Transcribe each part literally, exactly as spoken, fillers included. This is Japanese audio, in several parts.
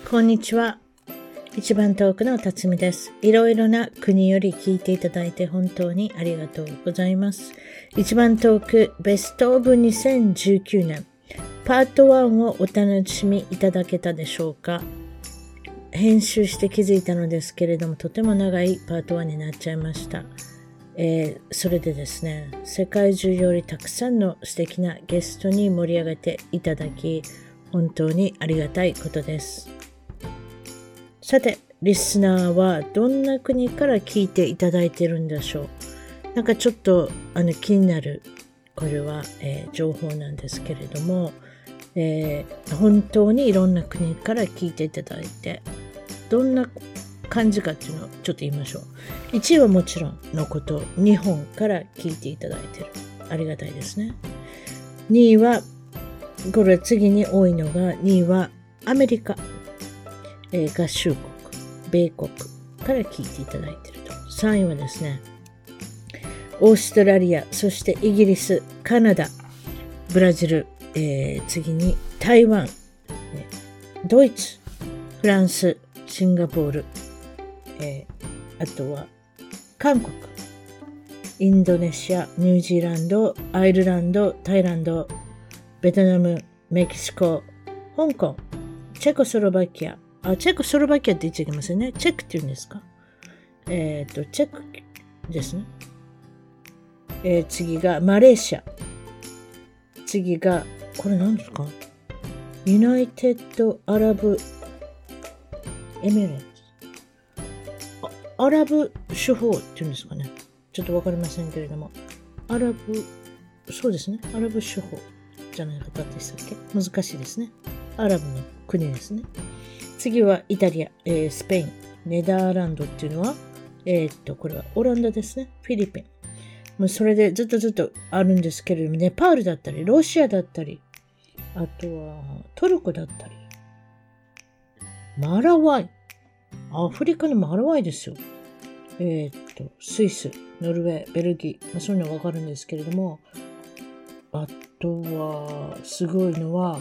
こんにちは。一番遠くの辰巳です。いろいろな国より聞いていただいて本当にありがとうございます。一番遠くベストオブにせんじゅうきゅうねんパートワンをお楽しみいただけたでしょうか。編集して気づいたのですけれども、とても長いパートワンになっちゃいました。えー、それでですね、世界中よりたくさんの素敵なゲストに盛り上げていただき、本当にありがたいことです。さて、リスナーはどんな国から聞いていただいているんでしょう。なんかちょっとあの気になる、これは、えー、情報なんですけれども、えー、本当にいろんな国から聞いていただいて、どんな感じかっていうのをちょっと言いましょう。いちいはもちろんのこと、日本から聞いていただいている。ありがたいですね。にいは、これ次に多いのが、にいはアメリカ、えー、合衆国、米国から聞いていただいていると。さんいはですね、オーストラリア、そしてイギリス、カナダ、ブラジル、えー、次に台湾、ドイツ、フランス、シンガポール、えー、あとは韓国、インドネシア、ニュージーランド、アイルランド、タイランド、ベトナム、メキシコ、香港、チェコスロバキア、あ、チェコスロバキアって言っちゃいけませんね。チェックって言うんですか。えっと、チェックですね。えー、次がマレーシア。次が、これ何ですか？ユナイテッドアラブエミレーツ。アラブ諸法っていうんですかね。ちょっとわかりませんけれども。アラブ、そうですね。アラブ諸法じゃないかったでしたっけ？難しいですね。アラブの国ですね。次はイタリア、えー、スペイン、ネダーランドっていうのは、えー、っと、これはオランダですね。フィリピン。もうそれでずっとずっとあるんですけれども、ネパールだったり、ロシアだったり、あとはトルコだったり、マラワイ。アフリカのマラワイですよ。えー、っと、スイス、ノルウェー、ベルギー、まあ、そういうのはわかるんですけれども、あとは、すごいのは、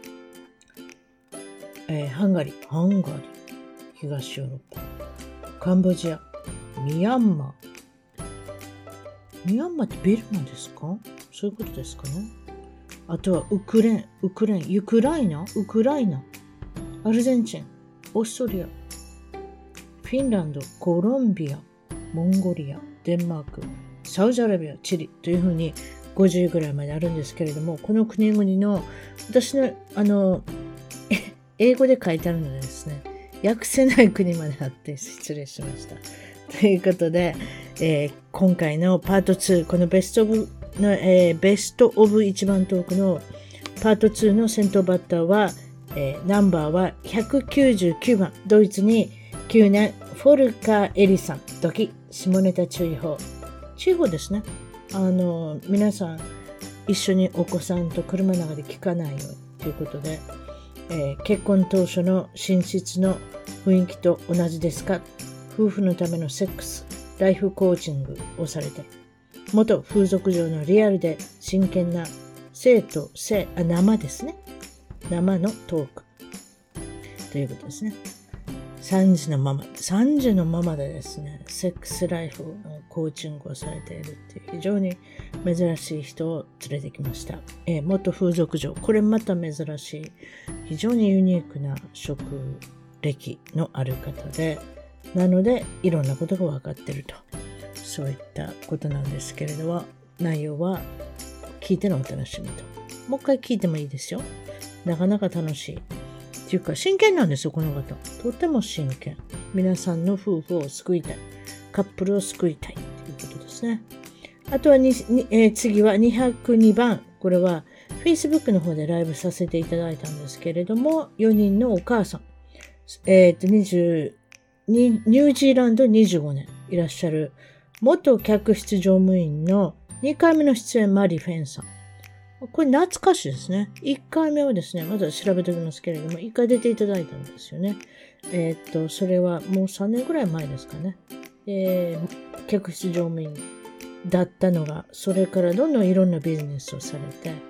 えー、ハンガリー、ハンガリー、東ヨーロッパ、カンボジア、ミャンマー。ミャンマーってビルマですか？そういうことですかね。あとはウクレーン、ウクレーン、ウクライナ、ウクライナ、アルゼンチン、オーストリア、フィンランド、コロンビア、モンゴリア、デンマーク、サウジアラビア、チリというふうにごじゅうぐらいまであるんですけれども、この国々の私のあの英語で書いてあるのでですね、訳せない国まであって失礼しました。ということで、えー、今回のパートツー、このベストオブの、えー、ベストオブ一番遠くのパートツーの先頭バッターは、えー、ナンバーはひゃくきゅうじゅうきゅうばん、ドイツにきゅうねん、フォルカー・エリさん、ドキ、下ネタ注意報。注意報ですね。あの、皆さん、一緒にお子さんと車の中で聞かないようにということで、えー、結婚当初の寝室の雰囲気と同じですか？夫婦のためのセックス、ライフコーチングをされている。元風俗嬢のリアルで真剣な性と性、あ、生ですね。生のトーク。ということですね。さんじのママ、さんじのママでですね、セックスライフのコーチングをされているっていう非常に珍しい人を連れてきました。えー、元風俗嬢、これまた珍しい、非常にユニークな職歴のある方で、なのでいろんなことが分かっていると。そういったことなんですけれども、内容は聞いてのお楽しみと。もう一回聞いてもいいですよ。なかなか楽しい。っていうか真剣なんですよ、この方。とても真剣。皆さんの夫婦を救いたい。カップルを救いたいということですね。あとはに、にえー、次はにひゃくにばん。これは Facebook の方でライブさせていただいたんですけれども、よにんのお母さん。えっと、にじゅう、ニュージーランドにじゅうごねんいらっしゃる元客室乗務員のにかいめの出演、マリフェンさん。これ懐かしいですね。いっかいめはですね、まだ調べておきますけれども、いっかい出ていただいたんですよね。えー、っと、それはもうさんねんぐらい前ですかね。えー、客室乗務員だったのが、それからどんどんいろんなビジネスをされて、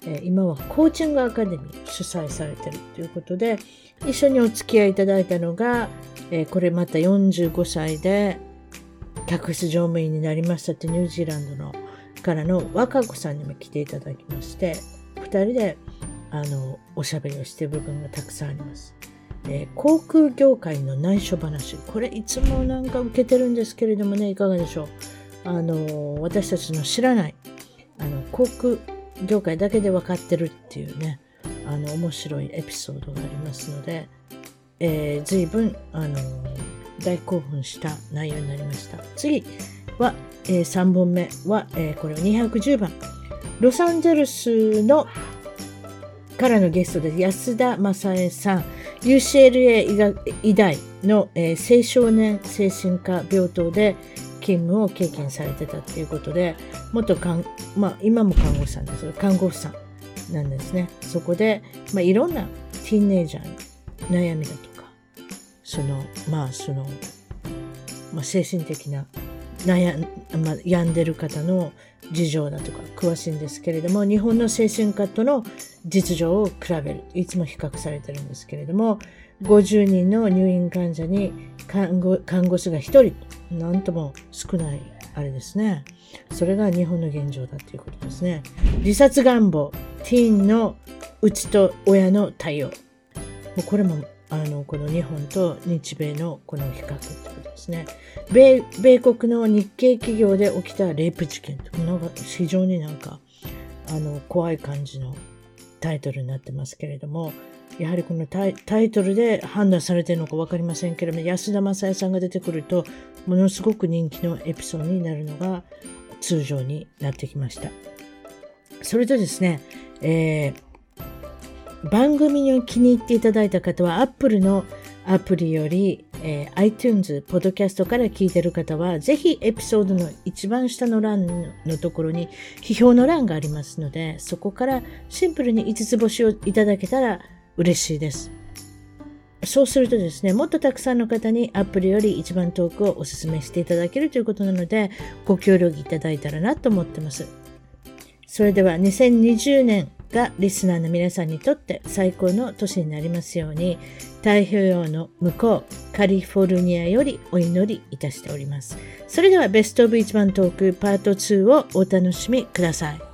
えー、今はコーチングアカデミー主催されているということで、一緒にお付き合いいただいたのが、えー、これまたよんじゅうごさいで客室乗務員になりましたってニュージーランドのからの若子さんにも来ていただきまして、ふたりであのおしゃべりをしている部分がたくさんあります。えー、航空業界の内緒話、これいつもなんか受けてるんですけれどもね、いかがでしょう。あの私たちの知らないあの航空業界だけで分かってるっていうね、あの面白いエピソードがありますので、えー、随分あの大興奮した内容になりました。次は、えー、さんぼんめは、えー、これはにひゃくじゅうばん、ロサンゼルスのからのゲストで安田正恵さん、 ユーシーエルエー 医, 学医大の、えー、青少年精神科病棟で勤務を経験されてたということで、元看、まあ、今も看護師さんですが看護師さんなんですね。そこで、まあ、いろんなティーンエイジャーの悩みだとか、そのまあその、まあ、精神的な悩ん、まあ、病んでる方の事情だとか詳しいんですけれども、日本の精神科との実情を比べる、いつも比較されてるんですけれども、ごじゅうにんの入院患者に看護、看護師がひとり、なんとも少ないあれですね。それが日本の現状だということですね。自殺願望、ティーンのうちと親の対応、もうこれもあのこの日本と日米のこの比較ということですね。米、米国の日系企業で起きたレイプ事件と、なんか非常になんかあの怖い感じのタイトルになってますけれども、やはりこのタ イ, タイトルで判断されているのか分かりませんけれども、安田正恵さんが出てくるとものすごく人気のエピソードになるのが通常になってきました。それとですね、えー、番組に気に入っていただいた方は Apple のアプリより、えー、iTunes、ポッドキャストから聞いている方は、ぜひエピソードの一番下の欄のところに批評の欄がありますので、そこからシンプルにいつつ星をいただけたら嬉しいです。そうするとですね、もっとたくさんの方にアプリより一番トークをお勧めしていただけるということなので、ご協力いただいたらなと思ってます。それではにせんにじゅうねんがリスナーの皆さんにとって最高の年になりますように、太平洋の向こうカリフォルニアよりお祈りいたしております。それではベストオブ一番トークパートツーをお楽しみください。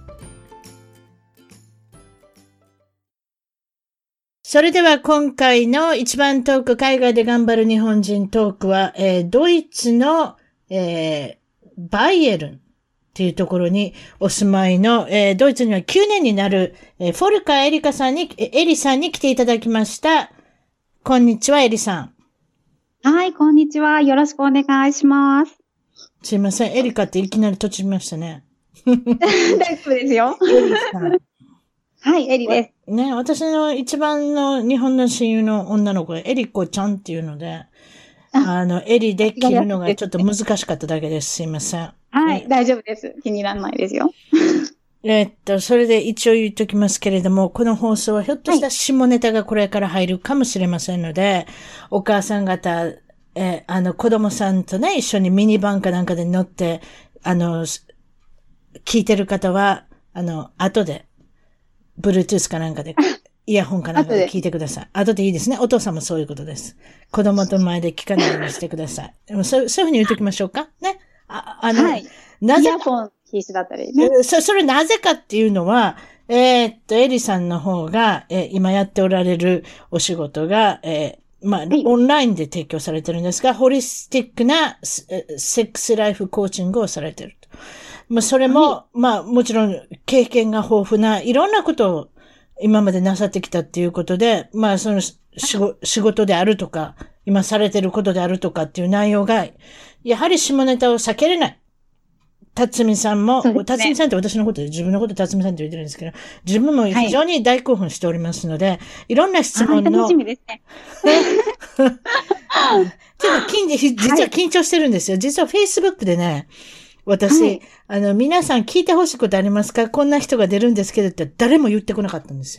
それでは今回の一番トーク、海外で頑張る日本人トークは、えー、ドイツの、えー、バイエルンっていうところにお住まいの、えー、ドイツにはきゅうねんになる、えー、フォルカーエリカさんに、エリさんに来ていただきました。こんにちは、エリさん。 はい、こんにちは。よろしくお願いします。 すいません、エリカっていきなり閉じましたね。 大丈夫ですよ。 エリさん。 はい、エリです。 ね、私の一番の日本の親友の女の子がエリコちゃんっていうので、あの、エリで切るのがちょっと難しかっただけです。すいません。 はい、大丈夫です。気にならないですよ。 えっと、それで一応言っときますけれども、この放送はひょっとした下ネタがこれから入るかもしれませんので、はい、お母さん方、えー、あの、子供さんとね、一緒にミニバンかなんかで乗って、あの、聞いてる方は、あの、後で、Bluetooth かなんかで、イヤホンかなんかで聞いてください。後でいいですね。お父さんもそういうことです。子供と前で聞かないようにしてください。でもそう、そういうふうに言っときましょうか。ね。あ、あの、はい、 なぜイヤホン必須だったりね。 そ、それなぜかっていうのは、えー、っと、エリさんの方が、えー、今やっておられるお仕事が、えー、まあ、はい、オンラインで提供されてるんですが、ホリスティックなセックスライフコーチングをされてると。まあ、それも、はい、まあ、もちろん経験が豊富ないろんなことを今までなさってきたっていうことで、まあ、その仕事であるとか、今されてることであるとかっていう内容が、やはり下ネタを避けれない。辰巳さんも、ね、辰巳さんって私のことで自分のこと辰巳さんって言ってるんですけど、自分も非常に大興奮しておりますので、はい、いろんな質問の。 楽しみですね。 ちょっと実は緊張してるんですよ。はい、実は Facebook でね、私、はい、あの、皆さん聞いてほしいことありますか？こんな人が出るんですけどって誰も言ってこなかったんですよ。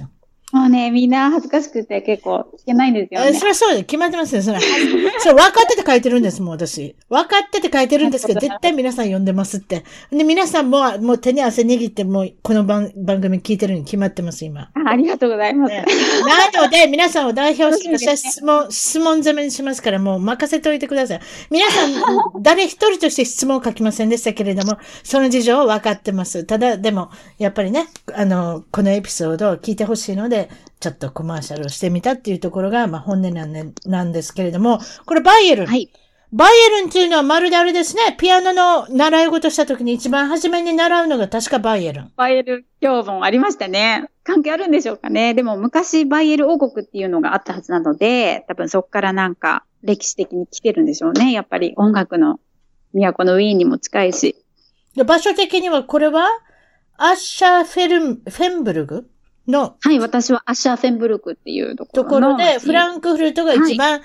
もうね、みんな恥ずかしくて結構聞けないんですよね。 それはそうで、決まってますよ、それ。それ分かってて書いてるんです、もう私。分かってて書いてるんですけど、絶対皆さん読んでますって。で、皆さんも、もう手に汗握って、もうこの番番組聞いてるに決まってます、今。 あ、ありがとうございます。 ね、なので、皆さんを代表して、私は質問、質問攻めにしますから、もう任せておいてください。皆さん、誰一人として質問を書きませんでしたけれども、その事情は分かってます。ただ、でも、やっぱりね、あの、このエピソードを聞いてほしいので、ちょっとコマーシャルをしてみたっていうところが、まあ本音なんで、なんですけれども、これバイエルン。はい。バイエルンっていうのはまるであれですね、ピアノの習い事した時に一番初めに習うのが確かバイエルン。 バイエルン教本ありましたね。関係あるんでしょうかね。でも昔バイエル王国っていうのがあったはずなので、多分そこからなんか歴史的に来てるんでしょうね。やっぱり音楽の都のウィーンにも近いし。 で場所的にはこれはアッシャーフェルン、フェンブルグの。 はい、私はアッシャーフェンブルクっていうところの。 ところで、フランクフルトが一番、はい、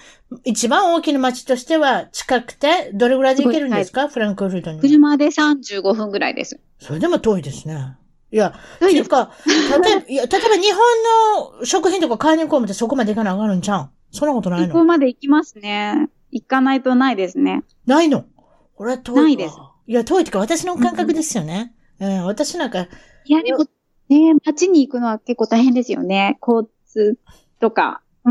一番大きな街としては近くて、どれぐらいで行けるんですか、フランクフルトに。 車でさんじゅうごふんぐらいです。 それでも遠いですね。いや、というか、例えば、いや、例えば日本の食品とか買いに行こうもってそこまで行かなあかんのちゃうん？そんなことないの？ そこまで行きますね。行かないとないですね。 ないの？これは遠い。 ないです。 いや、遠いってか私の感覚ですよね。うん、うん、私なんか。 いや、でも、ね、街に行くのは結構大変ですよね。交通とか。うん。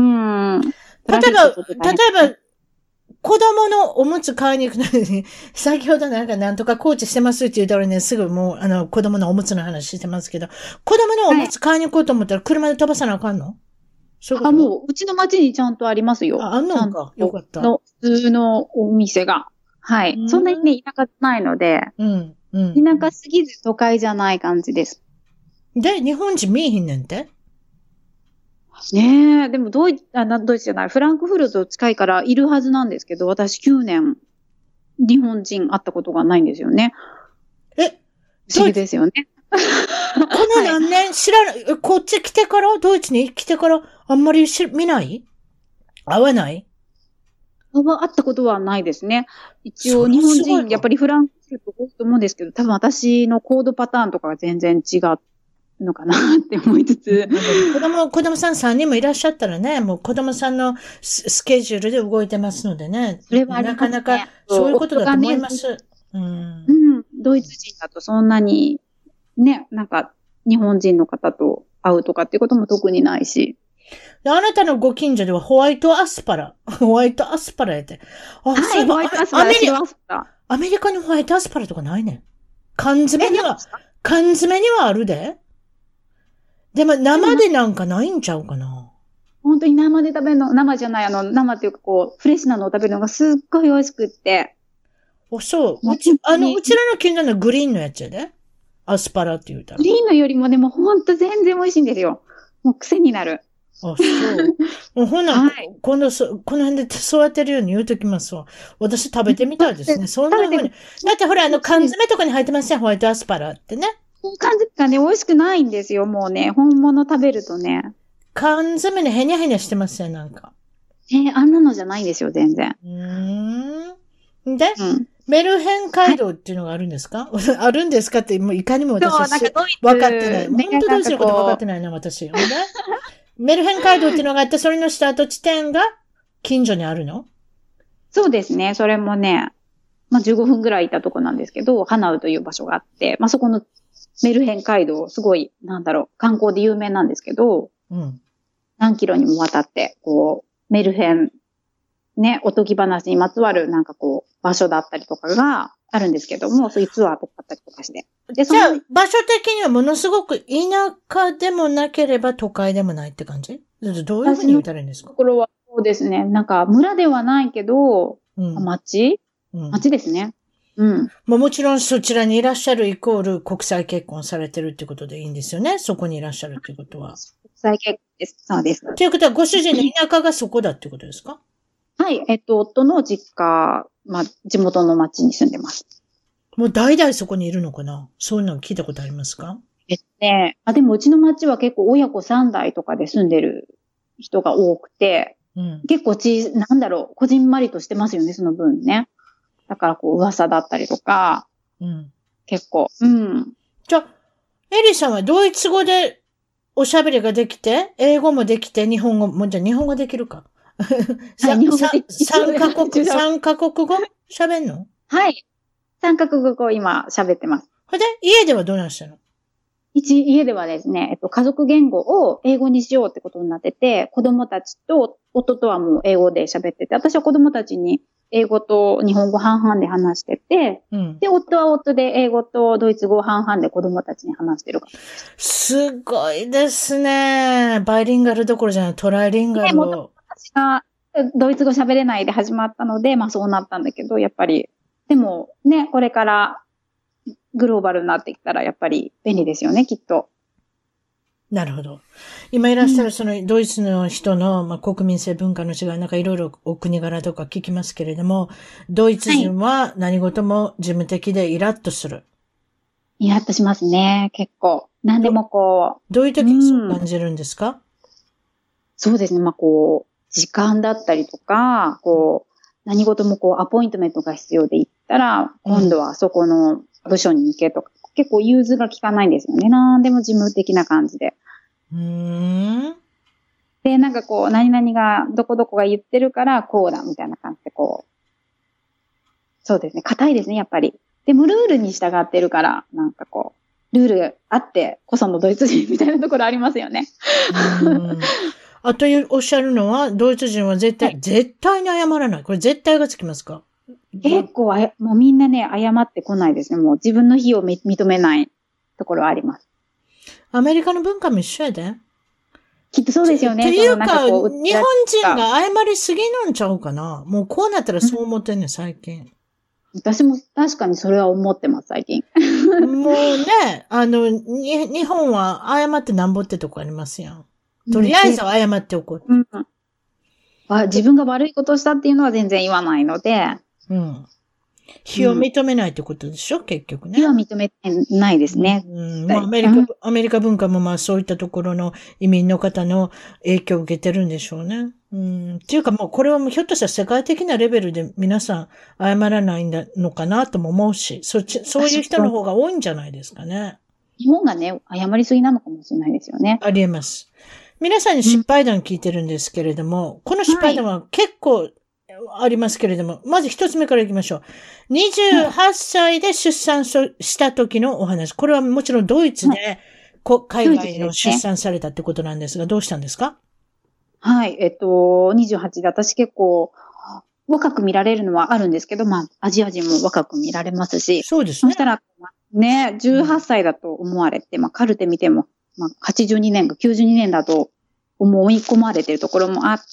例えば、例えば、子供のおむつ買いに行くのに、先ほどなんかなんとかコーチしてますって言うたらね、すぐもう、あの、子供のおむつの話してますけど、子供のおむつ買いに行こうと思ったら車で飛ばさなあかんの？はい、 そういうこと？あ、もう、うちの街にちゃんとありますよ。 あ、あんのか。よかった。 の、普通のお店が。はい。そんなにね、田舎ないので、 うん、うん。 田舎すぎず都会じゃない感じです。 で、日本人見えひんねんて？ ねえ、でもドイツ、あ、ドイツじゃない、フランクフルト近いからいるはずなんですけど、私きゅうねん、日本人会ったことがないんですよね。 え？ 不思議ですよね。 この何年、はい、知らない、こっち来てから、ドイツに来てから、あんまりし見ない？会わない？ 会ったことはないですね。一応日本人、やっぱりフランクフルト多いと思うんですけど、多分私のコードパターンとかが全然違うのかなって思いつつ。 子供、子供さんさんにんもいらっしゃったらね、もう子供さんのスケジュールで動いてますのでね。 それはありますね。 なかなかそういうことだと思います。うん、 うん。ドイツ人だとそんなに、ね、なんか日本人の方と会うとかっていうことも特にないし。 あなたのご近所ではホワイトアスパラ。ホワイトアスパラやって。 あ、はい、ホワイトアスパラ。アメリカ、 アメリカにホワイトアスパラとかないねん。缶詰には、缶詰にはあるで。でも生でなんかないんちゃうかな。 本当に生で食べるの、生じゃない、あの、生っていうかこう、フレッシュなのを食べるのがすっごい美味しくって。 あ、そう。うち、あの、うちらの近所のグリーンのやつやで。アスパラって言うたら。 グリーンのよりもでもほんと全然美味しいんですよ。もう癖になる。 あ、そう。もうほな、はい、今度そ、この辺で育てるように言うときますわ。私食べてみたいですね。そんな風に。だってほら、あの、缶詰とかに入ってますね、ホワイトアスパラってね。 缶詰がね、美味しくないんですよ、もうね。本物食べるとね。 缶詰ね、へにゃへにゃしてますよ、なんか。 えー、あんなのじゃないんですよ、全然。 うーん。で、うん、メルヘン街道っていうのがあるんですか、はい、あるんですかって、もういかにも私は分かってない。本当どうしようこと分かってないな、私。メルヘン街道っていうのがあって、それのスタート地点が近所にあるの？ そうですね。それもね、まあ、じゅうごふんぐらいいたとこなんですけど、ハナウという場所があって、まあ、そこのメルヘン街道、すごい、なんだろう、観光で有名なんですけど、うん、何キロにもわたって、こう、メルヘン、ね、おとぎ話にまつわるなんかこう、場所だったりとかがあるんですけども、そういうツアーとかあったりとかして。 で、じゃあ、場所的にはものすごく田舎でもなければ都会でもないって感じ？どういうふうに言ったらいいんですか？ ところはそうですね。なんか村ではないけど、うん、町、うん、町ですね。うん。 まあもちろんそちらにいらっしゃるイコール国際結婚されてるってことでいいんですよね。そこにいらっしゃるってことは。 国際結婚です。そうです。 ということはご主人の田舎がそこだってことですか？ はい。えっと、夫の実家、まあ地元の町に住んでます。 もう代々そこにいるのかな？そういうの聞いたことありますか？ えっとね、あ、でもうちの町は結構親子さん代とかで住んでる人が多くて、うん、結構ち、なんだろう、こじんまりとしてますよね、その分ね。だからこう噂だったりとか、うん、結構、うん。 じゃあ、エリさんはドイツ語でおしゃべりができて、英語もできて、日本語も、じゃあ日本語できるか。 はい、日本語でき三カ国、三カ国語喋んの？ はい。三カ国語を今喋ってます。 ほんで、家ではどうなんしたの？ 一、家ではですね、えっと、家族言語を英語にしようってことになってて、子供たちと、夫とはもう英語で喋ってて、私は子供たちに英語と日本語半々で話してて、うん、で、夫は夫で英語とドイツ語半々で子供たちに話してるから。 すごいですね。バイリンガルどころじゃない、トライリンガルを。 ね、私がドイツ語喋れないで始まったので、まあそうなったんだけど、やっぱり、でもね、これからグローバルになってきたらやっぱり便利ですよね、きっと。 なるほど。今いらっしゃるそのドイツの人の、まあ、国民性文化の違い、なんかいろいろお国柄とか聞きますけれども、ドイツ人は何事も事務的でイラッとする。はい、 イラッとしますね、結構。何でもこう。どういう時にそう感じるんですか？うん、 そうですね、まあこう、時間だったりとか、こう、何事もこう、アポイントメントが必要で行ったら、今度はそこの部署に行けとか、うん、結構融通が効かないんですよね。何でも事務的な感じで。 うーん。 で、なんかこう、何々が、どこどこが言ってるから、こうだ、みたいな感じでこう。そうですね。硬いですね、やっぱり。でも、ルールに従ってるから、なんかこう、ルールあってこそのドイツ人みたいなところありますよね。 うんあとおっしゃるのは、ドイツ人は絶対、はい、絶対に謝らない。これ絶対がつきますか？ 結構あ、もうみんなね、謝ってこないですね。もう自分の非を認めないところはあります。 アメリカの文化も一緒やで。 きっとそうですよね。 というか、か日本人が謝りすぎなんちゃうかな。もうこうなったらそう思ってんねん、最近。 私も確かにそれは思ってます、最近。 もうね、あの、に、日本は謝ってなんぼってとこありますやん。とりあえずは謝っておこう、 うん。あ。自分が悪いことをしたっていうのは全然言わないので。 うん。非を認めないってことでしょ、うん、結局ね。 非は認めてないですね。 うん。まあ、アメリカ、うん、アメリカ文化もまあそういったところの移民の方の影響を受けてるんでしょうね。うん。っていうかもうこれはもうひょっとしたら世界的なレベルで皆さん謝らないのかなとも思うし、そっち、そういう人の方が多いんじゃないですかね。 日本がね、謝りすぎなのかもしれないですよね。 ありえます。皆さんに失敗談聞いてるんですけれども、うん、この失敗談は結構ありますけれども、はい、まず一つ目から行きましょう。にじゅうはっさいで出産した時のお話。これはもちろんドイツで、はい、海外の出産されたってことなんですが、どうしたんですか？ はい、えっと、にじゅうはちで私結構若く見られるのはあるんですけど、まあ、アジア人も若く見られますし、 そうですね。 そしたら、ね、じゅうはっさいだと思われて、まあ、カルテ見ても、まあ、はちじゅうにねんかきゅうじゅうにねんだと思い込まれてるところもあって、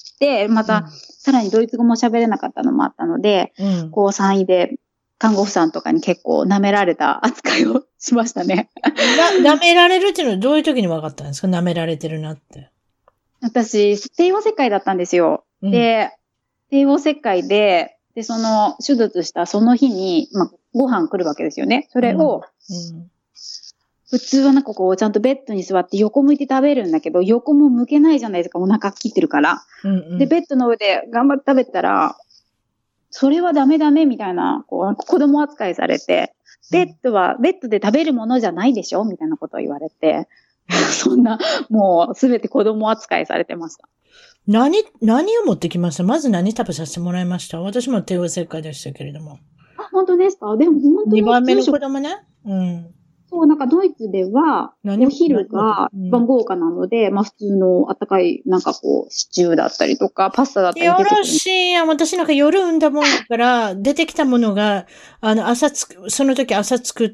また、うん、さらにドイツ語も喋れなかったのもあったので、うん、こうさんいで看護婦さんとかに結構舐められた扱いをしましたね。 な、舐められるっていうのはどういう時に分かったんですか？舐められてるなって。 私、帝王切開だったんですよ。うん、で、帝王切開で、で、その手術したその日に、まあ、ご飯来るわけですよね。それを、うんうん普通はなんかこう、ちゃんとベッドに座って横向いて食べるんだけど、横も向けないじゃないですか、お腹切ってるから。うんうん、で、ベッドの上で頑張って食べたら、それはダメダメみたいな、こう、子供扱いされて、ベッドは、ベッドで食べるものじゃないでしょみたいなことを言われて、そんな、もうすべて子供扱いされてました。 何、何を持ってきました？まず何食べさせてもらいました？私も帝王切開でしたけれども。 あ、本当ですか？でも本当に。 にばんめの子供ね。うん。 そう、なんかドイツでは、お昼が番豪華なので、うん、まあ普通の温かい、なんかこう、シチューだったりとか、パスタだったりよろしいや。私なんか夜産んだもんだから、出てきたものが、あの、朝つく、その時朝作った、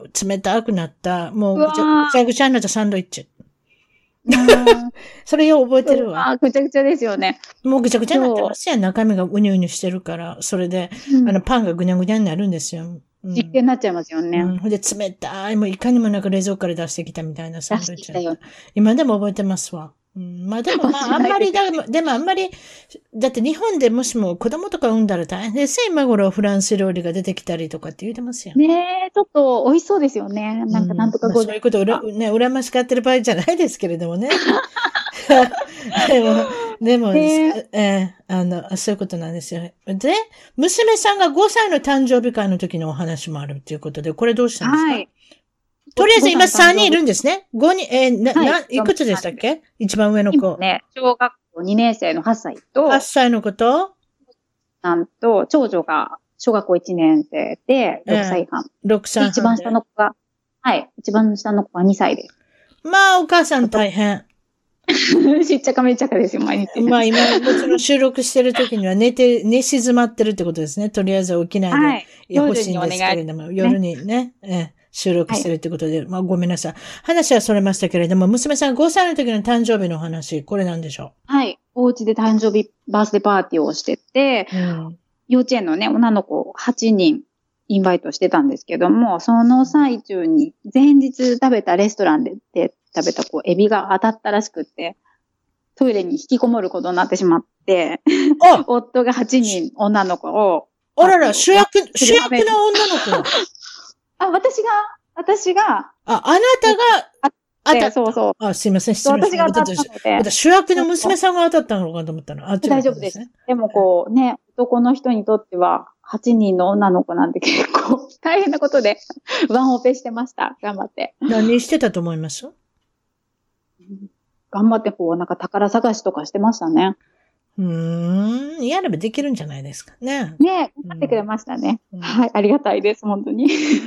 冷たくなった、もうぐちゃぐちゃぐちゃになったサンドイッチ。それよう覚えてるわ。 あ、ぐちゃぐちゃですよね。 もうぐちゃぐちゃになってますやん。中身がうにゅうにゅしてるから、それで、うん、あの、パンがぐにゃぐにゃになるんですよ。 うん、実験になっちゃいますよね。 うん。ほんで、冷たい、もういかにもなんか冷蔵庫から出してきたみたいなサンドイッチ。今でも覚えてますわ。うん、まあでも、まあ、あんまりだ、でもあんまり、だって日本でもしも子供とか産んだら大変ですよ。今頃フランス料理が出てきたりとかって言うてますよ。 ねえ、ちょっと美味しそうですよね。なんかなんとかご、うんまあ、そういうことをうら、ね、羨ましがってる場合じゃないですけれどもね。でも、でも、えー、あの、そういうことなんですよ。で、娘さんがごさいの誕生日会の時のお話もあるっていうことで、これどうしたんですか？はい。 とりあえず今さんにんいるんですね。ごにん、えー、な、 はいな、いくつでしたっけ一番上の子。 今ね、小学校にねん生のはっさいと、 はっさいの子と、 なんと、長女が小学校いちねん生でろくさいはん。 ろくさいはん。 一番下の子が、はい、一番下の子がにさいです。 まあ、お母さん大変。 しっちゃかめっちゃかですよ、毎日。 まあ、今、もちろん収録してる時には寝て、寝静まってるってことですね。とりあえず起きないで。 はい。 いや、欲しいんですけれども、夜にね、ええ、収録してるってことで、はい、まあ、ごめんなさい。話はそれましたけれども、娘さんごさいの時の誕生日の話、これなんでしょうはい。お家で誕生日バースデーパーティーをしてて、うん、幼稚園のね、女の子はちにんインバイトしてたんですけども、その最中に前日食べたレストランでで食べたこうエビが当たったらしくって、トイレに引きこもることになってしまって、夫がはちにん女の子を。 あらら、主役、主役の女の子あ、私が、私が。 あ、あなたが当たった。 そうそう。 あ、すいません、失礼しました。 私が当たったので。 私、主役の娘さんが当たったのかと思ったの。あ、 大丈夫です。でもこうね、男の人にとっては、はちにんの女の子なんて結構大変なことで、ワンオペしてました。頑張って。 何してたと思います？ 頑張ってこう、なんか宝探しとかしてましたね。 うーん。やればできるんじゃないですかね。 ね、頑張ってくれましたね。うん、はい、ありがたいです、本当に。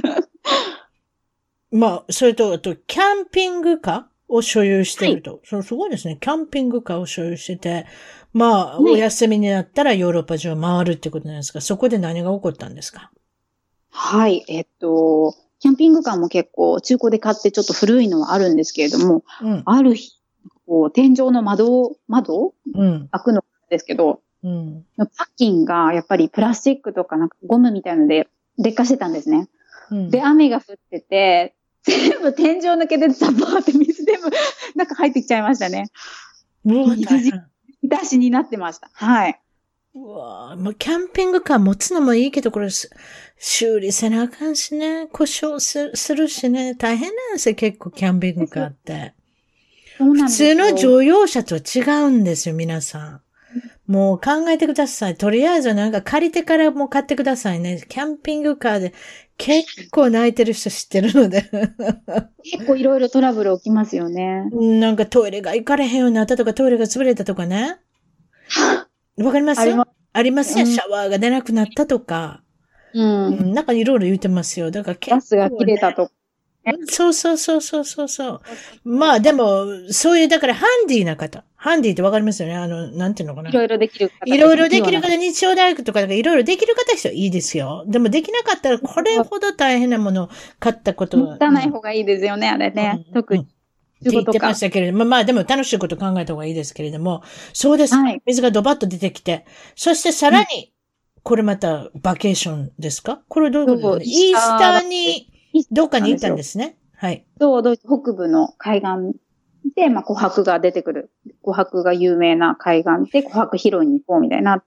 まあ、それと、あと、キャンピングカーを所有してると。はい、それすごいですね。キャンピングカーを所有してて、まあ、ね、お休みになったらヨーロッパ中を回るってことなんですが、そこで何が起こったんですか？ はい、えっと、キャンピングカーも結構中古で買ってちょっと古いのはあるんですけれども、うん、ある日、こう天井の窓、窓、うん、開くのですけど、うん、パッキンがやっぱりプラスチックとかなんかゴムみたいので劣化してたんですね。うん、で、雨が降ってて、全部天井抜けてザバーって水全部中入ってきちゃいましたね。水浸しになってました。はい。 うわぁ、まあ、キャンピングカー持つのもいいけど、これ、修理せなあかんしね、故障するするしね、大変なんですよ、結構キャンピングカーって。そうなんですよ。普通の乗用車とは違うんですよ、皆さん。もう考えてください。とりあえずなんか借りてからもう買ってくださいね。キャンピングカーで結構泣いてる人知ってるので。 結構いろいろトラブル起きますよね。 なんかトイレが行かれへんようになったとか、トイレが潰れたとかね。わかります？あります。ありますね、うん。シャワーが出なくなったとか。うん。うん、なんかいろいろ言ってますよ。だから結構、ね、 ガスが切れたとか。 そうそうそうそうそうそう。まあでも、そういう、だからハンディな方。ハンディってわかりますよね。あの、なんていうのかな。 いろいろできる方。 いろいろできる方、日曜大学とかいろいろできる方人はいいですよ。でもできなかったらこれほど大変なものを買ったことは。 持たない方がいいですよね、あれね。うん、特に。 って言ってましたけれども、まあでも楽しいこと考えた方がいいですけれども、そうです。はい、水がドバッと出てきて、そしてさらに、うん、これまたバケーションですか？これどういうことですか？イースターに、どっかに行ったんですね。はい。 そう、ドイツ北部の海岸で、まあ、琥珀が出てくる。琥珀が有名な海岸で、琥珀拾いに行こうみたいになって、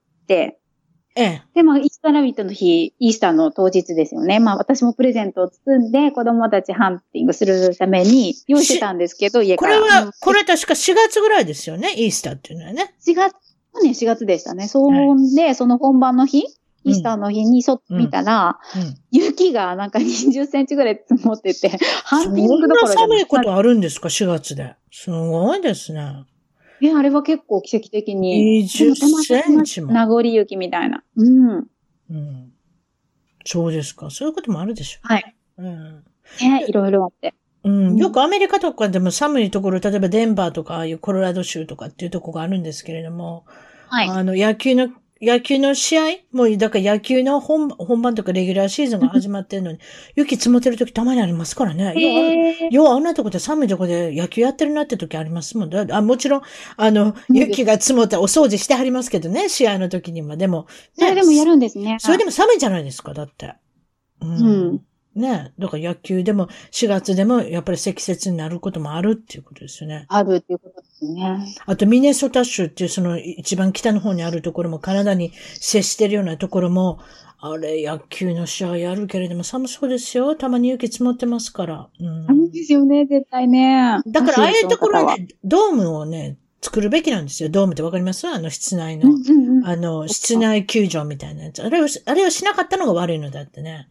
ええ。で、まあ、イースターラビットの日、イースターの当日ですよね。まあ、私もプレゼントを包んで、子供たちハンティングするために用意してたんですけど、家から。 これは、これ確かしがつぐらいですよね、イースターっていうのはね。 しがつ、去年しがつでしたね。そんで、はい、その本番の日、イースターの日に外見たら、うんうん、雪がなんかにじゅっセンチぐらい積もってて、ハンティングどころじゃない。 そんな寒いことあるんですか、しがつで。すごいですね。 いや、あれは結構奇跡的に。 にじゅっセンチも。 名残雪みたいな。うん。 うん。そうですか。そういうこともあるでしょう。 はい。うん。ね、いろいろあって。 うん。よくアメリカとかでも寒いところ、例えばデンバーとか、ああいうコロラド州とかっていうところがあるんですけれども、はい。あの、野球の、野球の試合もう、だから野球の本、本番とかレギュラーシーズンが始まってるのに、雪積もってる時たまにありますからね。えー、要は、あんなとこで寒いとこで野球やってるなって時ありますもん。あ、もちろん、あの、雪が積もったお掃除してはりますけどね、試合の時には。でも、ね。 それでもやるんですね。 それでも寒いじゃないですか、だって。うん。うんねえ。だから野球でもしがつでもやっぱり積雪になることもあるっていうことですよね。 あるっていうことですね。 あとミネソタ州っていうその一番北の方にあるところもカナダに接してるようなところも、あれ野球の試合やるけれども寒そうですよ。たまに雪積もってますから。 うん、寒いですよね、絶対ね。 だからああいうところでドームをね、作るべきなんですよ。ドームってわかります？あの室内の、うんうんうん、あの室内球場みたいなやつ。あれを、あれをしなかったのが悪いのだってね。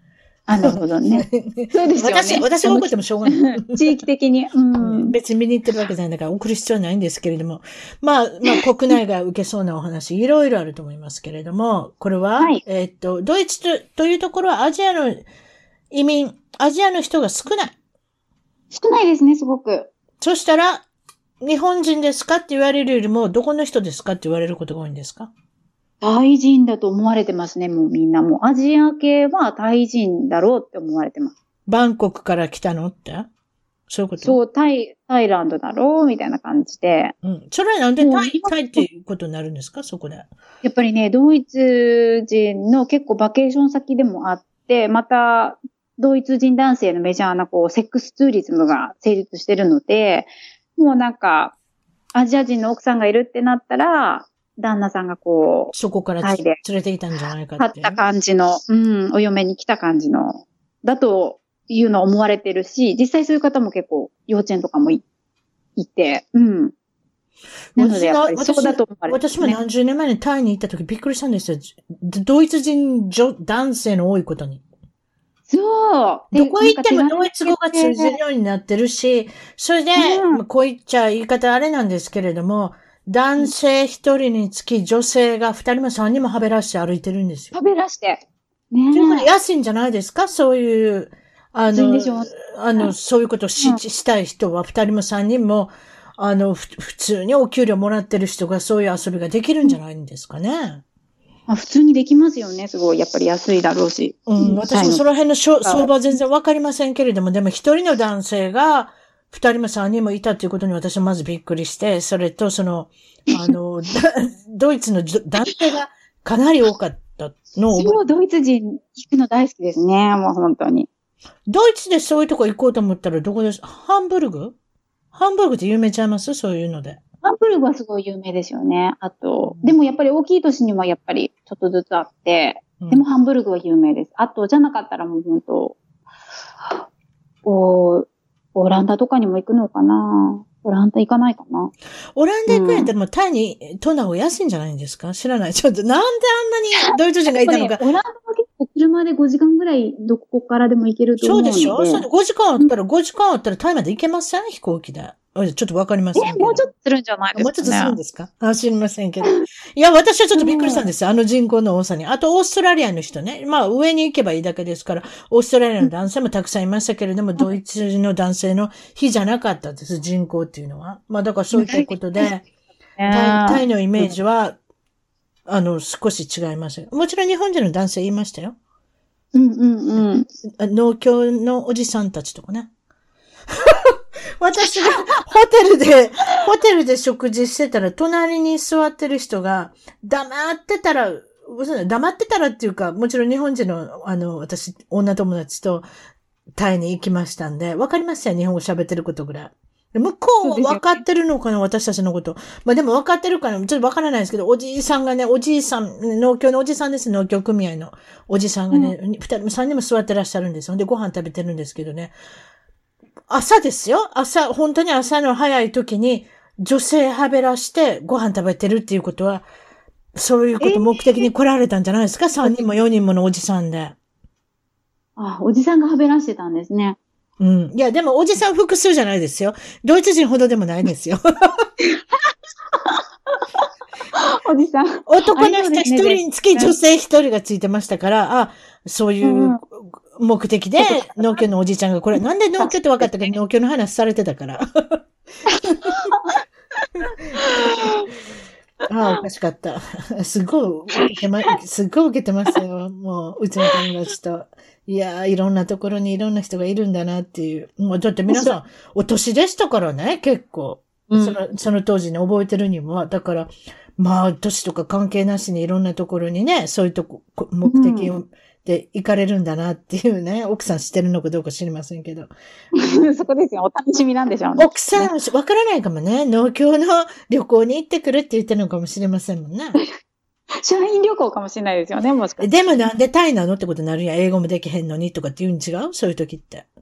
あ、なるほどね。そうですよね。 私、私が怒ってもしょうがない。 地域的に、うん。 別に見に行ってるわけじゃないから送る必要はないんですけれども。まあ、まあ、国内が受けそうなお話、いろいろあると思いますけれども、これは、はい、えっと、ドイツと、というところはアジアの移民、アジアの人が少ない。 少ないですね、すごく。 そしたら、日本人ですかって言われるよりも、どこの人ですかって言われることが多いんですか？ タイ人だと思われてますね、もうみんな。もうアジア系はタイ人だろうって思われてます。 バンコクから来たのってそういうこと？ そう、タイ、タイランドだろうみたいな感じで。 うん。それはなんでタイ、タイっていうことになるんですかそこで。 やっぱりね、ドイツ人の結構バケーション先でもあって、また、ドイツ人男性のメジャーなこう、セックスツーリズムが成立してるので、もうなんか、アジア人の奥さんがいるってなったら、旦那さんがこう、 そこから連れてきたんじゃないかって。 買った感じの、うん、お嫁に来た感じの、だというのを思われてるし、実際そういう方も結構幼稚園とかも い, いて、うん。なのでやっぱりそこだと思われてる、 ね、私も何十年前にタイに行った時びっくりしたんですよ。ドイツ人女男性の多いことに。 そう。 どこ行ってもドイツ語が通じるようになってるし、それで、うん、こう言っちゃ言い方あれなんですけれども、男性一人につき女性が二人も三人もはべらして歩いてるんですよ。 はべらして。ねえ。 ということで安いんじゃないですかそういう、あの、あの、そういうことをし、うん、したい人は二人も三人も、あの、普通にお給料もらってる人がそういう遊びができるんじゃないんですかね。うんあ普通にできますよね。すごい。やっぱり安いだろうし。 うん。私もその辺の相場は全然わかりませんけれども、でも一人の男性が二人も三人もいたということに私はまずびっくりして、それとその、あの、ドイツの男性がかなり多かったのを。 そう、ドイツ人行くの大好きですね。もう本当に。 ドイツでそういうとこ行こうと思ったらどこです？ハンブルグ？ハンブルグって有名ちゃいます？そういうので。 ハンブルグはすごい有名ですよね。あと、でもやっぱり大きい都市にはやっぱりちょっとずつあって、うん、でもハンブルグは有名です。あと、じゃなかったらもう本当、お、オランダとかにも行くのかなオランダ行かないかなオランダ行くんやったらもうタイにトナを安いんじゃないんですか知らない。ちょっとなんであんなにドイツ人がいたのか。 ね、オランダは結構車でごじかんぐらいどこからでも行けると思うので。 そうでしょそうでごじかんあったら、うん、ごじかんあったらタイまで行けません飛行機で。ちょっとわかりませんけど。 え、もうちょっとするんじゃないですか、ね、 もうちょっとするんですかあ、知りませんけど。いや、私はちょっとびっくりしたんですよ。あの人口の多さに。あと、オーストラリアの人ね。まあ、上に行けばいいだけですから、オーストラリアの男性もたくさんいましたけれども、ドイツの男性の比じゃなかったです、人口っていうのは。まあ、だからそういったことで、タイ、タイのイメージは、あの、少し違います。もちろん日本人の男性言いましたよ。 うんうんうん。 農協のおじさんたちとかね。私がホテルで、ホテルで食事してたら、隣に座ってる人が、黙ってたら、黙ってたらっていうか、もちろん日本人の、あの、私、女友達とタイに行きましたんで、わかりますよ、日本語喋ってることぐらい。向こうも分かってるのかな、私たちのこと。まあでも分かってるかな、ちょっと分からないですけど、おじいさんがね、おじいさん、農協のおじさんです、農協組合のおじさんがね、二、うん、人も三人も座ってらっしゃるんですよ。で、ご飯食べてるんですけどね。朝ですよ。朝、本当に朝の早い時に女性はべらしてご飯食べてるっていうことは、そういうこと目的に来られたんじゃないですか、えー、さんにんもよにんものおじさんで。 あ、おじさんがはべらしてたんですね。 うん。いや、でもおじさん複数じゃないですよ。ドイツ人ほどでもないですよ。 おじさん。 男の人一人につき女性一人がついてましたから、あ、そういう目的で農協のおじちゃんが、これなんで農協って分かったか農協の話されてたから。ああ、おかしかった。すごい受けてま、すっごい受けてますよ。もう、うちの友達と。いやー、いろんなところにいろんな人がいるんだなっていう。もう、だって皆さん、お年でしたからね、結構。うん、その、その当時に覚えてるにも。だから、まあ、年とか関係なしにいろんなところにね、そういうとこ、目的で行かれるんだなっていうね、奥さん知ってるのかどうか知りませんけど。 そこですよ。お楽しみなんでしょうね。 奥さん、わからないかもね。農協の旅行に行ってくるって言ってるのかもしれませんもんね。 社員旅行かもしれないですよね、もしかして。 でもなんでタイなのってことになるやん。英語もできへんのにとかって言うん違うそういう時って。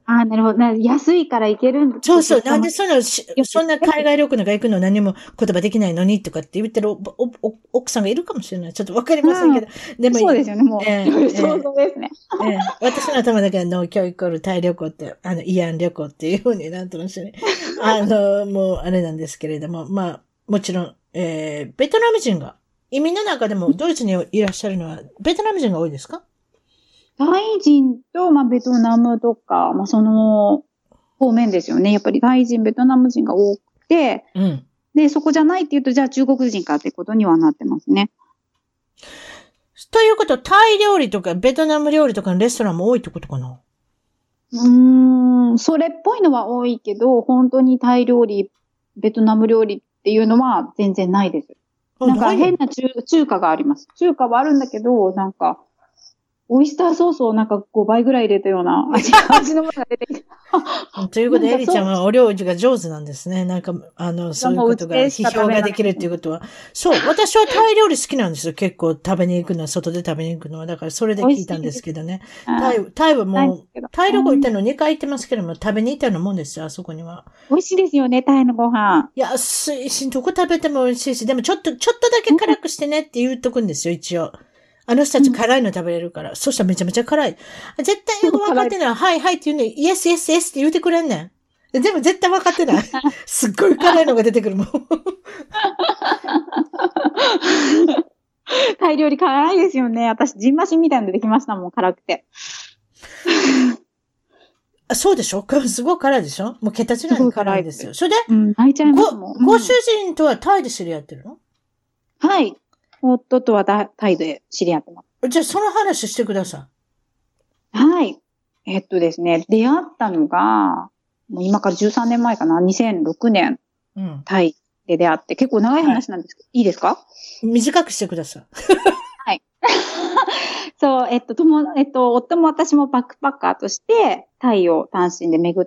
ああ、なるほど。な安いから行けるんだ。 そうそう。なんでその、そんな海外旅行なんか行くの何も言葉できないのにとかって言ってるおおお奥さんがいるかもしれない。ちょっとわかりませんけど。 うん、 でも、 そうですよね、もう。 えー、 想像ですね。 えーえー、私の頭だけは農協イコールタイ旅行って、あの、慰安旅行っていうふうになんとなくね。あの、もうあれなんですけれども、まあ、もちろん、えー、ベトナム人が、移民の中でもドイツにいらっしゃるのは、ベトナム人が多いですか？ タイ人と、まあ、ベトナムとか、まあ、その方面ですよね。やっぱりタイ人、ベトナム人が多くて、うん、で、そこじゃないって言うと、じゃあ中国人かってことにはなってますね。 ということ、タイ料理とかベトナム料理とかのレストランも多いってことかな？ うーん、それっぽいのは多いけど、本当にタイ料理、ベトナム料理っていうのは全然ないです。なんか変な 中, 中華があります。中華はあるんだけど、なんか、オイスターソースをなんかごばいぐらい入れたような味味のものが出てきた。 ということで、エリちゃんはお料理が上手なんですね。なんか、あの、そういうことが、批評ができるっていうことは。そう、私はタイ料理好きなんですよ。結構食べに行くのは、外で食べに行くのは。だからそれで聞いたんですけどね。タイ、タイはもう、タイ旅行行ったのにかい行ってますけども、食べに行ったようなもんですよ、あそこには。 美味しいですよね、タイのご飯。 安いし、どこ食べても美味しいし、でもちょっと、ちょっとだけ辛くしてねって言っとくんですよ、一応。あの人たち辛いの食べれるから。うん、そしたらめちゃめちゃ辛い。絶対英語分かってない。はいはいって言うね。イエスイエスイエスって言うてくれんねん。でも絶対分かってない。すっごい辛いのが出てくるもん。 タイ料理辛いですよね。私、ジンマシンみたいなの出てきましたもん、辛くて。 あ、そうでしょ？すごい辛いでしょ？もう桁違いに辛いですよ。それで、 うん、泣いちゃいますもん。 ご、ご主人とはタイで知り合ってるの？ はい。夫とはタイで知り合ってます。 じゃあ、その話してください。はい。えっとですね、出会ったのが、もう今からじゅうさんねんまえかな、にせんろくねん、うん、タイで出会って、結構長い話なんですけど、はい、いいですか？ 短くしてください。 はい。そう、えっと、とも、えっと、夫も私もバックパッカーとして、タイを単身で巡った、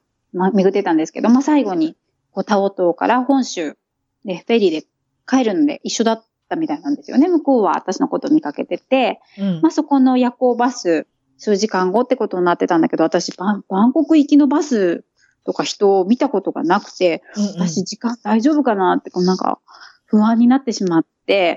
ま、巡ってたんですけど、まあ、最後に、こう、タオ島から本州で、フェリーで帰るので一緒だったみたいなんですよね。向こうは私のことを見かけてて、うん、まあ、そこの夜行バス、数時間後ってことになってたんだけど、私バン、バンコク行きのバスとか人を見たことがなくて、うんうん、私時間大丈夫かなって、こうなんか不安になってしまって、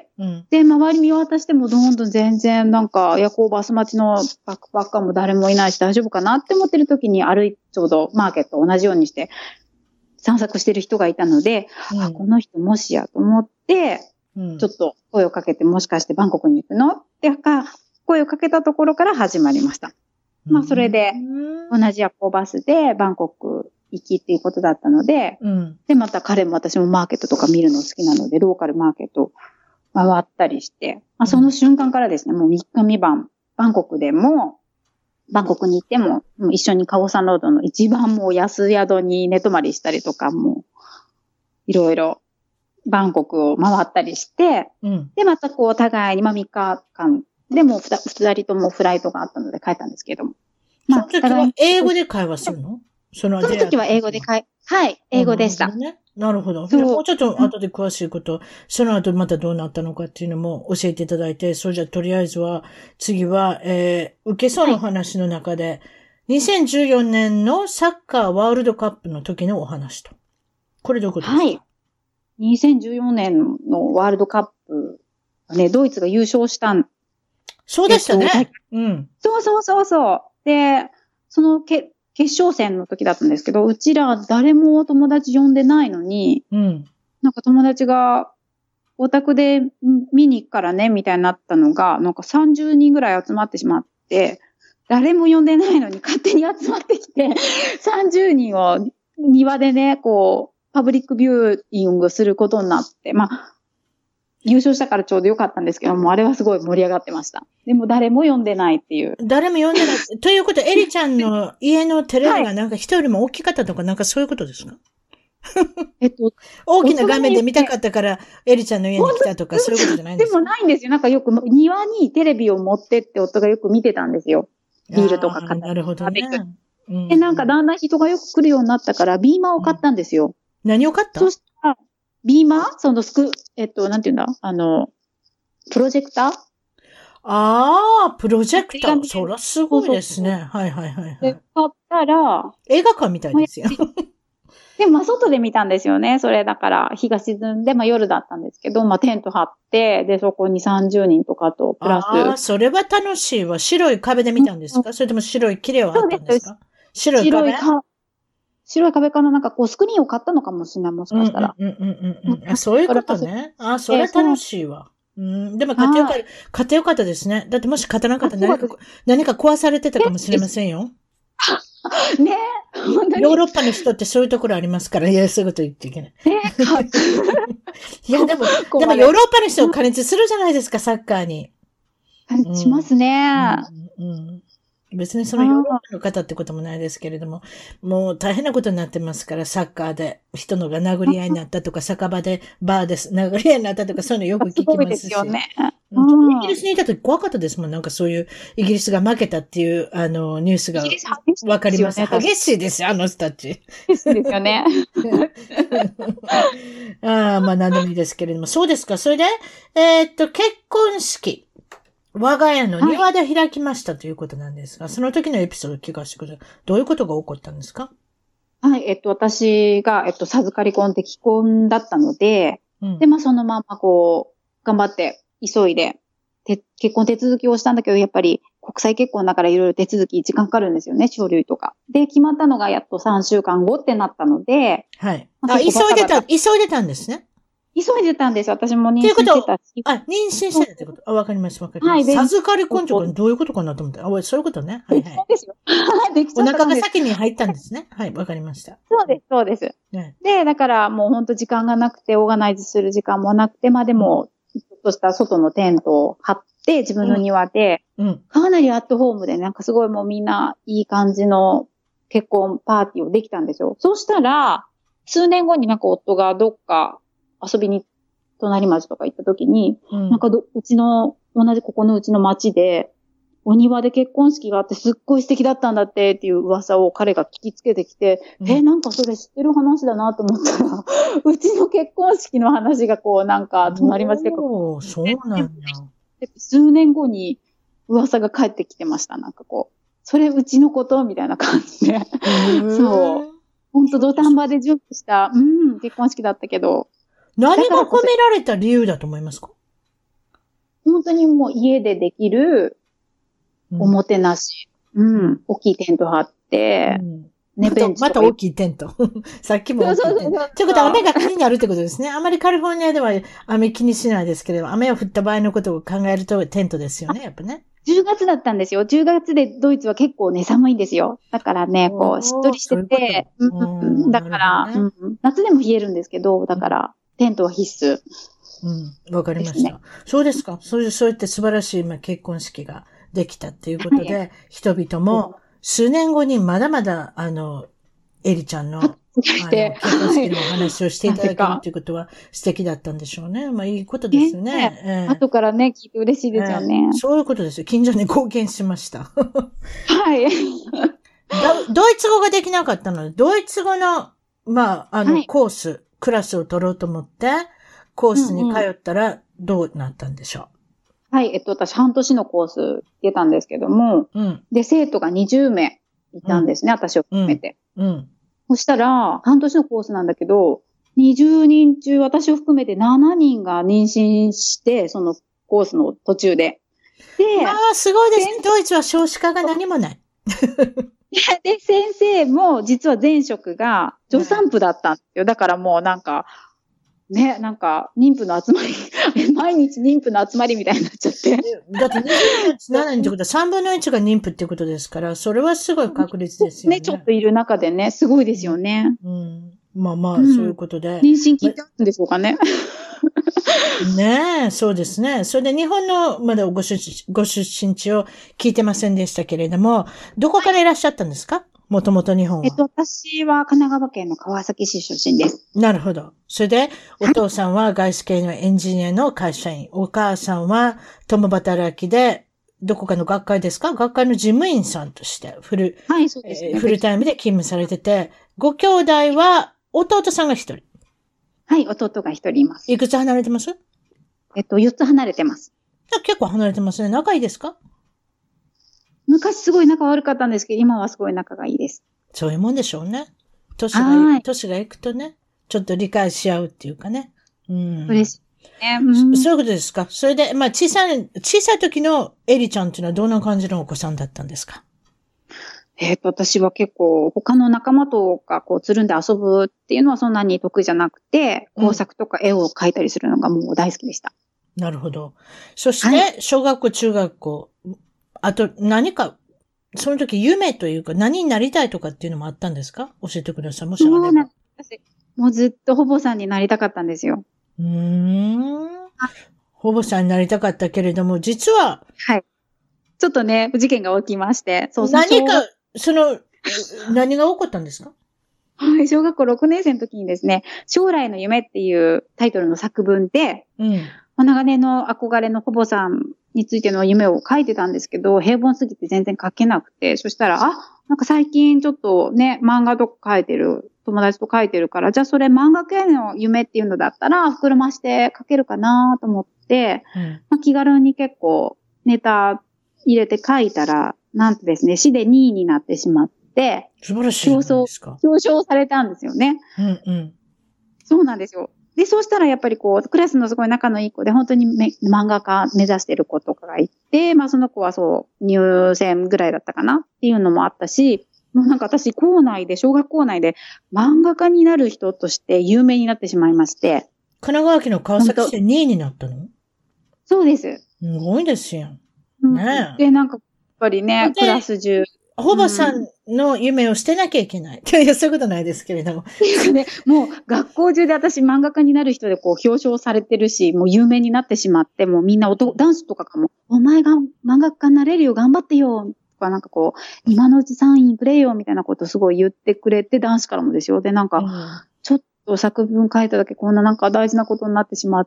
うん、で、周り見渡してもどんどん全然なんか夜行バス待ちのバックパッカーも誰もいないし大丈夫かなって思ってる時に歩い、ちょうどマーケット同じようにして散策してる人がいたので、うん、あ、この人もしやと思って、うん、ちょっと声をかけて、もしかしてバンコクに行くのってか、声をかけたところから始まりました。まあ、それで、同じ夜行バスでバンコク行きっていうことだったので、うん、で、また彼も私もマーケットとか見るの好きなので、ローカルマーケット回ったりして、まあ、その瞬間からですね、もうみっかみばん、バンコクでも、バンコクに行っても、もう一緒にカオサンロードの一番もう安宿に寝泊まりしたりとかも、いろいろバンコクを回ったりして、うん、で、またこうお互いにまあみっかかんでも二人ともフライトがあったので帰ったんですけども。 まあ、その時は英語で会話するの？ その時は英語で会、はい、英語でした。 ね、なるほど。もうちょっと後で詳しいこと、うん、その後またどうなったのかっていうのも教えていただいて、それじゃとりあえずは、次は、えー、受けそうな話の中で、はい、にせんじゅうよねんのサッカーワールドカップの時のお話と。これどういうことですか？はい。 にせんじゅうよねんのワールドカップ、ね、ドイツが優勝したん。 そうでしたね。 えっと、うん。そうそうそうそう。で、そのけ決勝戦の時だったんですけど、うちら誰も友達呼んでないのに、うん、なんか友達がお宅で見に行くからね、みたいになったのが、なんかさんじゅうにんぐらい集まってしまって、誰も呼んでないのに勝手に集まってきて、さんじゅうにんを庭でね、こう、パブリックビューイングすることになって、まあ、優勝したからちょうどよかったんですけども、あれはすごい盛り上がってました。でも誰も呼んでないっていう。 誰も呼んでない。ということ、エリちゃんの家のテレビがなんか人よりも大きかったとか、なんかそういうことですか？えっと、大きな画面で見たかったから、エリちゃんの家に来たとか、そういうことじゃないんですか？ でもないんですよ。なんかよく庭にテレビを持ってって夫がよく見てたんですよ。ビールとか買った。 なるほどね。 うん、で、なんかだんだん人がよく来るようになったから、ビーマーを買ったんですよ。うん、 何を買った？ そしたら、ビーマーそのスク、えっと、なんていうんだあの、プロジェクター？ ああ、プロジェクター。そらすごいですね。はいはいはい、はい。 で、買っしたら、 映画館みたいですよ。 で、まあ、外で見たんですよね。それだから、日が沈んで、まあ、夜だったんですけど、まあ、テント張って、で、そこにさんじゅうにんとかと、プラス。 ああ、それは楽しいわ。白い壁で見たんですか、うん、それとも白い切れはあったんですか？白い壁。 白いか、白い壁かな、なんかこう、スクリーンを買ったのかもしれない、もしかしたら。 うんうんうんうんうん。あ、そういうことね。あ、それは楽しいわ。うん、でも買ってよかった、買ってよかったですね。だってもし買ってなかったら何か、何か壊されてたかもしれませんよ。 ねえ。ヨーロッパの人ってそういうところありますから、いや、そういうこと言っていけない。 ねいや、でも、でもヨーロッパの人を加熱するじゃないですか、サッカーに。 しますね。 うんうんうん別にそのヨーロッパの方ってこともないですけれども、もう大変なことになってますから、サッカーで人のが殴り合いになったとか、酒場でバーで殴り合いになったとか、そういうのよく聞きますし。そうですよね。イギリスにいた時怖かったですもん。なんかそういうイギリスが負けたっていうあのニュースがわかります。激しいですよ、あの人たち。 激しいですよね。 ああ、まあ何でもいいですけれども。そうですか。それで、えー、っと、結婚式。我が家の庭で開きましたということなんですが、はい、その時のエピソードを聞かせてください。どういうことが起こったんですか？ はい、えっと、私が、えっと、授かり婚って既婚だったので、うん、で、まあ、そのままこう、頑張って、急いで、て結婚手続きをしたんだけど、やっぱり国際結婚だからいろいろ手続き時間かかるんですよね、書類とか。で、決まったのがやっとさんしゅうかんごってなったので、 はい。あ、急いでた、急いでたんですね。 急いでたんです。私も妊娠してたし。 あ、妊娠してたってこと。あ、わかります、わかります。はい。授かり婚とかどういうことかなと思って。あ、そういうことね。はいはい。 ですよ。できちゃった。 お腹が先に入ったんですね。はい、わかりました。 そうです、そうです。ね、で、だからもう本当時間がなくて、オーガナイズする時間もなくて、まあでも、ちょっとした外のテントを張って、自分の庭で、うんうん、かなりアットホームで、なんかすごいもうみんないい感じの結婚パーティーをできたんですよ。そうしたら、数年後になんか夫がどっか遊びに隣町とか行った時に、うん、なんかど、うちの、同じここのうちの町で、お庭で結婚式があってすっごい素敵だったんだってっていう噂を彼が聞きつけてきて、うん、え、なんかそれ知ってる話だなと思ったら、うちの結婚式の話がこうなんか隣町でかおー、そうなんだ。 数年後に噂が返ってきてました。なんかこう、それうちのことみたいな感じで。そう。ほんと土壇場で準備した、うん、結婚式だったけど、 何が込められた理由だと思いますか？ 本当にもう家でできるおもてなし。うん。うん、大きいテント張って、うん、 ね、ベンチとか。また大きいテント。さっきも大きいテント。ということは雨が気になるってことですね。あまりカリフォルニアでは雨気にしないですけれど、雨が降った場合のことを考えるとテントですよね、やっぱね。 じゅうがつだったんですよ。じゅうがつでドイツは結構ね、寒いんですよ。だからね、こう、しっとりしてて、うううん、だから、ねうん、夏でも冷えるんですけど、だから、うんテントは必須、 うん、わかりました。そうですか。そういう、そうやって素晴らしい、まあ、結婚式ができたっていうことで、はい、人々も数年後にまだまだ、あの、エリちゃんの、あの結婚式のお話をしていただけるっていうことは素敵だったんでしょうね。まあ、いいことですよね。 えー、後からね、聞いて嬉しいですよね、 えー。そういうことですよ。近所に貢献しました。 はい。 ドイツ語ができなかったので、ドイツ語の、まあ、あの、はい、コース、クラスを取ろうと思って、コースに通ったらどうなったんでしょう、 うんうん、はい、えっと、私半年のコース出たんですけども、うん、で、生徒がにじゅうめいいたんですね、うん、私を含めて、うんうん。そしたら、半年のコースなんだけど、にじゅうにん中私を含めてななにんが妊娠して、そのコースの途中で。 で、ああ、すごいですね。ドイツは少子化が何もない。 で、先生も実は前職が助産婦だったんですよ。だからもうなんか、ね、なんか妊婦の集まり、毎日妊婦の集まりみたいになっちゃって。 だってにじゅうのうちななにんってことはさんぶんのいちが妊婦ってことですから、それはすごい確率ですよね。 ね、ちょっといる中でね、すごいですよね。 うん。まあまあ、うん、そういうことで。 妊娠聞いたんでしょうかね。 ねえ、そうですね。それで日本のまだご出身、ご出身地を聞いてませんでしたけれども、どこからいらっしゃったんですか？もともと日本は。 えっと、私は神奈川県の川崎市出身です。 なるほど。それで、お父さんは外資系のエンジニアの会社員。お母さんは共働きで、どこかの学会ですか？学会の事務員さんとしてフル、 はい、そうですね、 えー、フルタイムで勤務されてて、ご兄弟は弟さんが一人。 はい、弟が一人います。 いくつ離れてます？ えっと、四つ離れてます。 結構離れてますね。仲いいですか？ 昔すごい仲悪かったんですけど、今はすごい仲がいいです。 そういうもんでしょうね。年が、年がいくとね、ちょっと理解し合うっていうかね。うん。 嬉しい、ね、うん。 そういうことですか。それで、まあ小さい、小さい時のエリちゃんっていうのはどんな感じのお子さんだったんですか？ えっと、私は結構他の仲間とかこうつるんで遊ぶっていうのはそんなに得意じゃなくて、工作とか絵を描いたりするのがもう大好きでした。 うん、なるほど。そして、小学校、中学校、あと何か、その時夢というか何になりたいとかっていうのもあったんですか？教えてください。もしあれば。そうなんです。 もうずっと保母さんになりたかったんですよ。 うーん。保母さんになりたかったけれども、実は。 はい。ちょっとね、事件が起きまして。 そうそう。何か、その、何が起こったんですか？ はい、小学校ろくねん生の時にですね、将来の夢っていうタイトルの作文で、うん。長年の憧れの保母さんについての夢を書いてたんですけど、平凡すぎて全然書けなくて、そしたら、あ、なんか最近ちょっとね、漫画とか書いてる、友達と書いてるから、じゃあそれ漫画系の夢っていうのだったら、膨らまして書けるかなと思って、うん、まあ、気軽に結構ネタ入れて書いたら、なんとですね、市でにいになってしまって、 素晴らしいじゃないですか。 表彰されたんですよね。 うんうん。 そうなんですよ。で、そうしたらやっぱりこう、クラスのすごい仲のいい子で、本当にめ漫画家目指してる子とかがいて、まあその子はそう、入選ぐらいだったかなっていうのもあったし、もうなんか私、校内で、小学校内で漫画家になる人として有名になってしまいまして。 神奈川県の川崎市でにいになったの？ そうです。 すごいですよ。 ね、で、なんか、やっぱりね、クラス中。 保母さんの夢を捨てなきゃいけない。いや、そういうことないですけれども。 ね、もう学校中で私漫画家になる人でこう表彰されてるし、もう有名になってしまって、もうみんな男、男子とかかも、お前が漫画家になれるよ、頑張ってよ、とかなんかこう、今のうちさんいくれよ、みたいなことすごい言ってくれて、男子からもですよ。で、なんか、うん、ちょっと作文書いただけこんななんか大事なことになってしまって、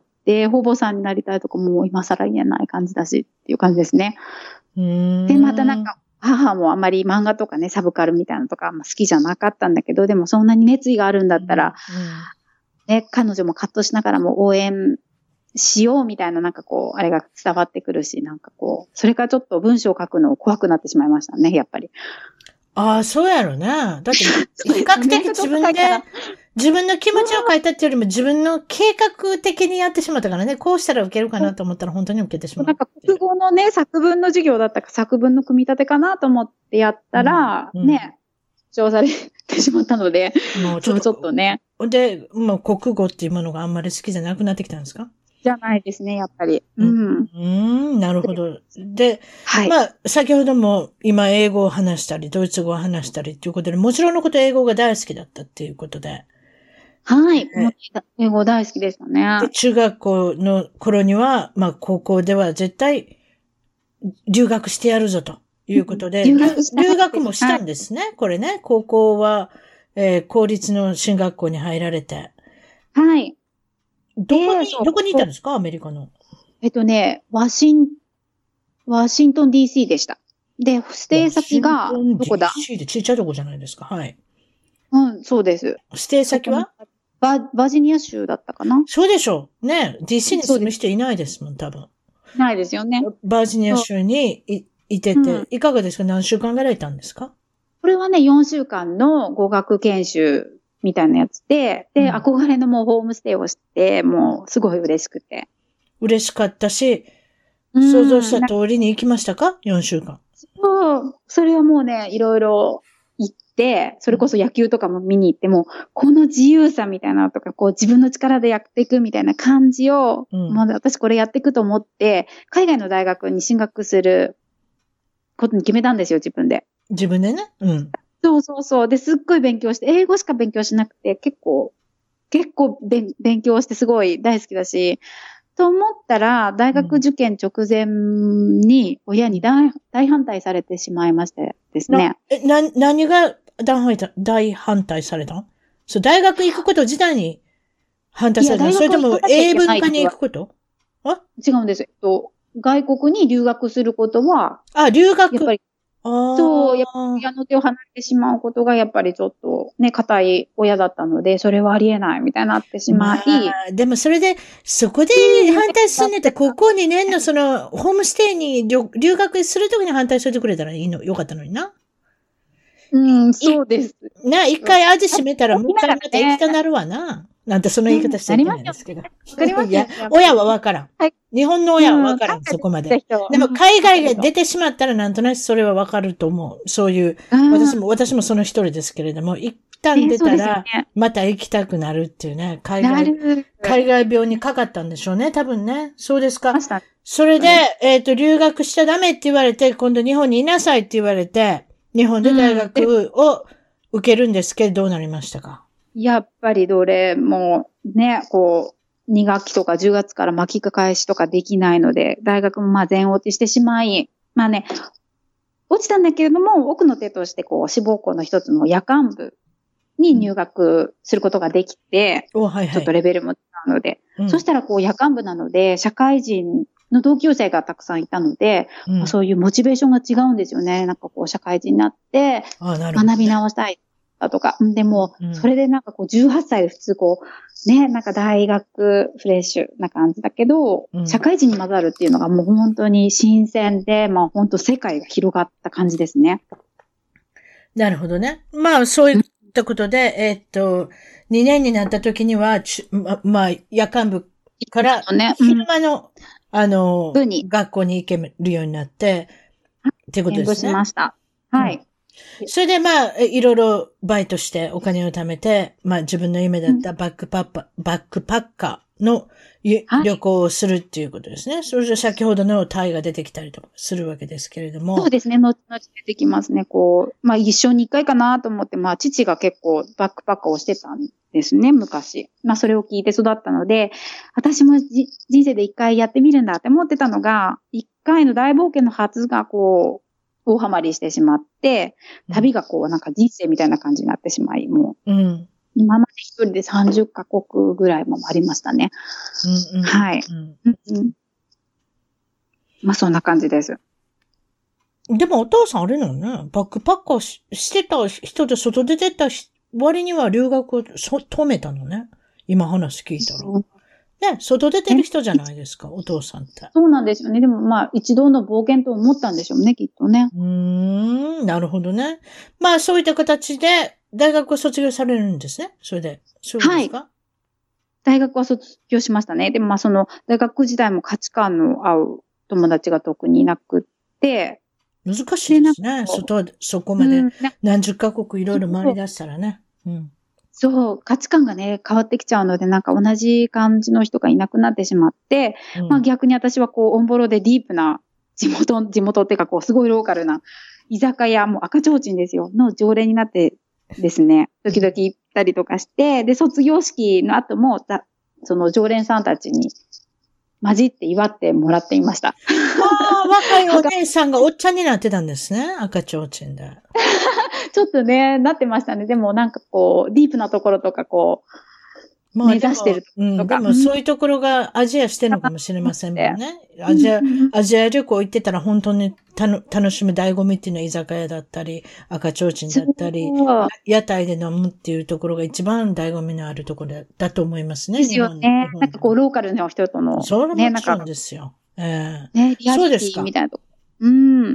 保母さんになりたいとかもう今更言えない感じだしっていう感じですね。 うーん。 で、またなんか、母もあんまり漫画とかね、サブカルみたいなのとか好きじゃなかったんだけど、でもそんなに熱意があるんだったら、うんうん、ね、彼女も葛藤しながらも応援しようみたいななんかこう、あれが伝わってくるし、なんかこう、それからちょっと文章を書くの怖くなってしまいましたね、やっぱり。 ああ、そうやろね。だって、比較的自分で、自分の気持ちを書いたっていうよりも自分の計画的にやってしまったからね、こうしたら受けるかなと思ったら本当に受けてしまう。 なんか国語のね、作文の授業だったか作文の組み立てかなと思ってやったら、うんうん、ね、主張されてしまったので、もうちょっとちょっとね。 で、もう国語っていうものがあんまり好きじゃなくなってきたんですか？ じゃないですね、やっぱり。うん。 うん、なるほど。で、はい、まあ、先ほども今英語を話したり、ドイツ語を話したりっていうことで、もちろんのこと英語が大好きだったっていうことで。 はい。英語大好きでしたね。 で、中学校の頃には、まあ、高校では絶対留学してやるぞということで、留学, 留学もしたんですね、はい、これね。高校は、えー、公立の進学校に入られて。 はい。 どこに、どこにいたんですか、アメリカの。 えっとね、ワシン、ワシントン ディーシー でした。で、指定先が、どこだ？ ディーシー でちっちゃいとこじゃないですか。はい。 うん、そうです。 指定先はバ、バージニア州だったかな？ そうでしょう。ね。ディーシー に住む人いないですもん、多分。 ないですよね。 バージニア州に い, いてて、うん、いかがですか？何週間ぐらいいたんですか？ これはね、よんしゅうかんの語学研修みたいなやつで、で、うん、憧れのもうホームステイをして、もうすごい嬉しくて。 嬉しかったし、想像した通りに行きましたか？ よん 週間。 そう。それはもうね、いろいろ行って、それこそ野球とかも見に行っても、この自由さみたいなのとか、こう自分の力でやっていくみたいな感じを、うん、もう私これやっていくと思って、海外の大学に進学することに決めたんですよ、自分で。 自分でね。うん。 そうそうそう。で、すっごい勉強して、英語しか勉強しなくて、結構、結構勉強してすごい大好きだし、と思ったら、大学受験直前に親に 大, 大反対されてしまいましてですね。 な、な、何が大反対、大反対されたの？そう、大学行くこと自体に反対されたの？それとも英文科に行くこと？あ？ 違うんです。えっと、外国に留学することは、 あ、留学。 やっぱり、 そう、やっぱ親の手を離れてしまうことがやっぱりちょっとね、固い親だったので、それはありえないみたいになってしまい。まあ、でもそれで、そこで反対するんだったら、ここにねんのその、ホームステイに留学するときに反対してくれたらいいの、よかったのにな。 うん、そうです。 な、一回味閉めたら、もう一回また行きたなるわな。なんてその言い方していけないんですけど。いや、親はわからん。はい、日本の親はわからん、うん、そこまで。でも海外が出てしまったらなんとなくそれはわかると思う。そういう、私も、私もその一人ですけれども、一旦出たら、また行きたくなるっていうね、海外、海外病にかかったんでしょうね、多分ね。そうですか。それで、えっと、留学しちゃダメって言われて、今度日本にいなさいって言われて、日本で大学を受けるんですけど、どうなりましたか？ やっぱりどれもね、こう、に学期とかじゅうがつから巻き返しとかできないので、大学もまあ全落ちしてしまい、まあね、落ちたんだけれども、奥の手としてこう、志望校の一つの夜間部に入学することができて、 うんはいはい、 ちょっとレベルも違うので、うん、そしたらこう、夜間部なので、社会人の同級生がたくさんいたので、うんまあ、そういうモチベーションが違うんですよね。なんかこう、社会人になって、学び直したい。だとか。でも、それでなんかこう、じゅうはっさいで普通こう、ね、なんか大学フレッシュな感じだけど、うん、社会人に混ざるっていうのがもう本当に新鮮で、まあ本当世界が広がった感じですね。 なるほどね。まあそういったことで、えー、っと、にねんになった時には、ま、まあ夜間部から、昼間の、うん、あの、学校に行けるようになって、っていうことですね。 演舞しました。はい。うんそれでまあ、いろいろバイトしてお金を貯めて、まあ自分の夢だったバックパッパ、うん、バックパッカーの旅行をするっていうことですね。はい、それで先ほどのタイが出てきたりとかするわけですけれども。 そうですね。後々出てきますね。こう、まあ一生に一回かなと思って、まあ父が結構バックパッカーをしてたんですね、昔。まあそれを聞いて育ったので、私も人生で一回やってみるんだって思ってたのが、一回の大冒険の初がこう、大ハマりしてしまって、旅がこうなんか人生みたいな感じになってしまい、もう、うん、今まで一人でさんじゅっかこくぐらいもありましたね。うんうん、はい、うんうん。まあそんな感じです。 でもお父さんあれなのね、バックパッカー し, してた人で外出てた割には留学を止めたのね。今話聞いたら。ね、外出てる人じゃないですか、お父さんって。 そうなんですよね。でもまあ、一度の冒険と思ったんでしょうね、きっとね。 うーん、なるほどね。まあ、そういった形で、大学を卒業されるんですね。それで。そうですか？はい。 大学は卒業しましたね。でもまあ、その、大学時代も価値観の合う友達が特にいなくって、 難しいですね。外、そこまで何十カ国いろいろ回り出したらね。うん。 そう、価値観がね、変わってきちゃうので、なんか同じ感じの人がいなくなってしまって、うん、まあ逆に私はこう、オンボロでディープな地元、地元っていうかこう、すごいローカルな居酒屋、もう赤ちょうちんですよ、の常連になってですね、時々行ったりとかして、で、卒業式の後も、その常連さんたちに混じって祝ってもらっていました。 ああ、若いお姉さんがおっちゃんになってたんですね、赤ちょうちんで。 ちょっとね、なってましたね。でもなんかこう、ディープなところとかこう、まあ、目指してるところとか。 うん、でもそういうところがアジアしてるのかもしれませんもんね。アジア、アジア旅行行ってたら本当にたの楽しむ醍醐味っていうのは居酒屋だったり、赤ちょうちんだったり、屋台で飲むっていうところが一番醍醐味のあるところだ、だと思いますね。 ですよね。なんかこう、ローカルの人との。 そうなんですよ。ええー、ね、リアリティみたいなとこ。うん。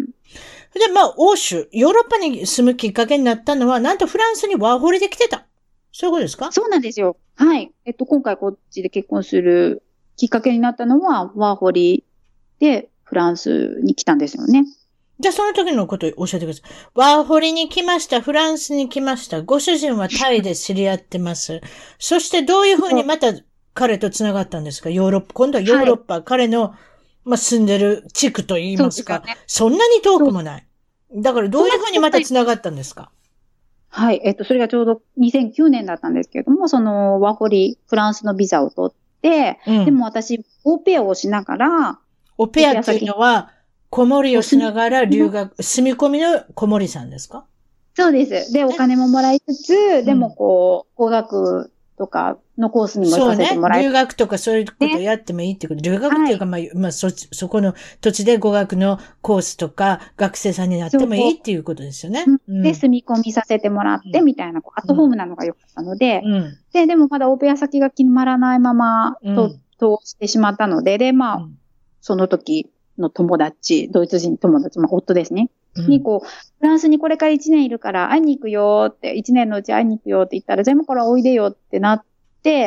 で、まあ、欧州、ヨーロッパに住むきっかけになったのは、なんとフランスにワーホリで来てた。そういうことですか？ そうなんですよ。はい。えっと、今回こっちで結婚するきっかけになったのは、ワーホリでフランスに来たんですよね。 じゃあ、その時のことを教えてください。ワーホリに来ました。フランスに来ました。ご主人はタイで知り合ってます。そして、どういうふうにまた彼と繋がったんですか？ヨーロッパ、今度はヨーロッパ、はい、彼の、まあ、住んでる地区と言いますか。 そ, すね、そんなに遠くもない。だからどういうふうにまた繋がったんですか？ はい。えっと、それがちょうどにせんきゅうねんだったんですけれども、そのワーホリ、フランスのビザを取って、うん、でも私、オペアをしながら、 オペアっていうのは、子守りをしながら留学、住み込みの子守さんですか？ そうです。で、お金ももらいつつ、でもこう、語学とかのコースにも行かせてもらえる。 そうね。留学とかそういうことやってもいいってこと。ね、留学っていうか、はい、まあ、まあ、そ、そこの土地で語学のコースとか、学生さんになってもいいっていうことですよね。 うん、で、住み込みさせてもらって、みたいな、こう、アットホームなのが良かったので、うん、で、でもまだオペア先が決まらないまま、と、通してしまったので、で、まあ、うん、その時の友達、ドイツ人友達、まあ、夫ですね。うん、に、こう、フランスにこれからいちねんいるから会いに行くよって、いちねんのうち会いに行くよって言ったら、全部からおいでよってなって、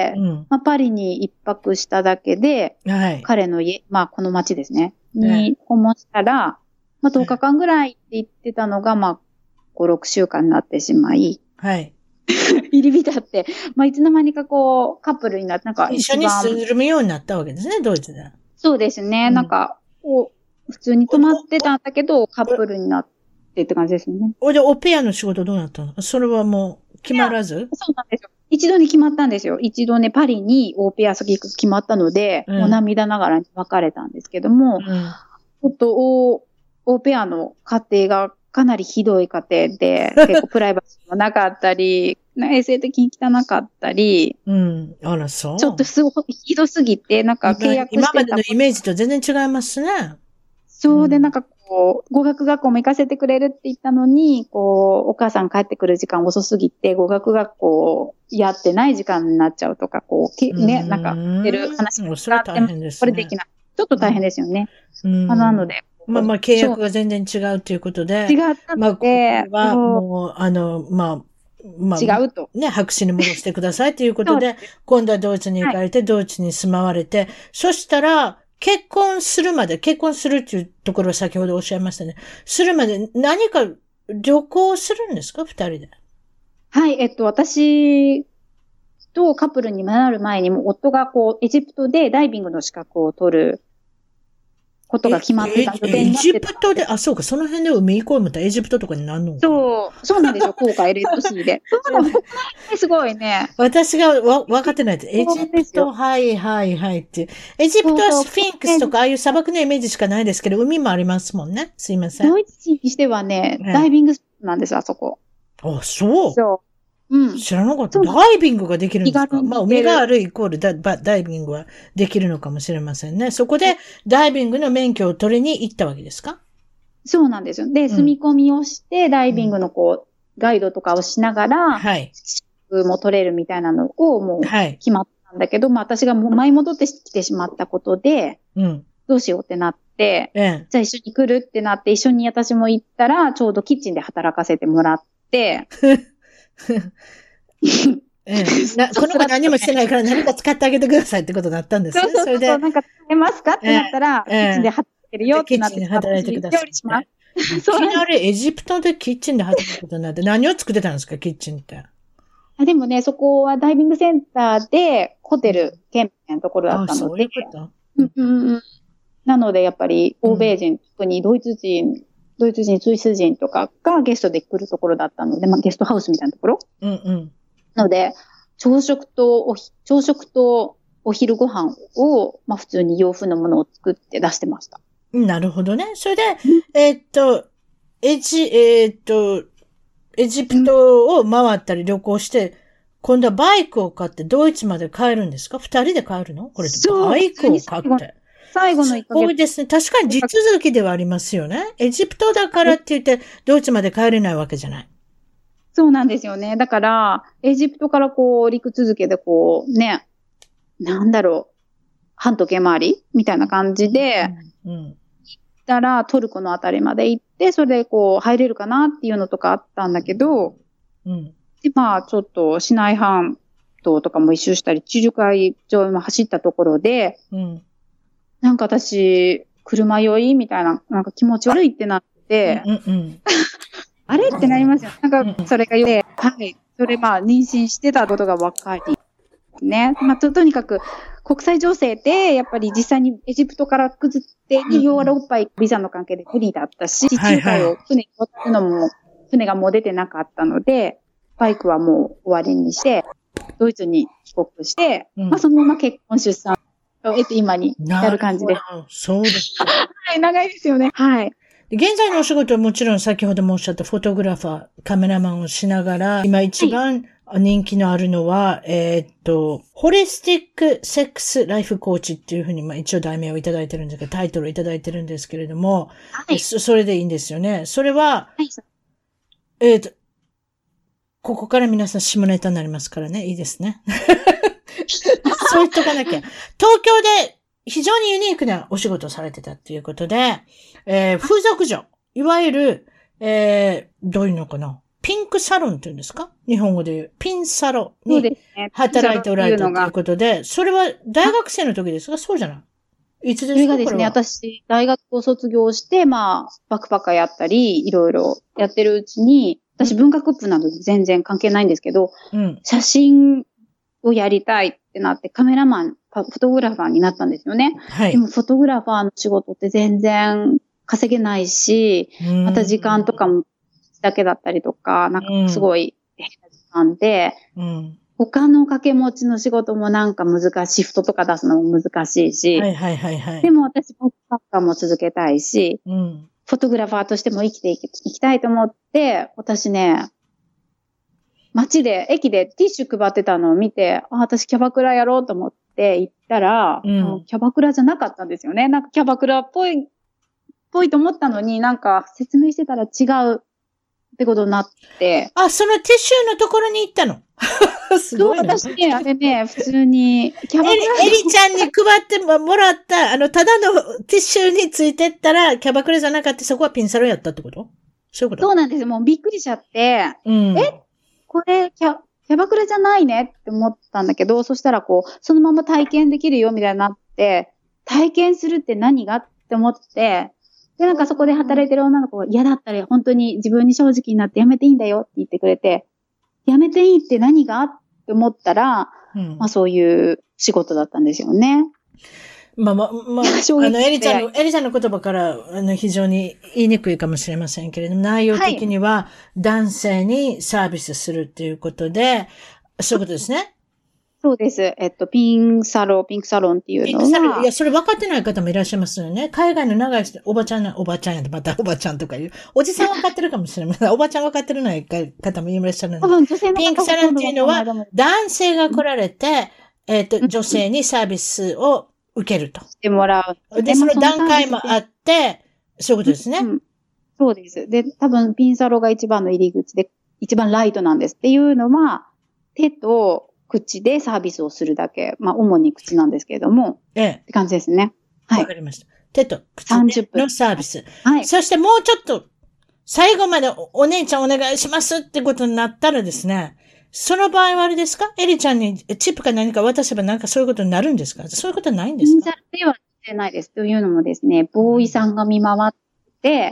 うん、まあ、パリに一泊しただけで、はい、彼の家、まあ、この町ですね、に訪問したら、まあ、とおかかんぐらいって言ってたのが、まあ、ご、ろくしゅうかんになってしまい、 はい。 入り浸って、まあ、いつの間にかこう、カップルになって、なんか一緒に住むようになったわけですね、ドイツで。 そうですね、うん、なんか、こう、普通に泊まってたんだけど、カップルになってって感じですね。 お、じゃあ、オペアの仕事どうなったの？それはもう、決まらず？ そうなんですよ。一度に決まったんですよ。一度ね、パリにオペア先決まったので、うん、もう涙ながらに別れたんですけども、うん、ちょっと、オーペアの家庭がかなりひどい家庭で、結構プライバシーもなかったり、衛生的に汚かったり、 うん。あら、そう。 ちょっとすごいひどすぎて、なんか契約してた。 今までのイメージと全然違いますね。 そうで、なんかこう、語学学校も行かせてくれるって言ったのに、こう、お母さん帰ってくる時間遅すぎて、語学学校やってない時間になっちゃうとか、こう、けね、なんか、出る話があっても、これできない。ちょっと大変ですよね。うん、まあ、なので。 まあまあ、契約が全然違うということで。 違ったので。 まあ、これはもう、あの、まあ、まあ、 違うと。 ね、白紙に戻してくださいということで、今度はドイツに行かれて、はい、ドイツに住まわれて、そしたら、結婚するまで、結婚するっていうところを先ほどおっしゃいましたね。するまで何か旅行するんですか？二人で。 はい、えっと、私とカップルになる前にも、夫がこう、エジプトでダイビングの資格を取ることが決まってたので。 エジプトで、あ、そうか、その辺で海行こう思ったらエジプトとかになるのか。 そう、そうなんですよ、航海レッドシーで。そうなんです。すごいね。 私がわ、分かってないです。エジプト、はいはいはいっていう。エジプトはスフィンクスとかああいう砂漠のイメージしかないですけど、海もありますもんね。すいません。 ドイツ人にしてはね、ダイビングなんです、あそこ。 あ、そう。 そう。うん。 知らなかった。ダイビングができるんですか？まあ、海があるイコールダ、ダイビングはできるのかもしれませんね。そこでダイビングの免許を取りに行ったわけですか？ そうなんですよ。で、住み込みをして、ダイビングのこう、ガイドとかをしながら、はい。資格も取れるみたいなのをもう決まったんだけど、はい、まあ私がもう前戻ってきてしまったことで、うん。どうしようってなって、ええ、じゃあ一緒に来るってなって、一緒に私も行ったら、ちょうどキッチンで働かせてもらって、 ええ、なこの子何もしてないから何か使ってあげてくださいってことだったんですね。 そうそうそう。それで。なんか使えますかってなったら、ええ、キッチンで働いてるよってなって。 キッチンで働いてください。 料理します。 いきなりエジプトでキッチンで働くことになって、何を作ってたんですか、キッチンって。 あでもね、そこはダイビングセンターで、ホテル兼のところだったので。あ、そういうこと。うんうんうん。なので、やっぱり、欧米人、うん、特にドイツ人、ドイツ人、スイス人とかがゲストで来るところだったので、まあ、ゲストハウスみたいなところ。うんうん。ので、朝食とおひ、朝食とお昼ご飯を、まあ、普通に洋風のものを作って出してました。 なるほどね。それで、えー、っと、エジ、えー、っと、エジプトを回ったり旅行して、今度はバイクを買ってドイツまで帰るんですか？二人で帰るの？これでバイクを買って。 最後のいっかげつ。 すごいですね。確かに地続きではありますよね。エジプトだからって言って、ドイツまで帰れないわけじゃない。 そうなんですよね。だから、エジプトからこう、陸続けでこう、ね、なんだろう、半時計回りみたいな感じで、うんうん、行ったらトルコのあたりまで行って、それでこう、入れるかなっていうのとかあったんだけど、うん、で、まあ、ちょっと、シナイ半島とかも一周したり、地中海上も走ったところで、うん、なんか私、車酔いみたいな、なんか気持ち悪いってなって、うんうんうんあれってなりますよ。なんか、それが言うて、はい。それ、まあ、妊娠してたことが分かり、ね。まあ、と、とにかく、国際情勢で、やっぱり実際にエジプトから崩って、ヨーロッパビザの関係で無理だったし、地中海を船に乗ったのも、船がもう出てなかったので、バイクはもう終わりにして、ドイツに帰国して、うん、まあ、そのまま結婚出産を得て今にやる感じです。 そうです。 はい、長いですよね。はい。 現在のお仕事はもちろん先ほどもおっしゃったフォトグラファー、カメラマンをしながら、今一番人気のあるのは、えーっと、ホリスティックセックスライフコーチっていうふうに、まあ一応題名をいただいてるんですけど、タイトルをいただいてるんですけれども、はい、そ, それでいいんですよね。それは、はい、えーっと、ここから皆さん下ネタになりますからね、いいですね。そう言っとかなきゃ。東京で非常にユニークなお仕事をされてたっていうことで、えー、風俗嬢、いわゆる、えー、どういうのかな、ピンクサロンっていうんですか、日本語で言う。ピンサロンに働いておられたということで、それは大学生の時ですか？そうじゃない？いつですか？ それがですね、私、大学を卒業して、まあ、バックパッカーやったり、いろいろやってるうちに、私文学部などで全然関係ないんですけど、うん、写真をやりたいってなってカメラマン、フォトグラファーになったんですよね。はい。でもフォトグラファーの仕事って全然稼げないし、また時間とかもだけだったりとか、なんかすごい変な時間で、うん、他の掛け持ちの仕事もなんか難しい、シフトとか出すのも難しいし、 はいはいはいはい。 でも私バックパッカーも続けたいし、うん、フォトグラファーとしても生きていきたいと思って、私ね、街で、駅でティッシュ配ってたのを見て、あ、私キャバクラやろうと思って行ったら、うん、キャバクラじゃなかったんですよね。なんかキャバクラっぽい、っぽいと思ったのに、なんか説明してたら違うってことになって。 あ、そのティッシュのところに行ったの？すごいな。 そう、私ね、あれね、普通に、 キャバクラ。エリちゃんに配ってもらった、あの、ただのティッシュについてったら、キャバクラじゃなかった、そこはピンサロやったってこと？そういうこと？ そうなんですよ。もうびっくりしちゃって、うん、えこれキャ、キャバクラじゃないねって思ったんだけど、そしたらこう、そのまま体験できるよみたいになって、体験するって何がって思って、で、なんかそこで働いてる女の子が嫌だったら本当に自分に正直になってやめていいんだよって言ってくれて、やめていいって何がって思ったら、うん、まあそういう仕事だったんですよね。 まあまあ、まあ、あの、エリちゃんの、エリちゃんの言葉から、あの、非常に言いにくいかもしれませんけれども、内容的には、男性にサービスするっていうことで、はい、そういうことですね。 そうです。えっと、ピンサロン、ピンクサロンっていうのは。ピンクサロン、 いや、それ分かってない方もいらっしゃいますよね。海外の長い人、おばちゃんな、おばちゃんやで、またおばちゃんとかいう。おじさん分かってるかもしれません。おばちゃん分かってるない方もいらっしゃるので。 多分女性の方ピンクサロンっていうのは、男性が来られて、えっと、女性にサービスを受けると。 してもらう。で、その段階もあって、そういうことですね。 うん、そうです。で、多分ピンサロが一番の入り口で、一番ライトなんですっていうのは、手と口でサービスをするだけ。まあ、主に口なんですけれども。ええ。って感じですね。はい。 わかりました。手と口のサービス。はい。そしてもうちょっと、最後まで お, お姉ちゃんお願いしますってことになったらですね、その場合はあれですか？エリちゃんにチップか何か渡せばなんかそういうことになるんですか？そういうことはないんですか？ ピンサロではしてないです。というのもですね、ボーイさんが見回って、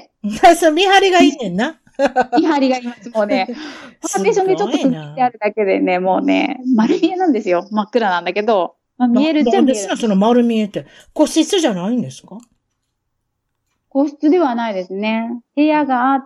そう、見張りがいいねんな。 見張りがいます。もうね、パーテーションでちょっと区切ってあるだけでね、もうね、丸見えなんですよ。真っ暗なんだけど、まあ、見えるっちゃ見える。 何ですかその丸見えって。個室じゃないんですか？ 個室ではないですね。部屋があって、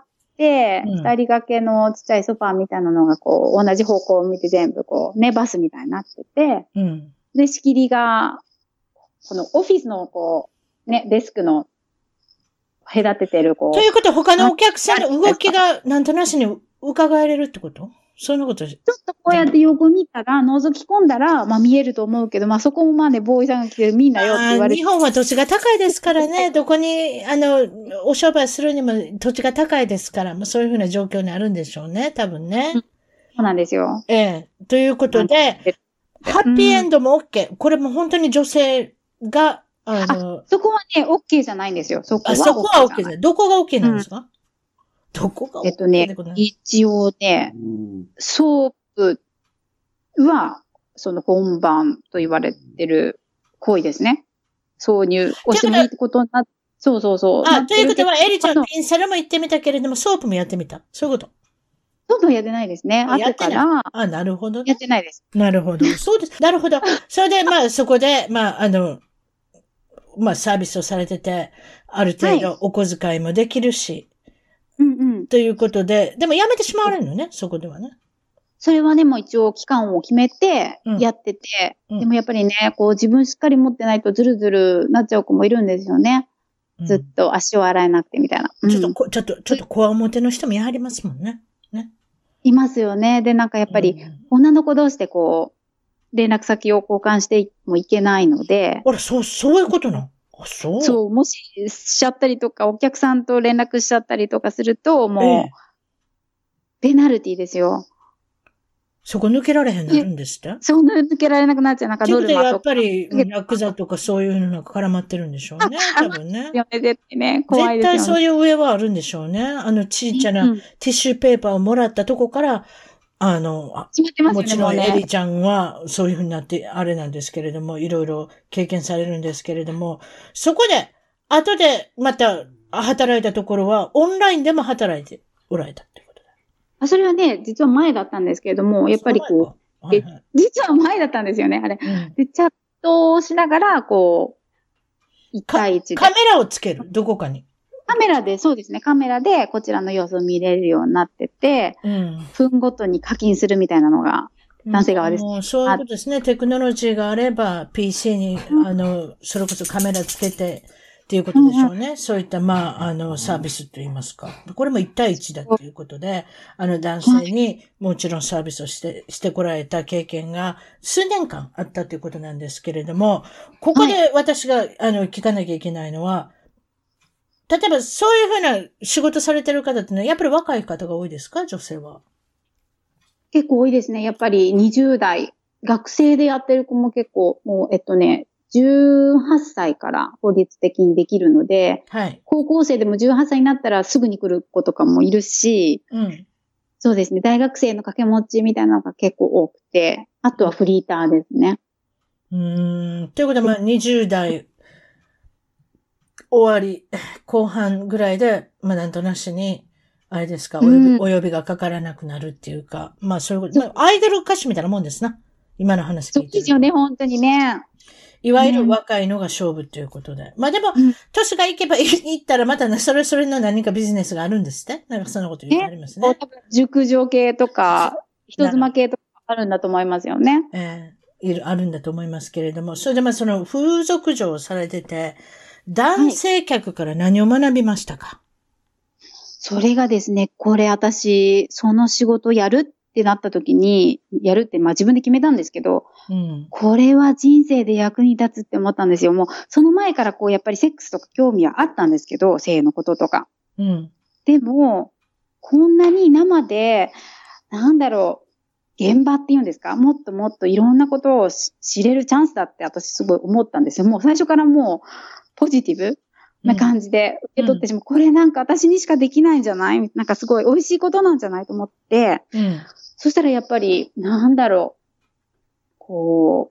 二、うん、人掛けのちっちゃいソファーみたいなのがこう、同じ方向を向いて全部こう、ね、バスみたいになってて、うん、で、仕切りが、このオフィスのこう、ね、デスクの隔ててるこう。 ということは他のお客さんの動きがなんとなしに伺えれるってこと？そんなことちょっとこうやって横見たら、覗き込んだら、まあ見えると思うけど、まあそこもまあね、ボーイさんが来てるみんなよって言われて。 日本は土地が高いですからね、どこに、あの、お商売するにも土地が高いですから、まあそういうふうな状況にあるんでしょうね、多分ね。うん、 そうなんですよ。 ええ。ということで、ハッピーエンドも OK。これも本当に女性が、あの、 あそこはね、OK じゃないんですよ。そこは OK じゃない。 あ、そこは OK じゃない。どこが OK なんですか？うん、どこが OK えっとね、一応ね、ソープは、その本番と言われてる行為ですね。挿入をしてもいいってことになって、そうそうそう。 あ、ということは、エリちゃん、ピンサロも行ってみたけれども、ソープもやってみた。そういうこと。 ソープはやってないですね。後から。 あ、なるほど、ね。 やってないです。 なるほど。そうです。なるほど。それで、まあ、そこで、まあ、あの、まあ、サービスをされてて、ある程度お小遣いもできるし、はい、うんうん。ということで、でも辞めてしまわれるのね、そこではね。 それはね、もう一応期間を決めてやってて、うん、でもやっぱりね、こう自分しっかり持ってないとズルズルなっちゃう子もいるんですよね。うん、ずっと足を洗えなくてみたいな。 ちょっとこ、ちょっと、ちょっとこわ表の人もやはりますもんね。ね。 いますよね。で、なんかやっぱり、女の子同士でこう、連絡先を交換してもいけないので。 あれ、そう、そういうことなの？あ、そう。 そう、もししちゃったりとか、お客さんと連絡しちゃったりとかすると、もう、ええ、ペナルティですよ。 そこ抜けられへんなるんですって？ そう抜けられなくなっちゃう。なんかノルマとか。 ということで、やっぱり、ヤクザとかそういうのが絡まってるんでしょうね。多分ね。 絶対ね。怖いですよね。 絶対そういう上はあるんでしょうね。あの、ちっちゃなティッシュペーパーをもらったとこから、あの、あね、もちろんエリちゃんはそういうふうになってあれなんですけれども、いろいろ経験されるんですけれども、そこで、後でまた働いたところは、オンラインでも働いておられたってことだ。 あ、それはね、実は前だったんですけれども、やっぱりこう、はいはい、実は前だったんですよね、あれ。うん、で、チャットをしながら、こう、一対一で。 カメラをつけるどこかに。 カメラで、そうですね、カメラでこちらの様子を見れるようになってて、うん、分ごとに課金するみたいなのが、男性側です、 うん。そういうことですね。テクノロジーがあれば、ピーシー に、うん、あの、それこそカメラつけて、っていうことでしょうね。うん、そういった、まあ、あの、サービスといいますか。これも一対一だということで、あの、男性にもちろんサービスをして、してこられた経験が数年間あったということなんですけれども、ここで私が、あの、聞かなきゃいけないのは、例えばそういうふうな仕事されてる方ってのは、やっぱり若い方が多いですか？女性は。 結構多いですね。やっぱりにじゅう代、学生でやってる子も結構、もう、えっとね、じゅうはっさいから法律的にできるので、はい、高校生でもじゅうはっさいになったらすぐに来る子とかもいるし、うん、そうですね、大学生の掛け持ちみたいなのが結構多くて、あとはフリーターですね。 うーん。ということは、まあ、にじゅう代終わり、後半ぐらいで、まあ、なんとなしに、あれですか、お呼び、うん、お呼びがかからなくなるっていうか、まあ、そういうこと、まあ、アイドル歌手みたいなもんですな。今の話聞いてる。 そうですよね、本当にね。 いわゆる若いのが勝負ということで。まあでも、うん、年がいけばいったらまたね、それそれの何かビジネスがあるんですってなんかそんなこと言ってありますね。 多分熟女系とか、人妻系とかあるんだと思いますよね。 ええー、いる、あるんだと思いますけれども、それでまあその風俗嬢をされてて、男性客から何を学びましたか？ はい、それがですね、これ私、その仕事やるってなった時に、やるって、まあ自分で決めたんですけど、うん、これは人生で役に立つって思ったんですよ。もう、その前からこう、やっぱりセックスとか興味はあったんですけど、性のこととか。うん、でも、こんなに生で、なんだろう、現場って言うんですか？もっともっといろんなことを知れるチャンスだって私すごい思ったんですよ。もう最初からもう、ポジティブな感じで受け取ってしまう、うん、これなんか私にしかできないんじゃない？なんかすごい美味しいことなんじゃないと思って、うん、そしたらやっぱり、なんだろう、こ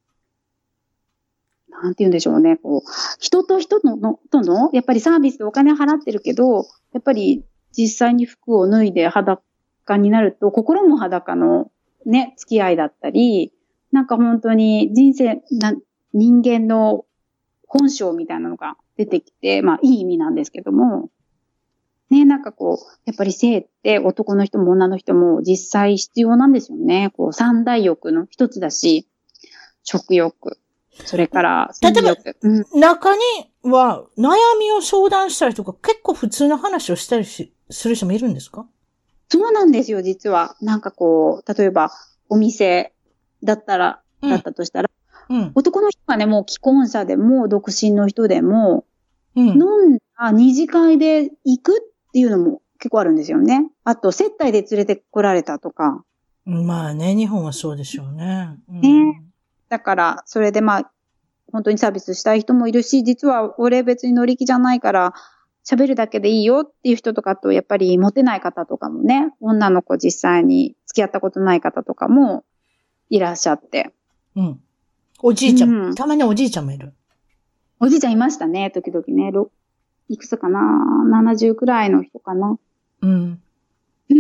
う、なんて言うんでしょうね、こう、人と人の、のとの、やっぱりサービスでお金払ってるけど、やっぱり実際に服を脱いで裸になると、心も裸のね、付き合いだったり、なんか本当に人生、な人間の本性みたいなのが出てきて、まあいい意味なんですけども、ね、なんかこう、やっぱり性って男の人も女の人も実際必要なんですよね。こう三大欲の一つだし、食欲、それから例えば、うん、中には悩みを相談したりとか結構普通の話をしたりしする人もいるんですか？ そうなんですよ、実は。なんかこう、例えばお店だったら、うん、だったとしたら、うん、男の人がね、もう既婚者でも独身の人でも、うん、飲んだ二次会で行くっていうのも結構あるんですよね。あと、接待で連れてこられたとか。 まあね、日本はそうでしょうね。 うん、ね。だから、それでまあ、本当にサービスしたい人もいるし、実は俺別に乗り気じゃないから、喋るだけでいいよっていう人とかと、やっぱりモテない方とかもね、女の子実際に付き合ったことない方とかもいらっしゃって。 うん。おじいちゃん、うん、たまにおじいちゃんもいる。 おじいちゃんいましたね、時々ね。いくつかな ?ななじゅう くらいの人かな。うん。 うん。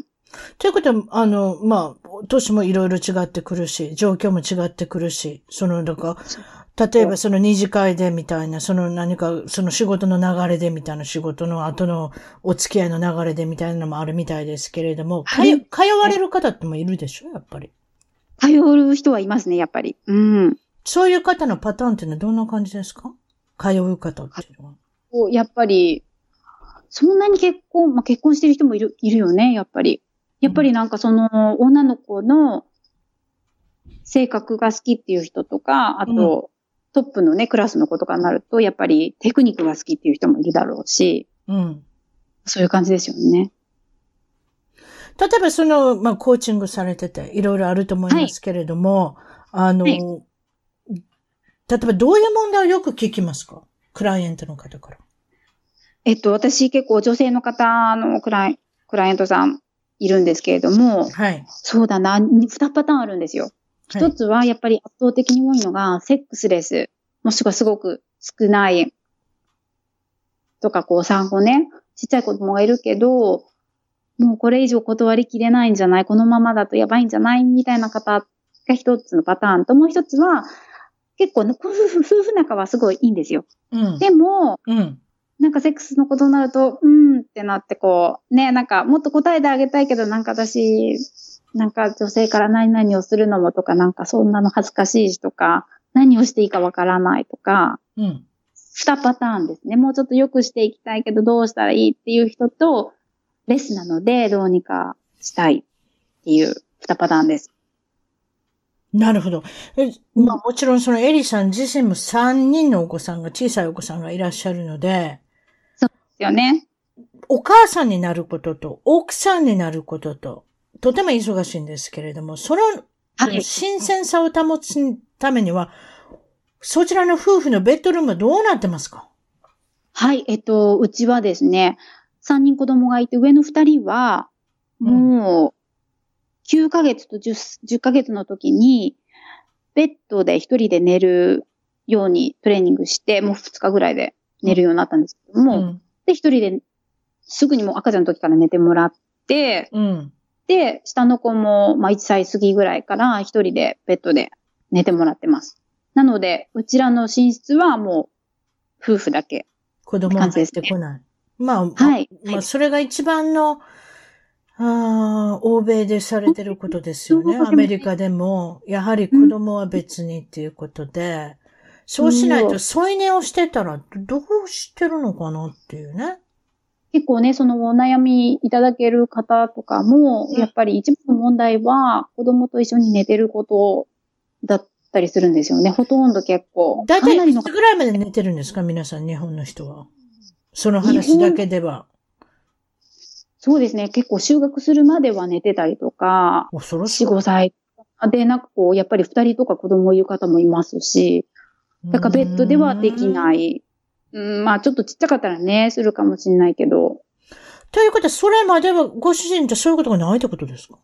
ということは、あの、まあ、年もいろいろ違ってくるし、状況も違ってくるし、その、なんか、例えばその二次会でみたいな、その何か、その仕事の流れでみたいな、仕事の後のお付き合いの流れでみたいなのもあるみたいですけれども、はい、通われる方ってもいるでしょ、やっぱり。 通う人はいますね、やっぱり。うん。 そういう方のパターンっていうのはどんな感じですか？通う方っていうのは。 やっぱり、そんなに結婚、まあ、結婚してる人もいる、いるよね、やっぱり。 やっぱりなんかその女の子の性格が好きっていう人とか、あと、うん、トップのね、クラスの子とかになると、やっぱりテクニックが好きっていう人もいるだろうし、うん、そういう感じですよね。 例えばその、まあ、コーチングされてて、いろいろあると思いますけれども、はい、あの、はい、例えばどういう問題をよく聞きますか？クライアントの方から。 えっと、私結構女性の方のクライ、クライアントさんいるんですけれども、はい。そうだな、にパターンあるんですよ。一、はい、つはやっぱり圧倒的に多いのが、セックスレス、もしくはすごく少ないとか、こう産後ね、ちっちゃい子供がいるけど、もうこれ以上断りきれないんじゃない、このままだとやばいんじゃないみたいな方が一つのパターンと、もう一つは、結構、夫婦、夫婦仲はすごいいいんですよ。うん、でも、うん、なんかセックスのことになると、うーんってなってこう、ね、なんかもっと答えてあげたいけど、なんか私、なんか女性から何々をするのもとか、なんかそんなの恥ずかしいしとか、何をしていいかわからないとか、うん、二パターンですね。もうちょっと良くしていきたいけど、どうしたらいいっていう人と、レスなので、どうにかしたいっていう二パターンです。 なるほど。え、まあもちろんそのエリさん自身も三人のお子さんが、小さいお子さんがいらっしゃるので、 そうですよね。 お母さんになることと、奥さんになることと、とても忙しいんですけれども、その、はい、新鮮さを保つためには、そちらの夫婦のベッドルームはどうなってますか？ はい、えっと、うちはですね、三人子供がいて、上の二人は、もう、きゅうかげつと 10, 10ヶ月の時に、ベッドで一人で寝るようにトレーニングして、もうふつかぐらいで寝るようになったんですけども、うん、で、一人ですぐにもう赤ちゃんの時から寝てもらって、うん、で、下の子も、まあいっさい過ぎぐらいから一人でベッドで寝てもらってます。なので、うちらの寝室はもう夫婦だけ。 子供は入ってこない。まあ、はい。まあ、それが一番の、ああ、欧米でされてることですよね。アメリカでも、やはり子供は別にっていうことで、そうしないと添い寝をしてたらどうしてるのかなっていうね。 結構ね、そのお悩みいただける方とかも、やっぱり一番の問題は子供と一緒に寝てることだったりするんですよね。ほとんど結構。 だいたいいつぐらいまで寝てるんですか？皆さん、日本の人は。その話だけでは。 そうですね。結構就学するまでは寝てたりとか、よん、ごさいで、なんかこう、やっぱりふたりとか子供いる方もいますし、だからベッドではできない。うん、まあちょっとちっちゃかったらね、するかもしれないけど。 ということは、それまではご主人ってそういうことがないってことですか？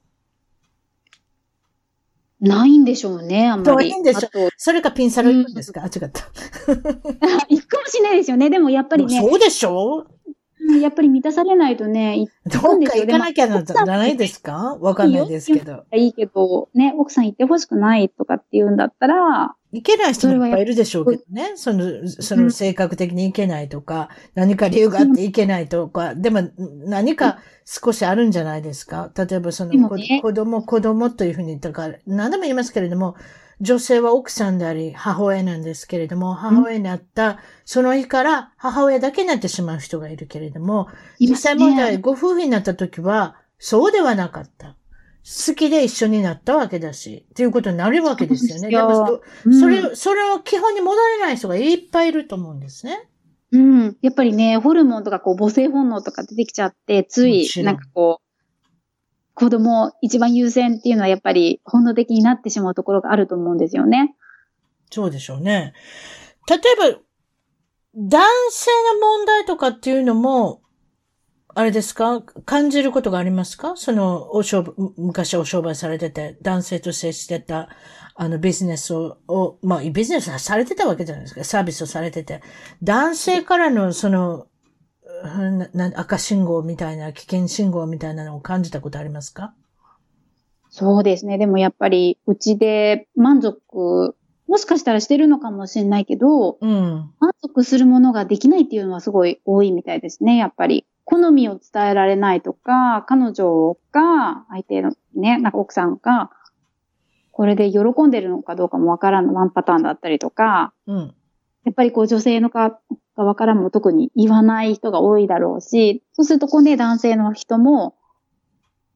ないんでしょうね、あんまり。 ないんでしょう。それかピンサロ行くんですか？うん、あ、違った。 行くかもしれないですよね。でもやっぱりね。 そうでしょう？ やっぱり満たされないとね、 どっか行かなきゃならないですか？わかんないですけど。 いいけど、ね、奥さん行ってほしくないとかって言うんだったら、 行けない人もいっぱいいるでしょうけどね。その、その性格的に行けないとか、うん、何か理由があって行けないとか、でも何か少しあるんじゃないですか？例えばその、ね、子供、子供というふうに言ったから、何でも言いますけれども、女性は奥さんであり母親なんですけれども、母親になった、その日から母親だけになってしまう人がいるけれども、実際問題、ご夫婦になった時は、そうではなかった。好きで一緒になったわけだし、っていうことになるわけですよね。でも、それ、それを基本に戻れない人がいっぱいいると思うんですね。 うん。やっぱりね、ホルモンとかこう母性本能とか出てきちゃって、つい、なんかこう、子供一番優先っていうのはやっぱり本能的になってしまうところがあると思うんですよね。 そうでしょうね。例えば、男性の問題とかっていうのも、あれですか？感じることがありますか？その、お商売、昔お商売されてて、男性と接してた、あの、ビジネスを、をまあ、ビジネスされてたわけじゃないですか。サービスをされてて。男性からの、その、な赤信号みたいな、危険信号みたいなのを感じたことありますか？ そうですね。でもやっぱり、うちで満足、もしかしたらしてるのかもしれないけど、うん、満足するものができないっていうのはすごい多いみたいですね、やっぱり。好みを伝えられないとか、彼女が、相手のね、なんか奥さんが、これで喜んでるのかどうかもわからんワンパターンだったりとか、うん、やっぱりこう女性のか側からも特に言わない人が多いだろうし、そうするとこうね、男性の人も、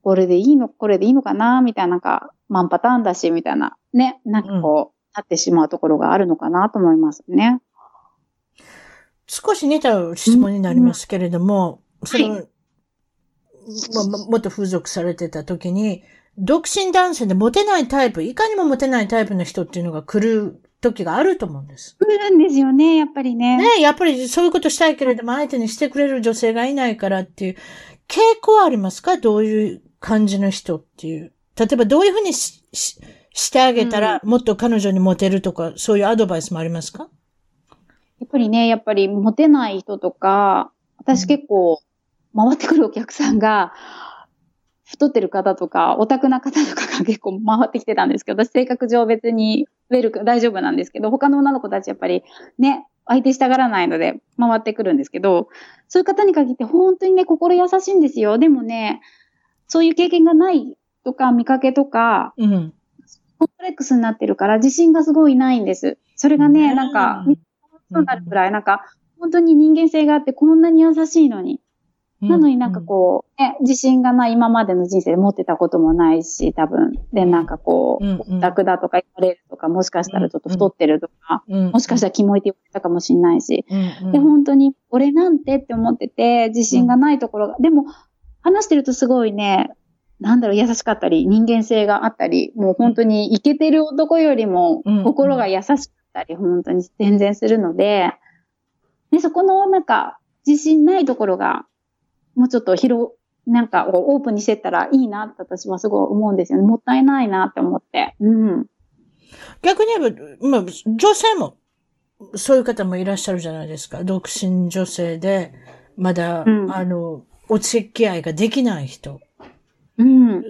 これでいいの、これでいいのかなみたいな、なんか、ワンパターンだし、みたいな、ね、なんかこう、なってしまうところがあるのかなと思いますね。 少し似た質問になりますけれども、うん、その、はい、も、もっと風俗されてた時に、独身男性でモテないタイプ、いかにもモテないタイプの人っていうのが来る時があると思うんです。 来るんですよね、やっぱりね。 ね、やっぱりそういうことしたいけれども、相手にしてくれる女性がいないからっていう、傾向はありますか？どういう感じの人っていう。例えばどういうふうに し, し, してあげたら、もっと彼女にモテるとか、うん、そういうアドバイスもありますか？ やっぱりね、やっぱりモテない人とか、私結構回ってくるお客さんが、太ってる方とか、オタクな方とかが結構回ってきてたんですけど、私性格上別にウェルク大丈夫なんですけど、他の女の子たちやっぱりね、相手したがらないので回ってくるんですけど、そういう方に限って本当にね、心優しいんですよ。でもね、そういう経験がないとか見かけとか、うん、コンプレックスになってるから自信がすごいないんです。それがね、うん、なんか、そうなるくらい、なんか、本当に人間性があってこんなに優しいのに、なのになんかこう、ね、自信がない今までの人生で持ってたこともないし、多分。で、なんかこう、オタクだとか言われるとか、もしかしたらちょっと太ってるとか、もしかしたらキモいって言われたかもしれないし。で、本当に、俺なんてって思ってて、自信がないところが、でも、話してるとすごいね、なんだろう、優しかったり、人間性があったり、もう本当にイケてる男よりも、心が優しかったり、本当に全然するので、で、そこのなんか、自信ないところが、もうちょっと広、なんかオープンにしてったらいいなって私はすごい思うんですよね。もったいないなって思って。うん。 逆に言えば、まあ、女性も、そういう方もいらっしゃるじゃないですか。独身女性で、まだ、うん、あの、お付き合いができない人。うん。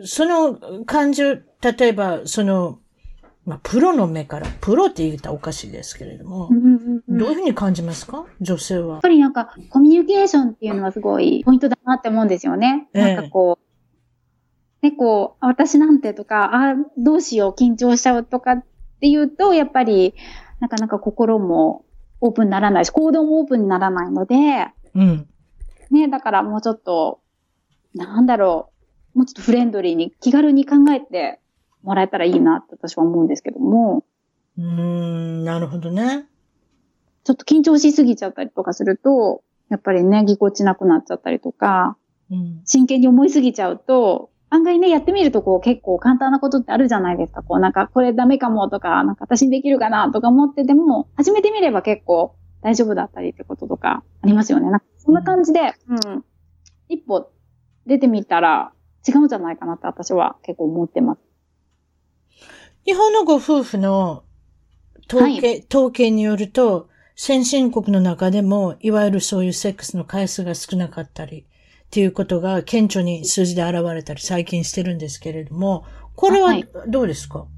その感じ、例えば、その、まあ、プロの目から、プロって言ったらおかしいですけれども、うんうんうん、どういうふうに感じますか？女性は。 やっぱりなんか、コミュニケーションっていうのはすごいポイントだなって思うんですよね。ええ、なんかこう、ね、こう、私なんてとか、あ、どうしよう、緊張しちゃうとかっていうと、やっぱり、なかなか心もオープンにならないし、行動もオープンにならないので、うん。ね、だからもうちょっと、なんだろう、もうちょっとフレンドリーに気軽に考えてもらえたらいいなって私は思うんですけども。 うーん、なるほどね。 ちょっと緊張しすぎちゃったりとかすると、やっぱりね、ぎこちなくなっちゃったりとか、うん、真剣に思いすぎちゃうと、案外ね、やってみるとこう結構簡単なことってあるじゃないですか。こうなんか、これダメかもとか、なんか私にできるかなとか思ってても、始めてみれば結構大丈夫だったりってこととかありますよね。なんかそんな感じで、うん、一歩出てみたら違うんじゃないかなって私は結構思ってます。 日本のご夫婦の統計、はい、統計によると、先進国の中でも、いわゆるそういうセックスの回数が少なかったり、っていうことが顕著に数字で現れたり最近してるんですけれども、これはどうですか？はい、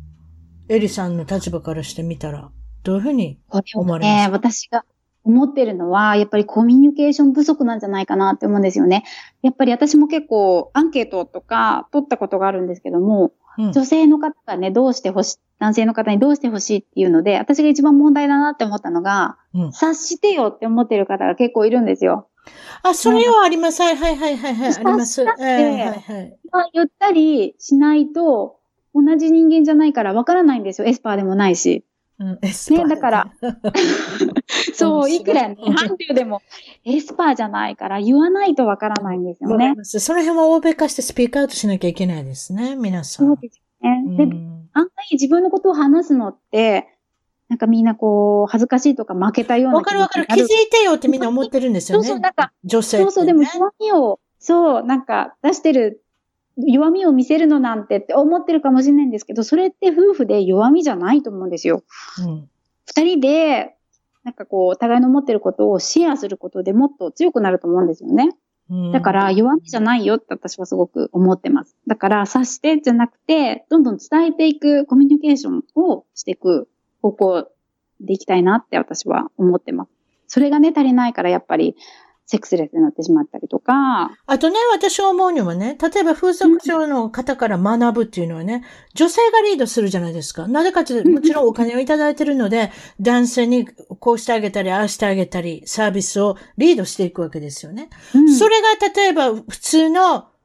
エリさんの立場からしてみたら、どういうふうに思われますか？ ね、私が思ってるのは、やっぱりコミュニケーション不足なんじゃないかなって思うんですよね。やっぱり私も結構アンケートとか取ったことがあるんですけども、うん、女性の方がね、どうしてほしい、男性の方にどうしてほしいっていうので、私が一番問題だなって思ったのが、うん、察してよって思ってる方が結構いるんですよ。 あ、それはあります。はいはいはいはい、はい、あります。えー、はいはい。 まあ、言ったりしないと、同じ人間じゃないからわからないんですよ。エスパーでもないし。 うん、エスパー。 ね、だから、そう、いくらね、判定でも、エスパーじゃないから言わないとわからないんですよね。 その辺は欧米化してスピーカーアウトしなきゃいけないですね、皆さん。 そうですね。うん、で、案外自分のことを話すのって、なんかみんなこう、恥ずかしいとか負けたような。 わかるわかる。気づいてよってみんな思ってるんですよね。 そうそう、なんか、 女性って、ね。 そうそう、でも弱みを、そう、なんか出してる、弱みを見せるのなんてって思ってるかもしれないんですけど、それって夫婦で弱みじゃないと思うんですよ。うん。二人で、なんかこう、お互いの思ってることをシェアすることでもっと強くなると思うんですよね。うん、だから弱みじゃないよって私はすごく思ってます。だから察してじゃなくて、どんどん伝えていくコミュニケーションをしていく方向でいきたいなって私は思ってます。それがね、足りないからやっぱりセックスレスになってしまったりとか。 あとね、私は思うのはね、例えば風俗嬢の方から学ぶっていうのはね、うん、女性がリードするじゃないですか。なぜかというと、もちろんお金をいただいてるので、男性にこうしてあげたり、ああしてあげたり、サービスをリードしていくわけですよね。うん、それが例えば普通の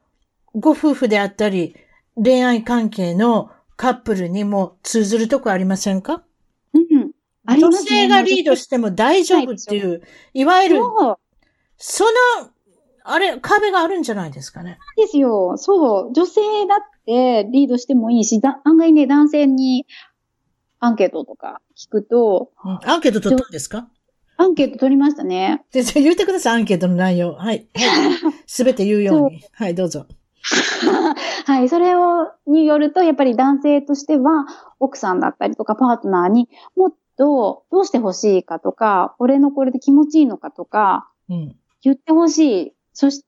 ご夫婦であったり、恋愛関係のカップルにも通ずるとこありませんか？ うん。ありますね。 女性がリードしても大丈夫っていう、いわゆる、その、あれ、壁があるんじゃないですかね。 そうですよ。そう。女性だってリードしてもいいし、だ案外ね、男性にアンケートとか聞くと。 うん、アンケート取ったんですか？ アンケート取りましたね。 で、言ってください、アンケートの内容。はい。す、は、べ、い、て言うように。はい、どうぞ。 はい。それを、によると、やっぱり男性としては、奥さんだったりとか、パートナーにもっとどうしてほしいかとか、俺のこれで気持ちいいのかとか、うん、言ってほしい。そして、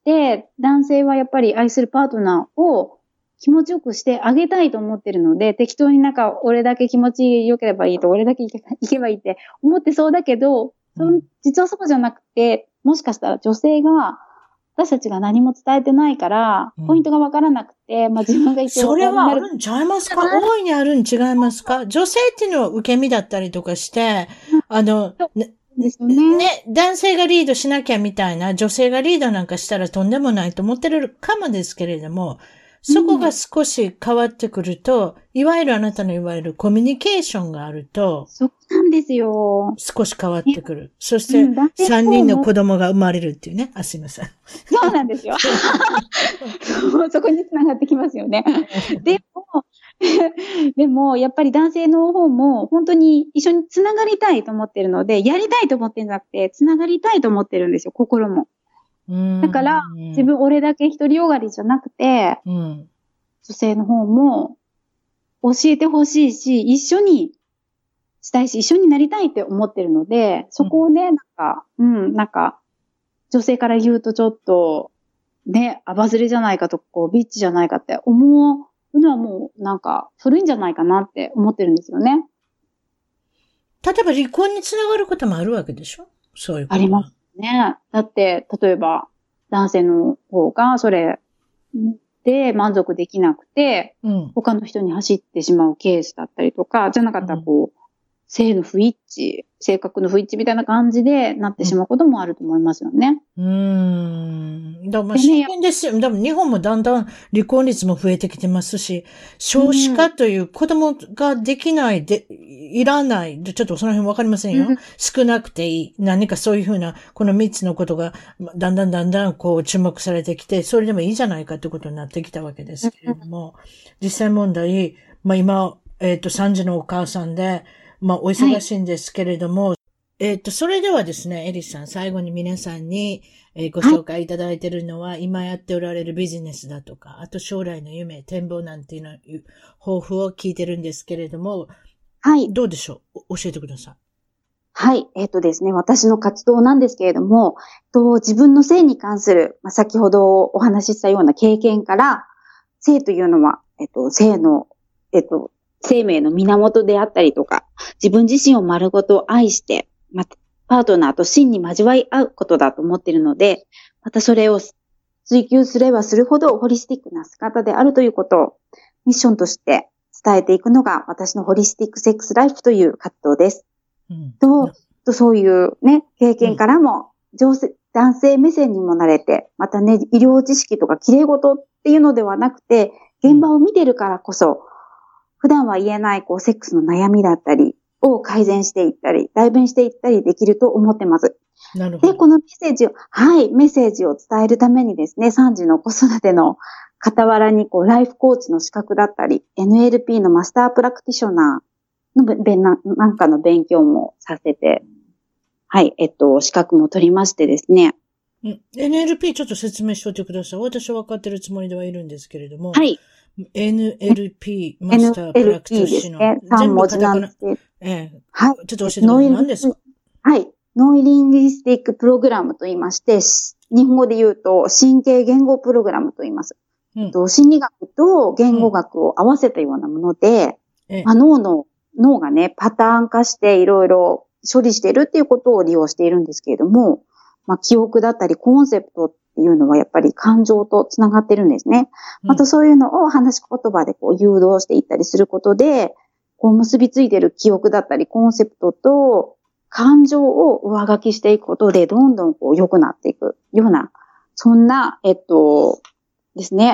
男性はやっぱり愛するパートナーを気持ちよくしてあげたいと思ってるので、適当になんか、俺だけ気持ちよければいいと、俺だけ行けばいいって思ってそうだけど、その実はそうじゃなくて、もしかしたら女性が、私たちが何も伝えてないから、ポイントがわからなくて、うん、まあ自分が一応それはあるんちゃいますか？大いにあるん違いますか？女性っていうのは受け身だったりとかして、あの、ね、ですよね。ね、男性がリードしなきゃみたいな、女性がリードなんかしたらとんでもないと思ってるかもですけれども、そこが少し変わってくると、うん、いわゆるあなたのいわゆるコミュニケーションがあると、 そうなんですよ。 少し変わってくる。そして、さんにんの子供が生まれるっていうね。あ、すいません。 そうなんですよ。そこに繋がってきますよね。でも、でも、やっぱり男性の方も本当に一緒に繋がりたいと思ってるので、やりたいと思ってるんじゃなくて、繋がりたいと思ってるんですよ、心も。だから、自分俺だけ一人よがりじゃなくて、うん、女性の方も教えてほしいし、一緒にしたいし、一緒になりたいって思ってるので、そこをね、なんか、うん、なんか、女性から言うとちょっと、ね、アバズレじゃないかとか、こう、ビッチじゃないかって思うのはもう、なんか、古いんじゃないかなって思ってるんですよね。 例えば離婚につながることもあるわけでしょ？そういうこと。 ありますね。だって、例えば、男性の方がそれで満足できなくて、うん、他の人に走ってしまうケースだったりとか、じゃなかったらこう、うん、性の不一致、性格の不一致みたいな感じでなってしまうこともあると思いますよね。 うーん。だから真剣ですよ。でも日本もだんだん離婚率も増えてきてますし、少子化という子供ができないで、いらない。ちょっとその辺わかりませんよ。うん、少なくていい。何かそういうふうな、この三つのことがだんだんだんだんこう注目されてきて、それでもいいじゃないかということになってきたわけですけれども、実際問題、まあ今、えっと、三児のお母さんで、まあ、お忙しいんですけれども、はい、えっと、それではですね、エリスさん、最後に皆さんに、えー、ご紹介いただいているのは、はい、今やっておられるビジネスだとか、あと将来の夢、展望なんていうの、抱負を聞いてるんですけれども、はい。どうでしょう？教えてください。 はい。えっとですね、私の活動なんですけれども、と自分の性に関する、まあ、先ほどお話ししたような経験から、性というのは、えっと、性の、えっと、生命の源であったりとか、自分自身を丸ごと愛して、また、パートナーと真に交わり合うことだと思っているので、またそれを追求すればするほどホリスティックな姿であるということをミッションとして伝えていくのが私のホリスティックセックスライフという活動です。うん、と、とそういうね、経験からも、女性、男性目線にもなれて、またね、医療知識とか綺麗事っていうのではなくて、現場を見てるからこそ、普段は言えない、こう、セックスの悩みだったりを改善していったり、代弁していったりできると思ってます。なるほど。で、このメッセージを、はい、メッセージを伝えるためにですね、さんじの子育ての傍らに、こう、ライフコーチの資格だったり、エヌエルピー のマスタープラクティショナーのべな、なんかの勉強もさせて、はい、えっと、資格も取りましてですね。 うん、エヌエルピー ちょっと説明しておいてください。私は分かってるつもりではいるんですけれども。 はい。 エヌエルピー、マスタープラクティショナー。 エヌエルピー ですね。さん文字なんですけど。 ええ。はい。ちょっと教えてください。何ですか？ はい。ノイリンギスティックプログラムと言いまして、日本語で言うと、神経言語プログラムと言います。うん、と心理学と言語学を合わせたようなもので、うんまあ、脳の、脳がね、パターン化していろいろ処理しているっていうことを利用しているんですけれども、まあ、記憶だったりコンセプトっていうのはやっぱり感情とつながってるんですね。またそういうのを話し言葉でこう誘導していったりすることで、こう結びついている記憶だったりコンセプトと感情を上書きしていくことで、どんどんこう良くなっていくような、そんな、えっと、ですね、え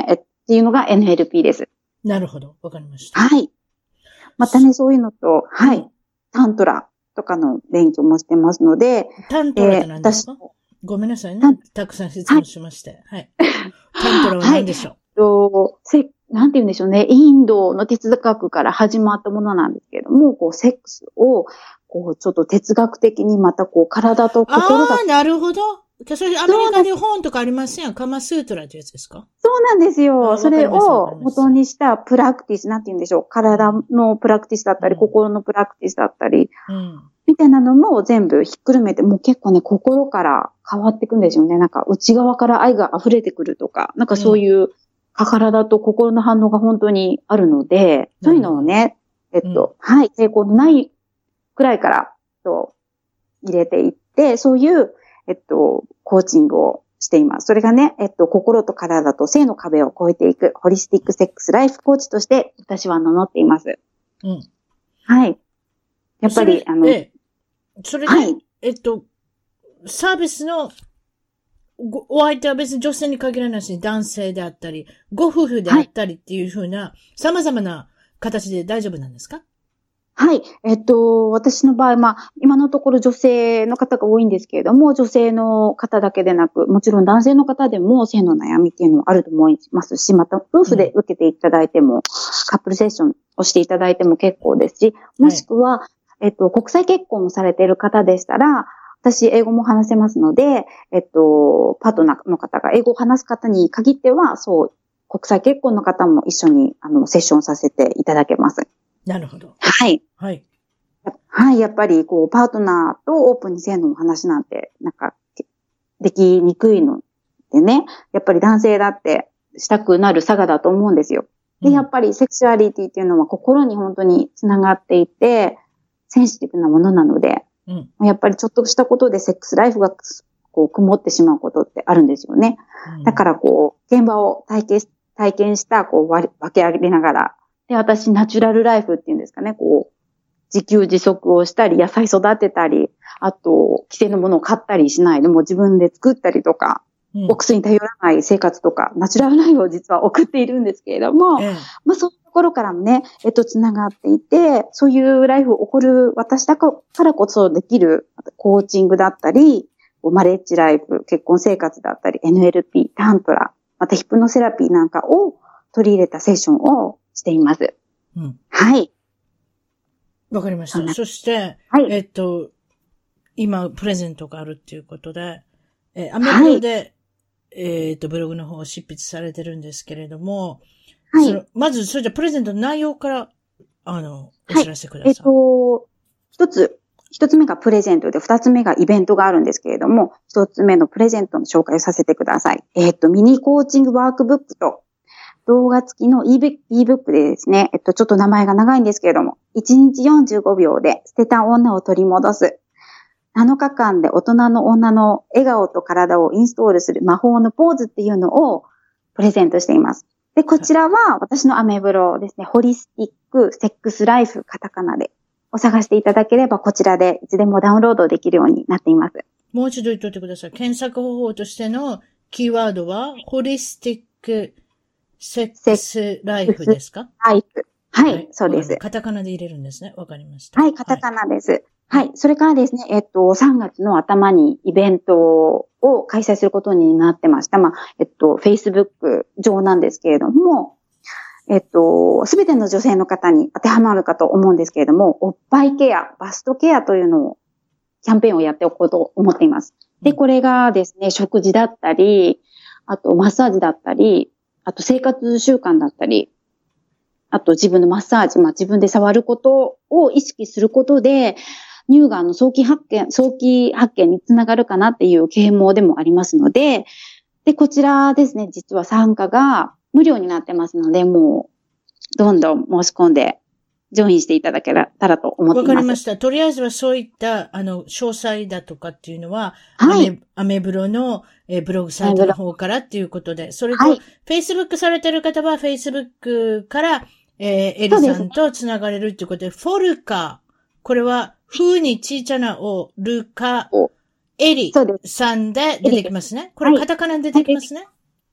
っていうのが エヌエルピー です。 なるほど。わかりました。 はい。またね、そういうのと、はい。タントラとかの勉強もしてますので。 タントラって何ですか？ごめんなさいね。たくさん質問しまして。はい。はい、タントラは何でしょう？はい、 とせなんて言うんでしょうね。インドの哲学から始まったものなんですけれども、こう、セックスを、こう、ちょっと哲学的にまたこう、体と心が。 ああ、なるほど。それアメリカで本とかありますやん。カマスートラってやつですか？ そうなんですよ。それを元にしたプラクティス、なんて言うんでしょう。体のプラクティスだったり、うん、心のプラクティスだったり、うん、みたいなのも全部ひっくるめて、もう結構ね、心から変わっていくんですよね。なんか内側から愛が溢れてくるとか、なんかそういう、うん体と心の反応が本当にあるので、そういうのをね、えっと、うん、はい、抵抗のないくらいから、と、入れていって、そういう、えっと、コーチングをしています。それがね、えっと、心と体と性の壁を越えていく、ホリスティックセックスライフコーチとして、私は名乗っています。うん。はい。やっぱり、あの、 ええ、それで、はい、えっと、サービスの、お相手は別に女性に限らないし、男性であったり、ご夫婦であったりっていうふうな、はい、様々な形で大丈夫なんですか？ はい。えっと、私の場合、まあ、今のところ女性の方が多いんですけれども、女性の方だけでなく、もちろん男性の方でも性の悩みっていうのはあると思いますし、また夫婦で受けていただいても、うん、カップルセッションをしていただいても結構ですし、もしくは、はい、えっと、国際結婚をされている方でしたら、私、英語も話せますので、えっと、パートナーの方が英語を話す方に限っては、そう、国際結婚の方も一緒に、あの、セッションさせていただけます。 なるほど。 はい。 はい。 はい、やっぱり、こう、パートナーとオープンに性の話なんて、なんか、できにくいのでね、やっぱり男性だってしたくなる差がだと思うんですよ。で、やっぱりセクシュアリティっていうのは心に本当につながっていて、センシティブなものなので、うん、やっぱりちょっとしたことでセックスライフがこう曇ってしまうことってあるんですよね。うん、だからこう、現場を体験、体験した、こう分け上げながら、で、私、ナチュラルライフっていうんですかね、こう、自給自足をしたり、野菜育てたり、あと、既製のものを買ったりしないで、もう自分で作ったりとか、うん、お薬に頼らない生活とか、ナチュラルライフを実は送っているんですけれども、ええ、まあそういうところからもね、えっと、つながっていて、そういうライフを送る私だからこそできるコーチングだったり、マレッジライフ、結婚生活だったり、エヌエルピー、タントラ、またヒプノセラピーなんかを取り入れたセッションをしています。うん、はい。 わかりました。そして、はい、えっと、今、プレゼントがあるっていうことで、えー、アメリカで、はい、えっと、ブログの方を執筆されてるんですけれども、はい、そのまず、それじゃプレゼントの内容から、あの、お知らせください。はい、えっと、一つ、一つ目がプレゼントで、二つ目がイベントがあるんですけれども、一つ目のプレゼントの紹介をさせてください。えっと、ミニコーチングワークブックと、動画付きの e ブックでですね、えっと、ちょっと名前が長いんですけれども、いちにちよんじゅうごびょうで捨てた女を取り戻す。なのかかんで大人の女の笑顔と体をインストールする魔法のポーズっていうのをプレゼントしています。で、こちらは私のアメブロですね、ホリスティックセックスライフカタカナでお探していただければこちらでいつでもダウンロードできるようになっています。 もう一度言っといてください。検索方法としてのキーワードはホリスティックセックスライフですか？ ライフ。はい、はい、そうです。 カタカナで入れるんですね。わかりました。 はい、カタカナです。はい、はい。それからですね、えっと、さんがつの頭にイベントを開催することになってました。まあ、えっと、Facebook 上なんですけれども、えっと、すべての女性の方に当てはまるかと思うんですけれども、おっぱいケア、バストケアというのを、キャンペーンをやっておこうと思っています。で、これがですね、食事だったり、あとマッサージだったり、あと生活習慣だったり、あと自分のマッサージ、まあ自分で触ることを意識することで、乳がんの早期発見、早期発見につながるかなっていう啓蒙でもありますので、で、こちらですね、実は参加が無料になってますので、もう、どんどん申し込んで、ジョインしていただけたらと思っています。 わかりました。とりあえずはそういった、あの、詳細だとかっていうのは、はい。アメ、アメブロの、えー、ブログサイトの方からっていうことで、それと、はい、Facebook されてる方は Facebook から、えー、エリさんとつながれるっていうことで、フォルカ、これは、風にちいちゃなお、ルカ、エリさんで出てきますね。これカタカナで出てきますね。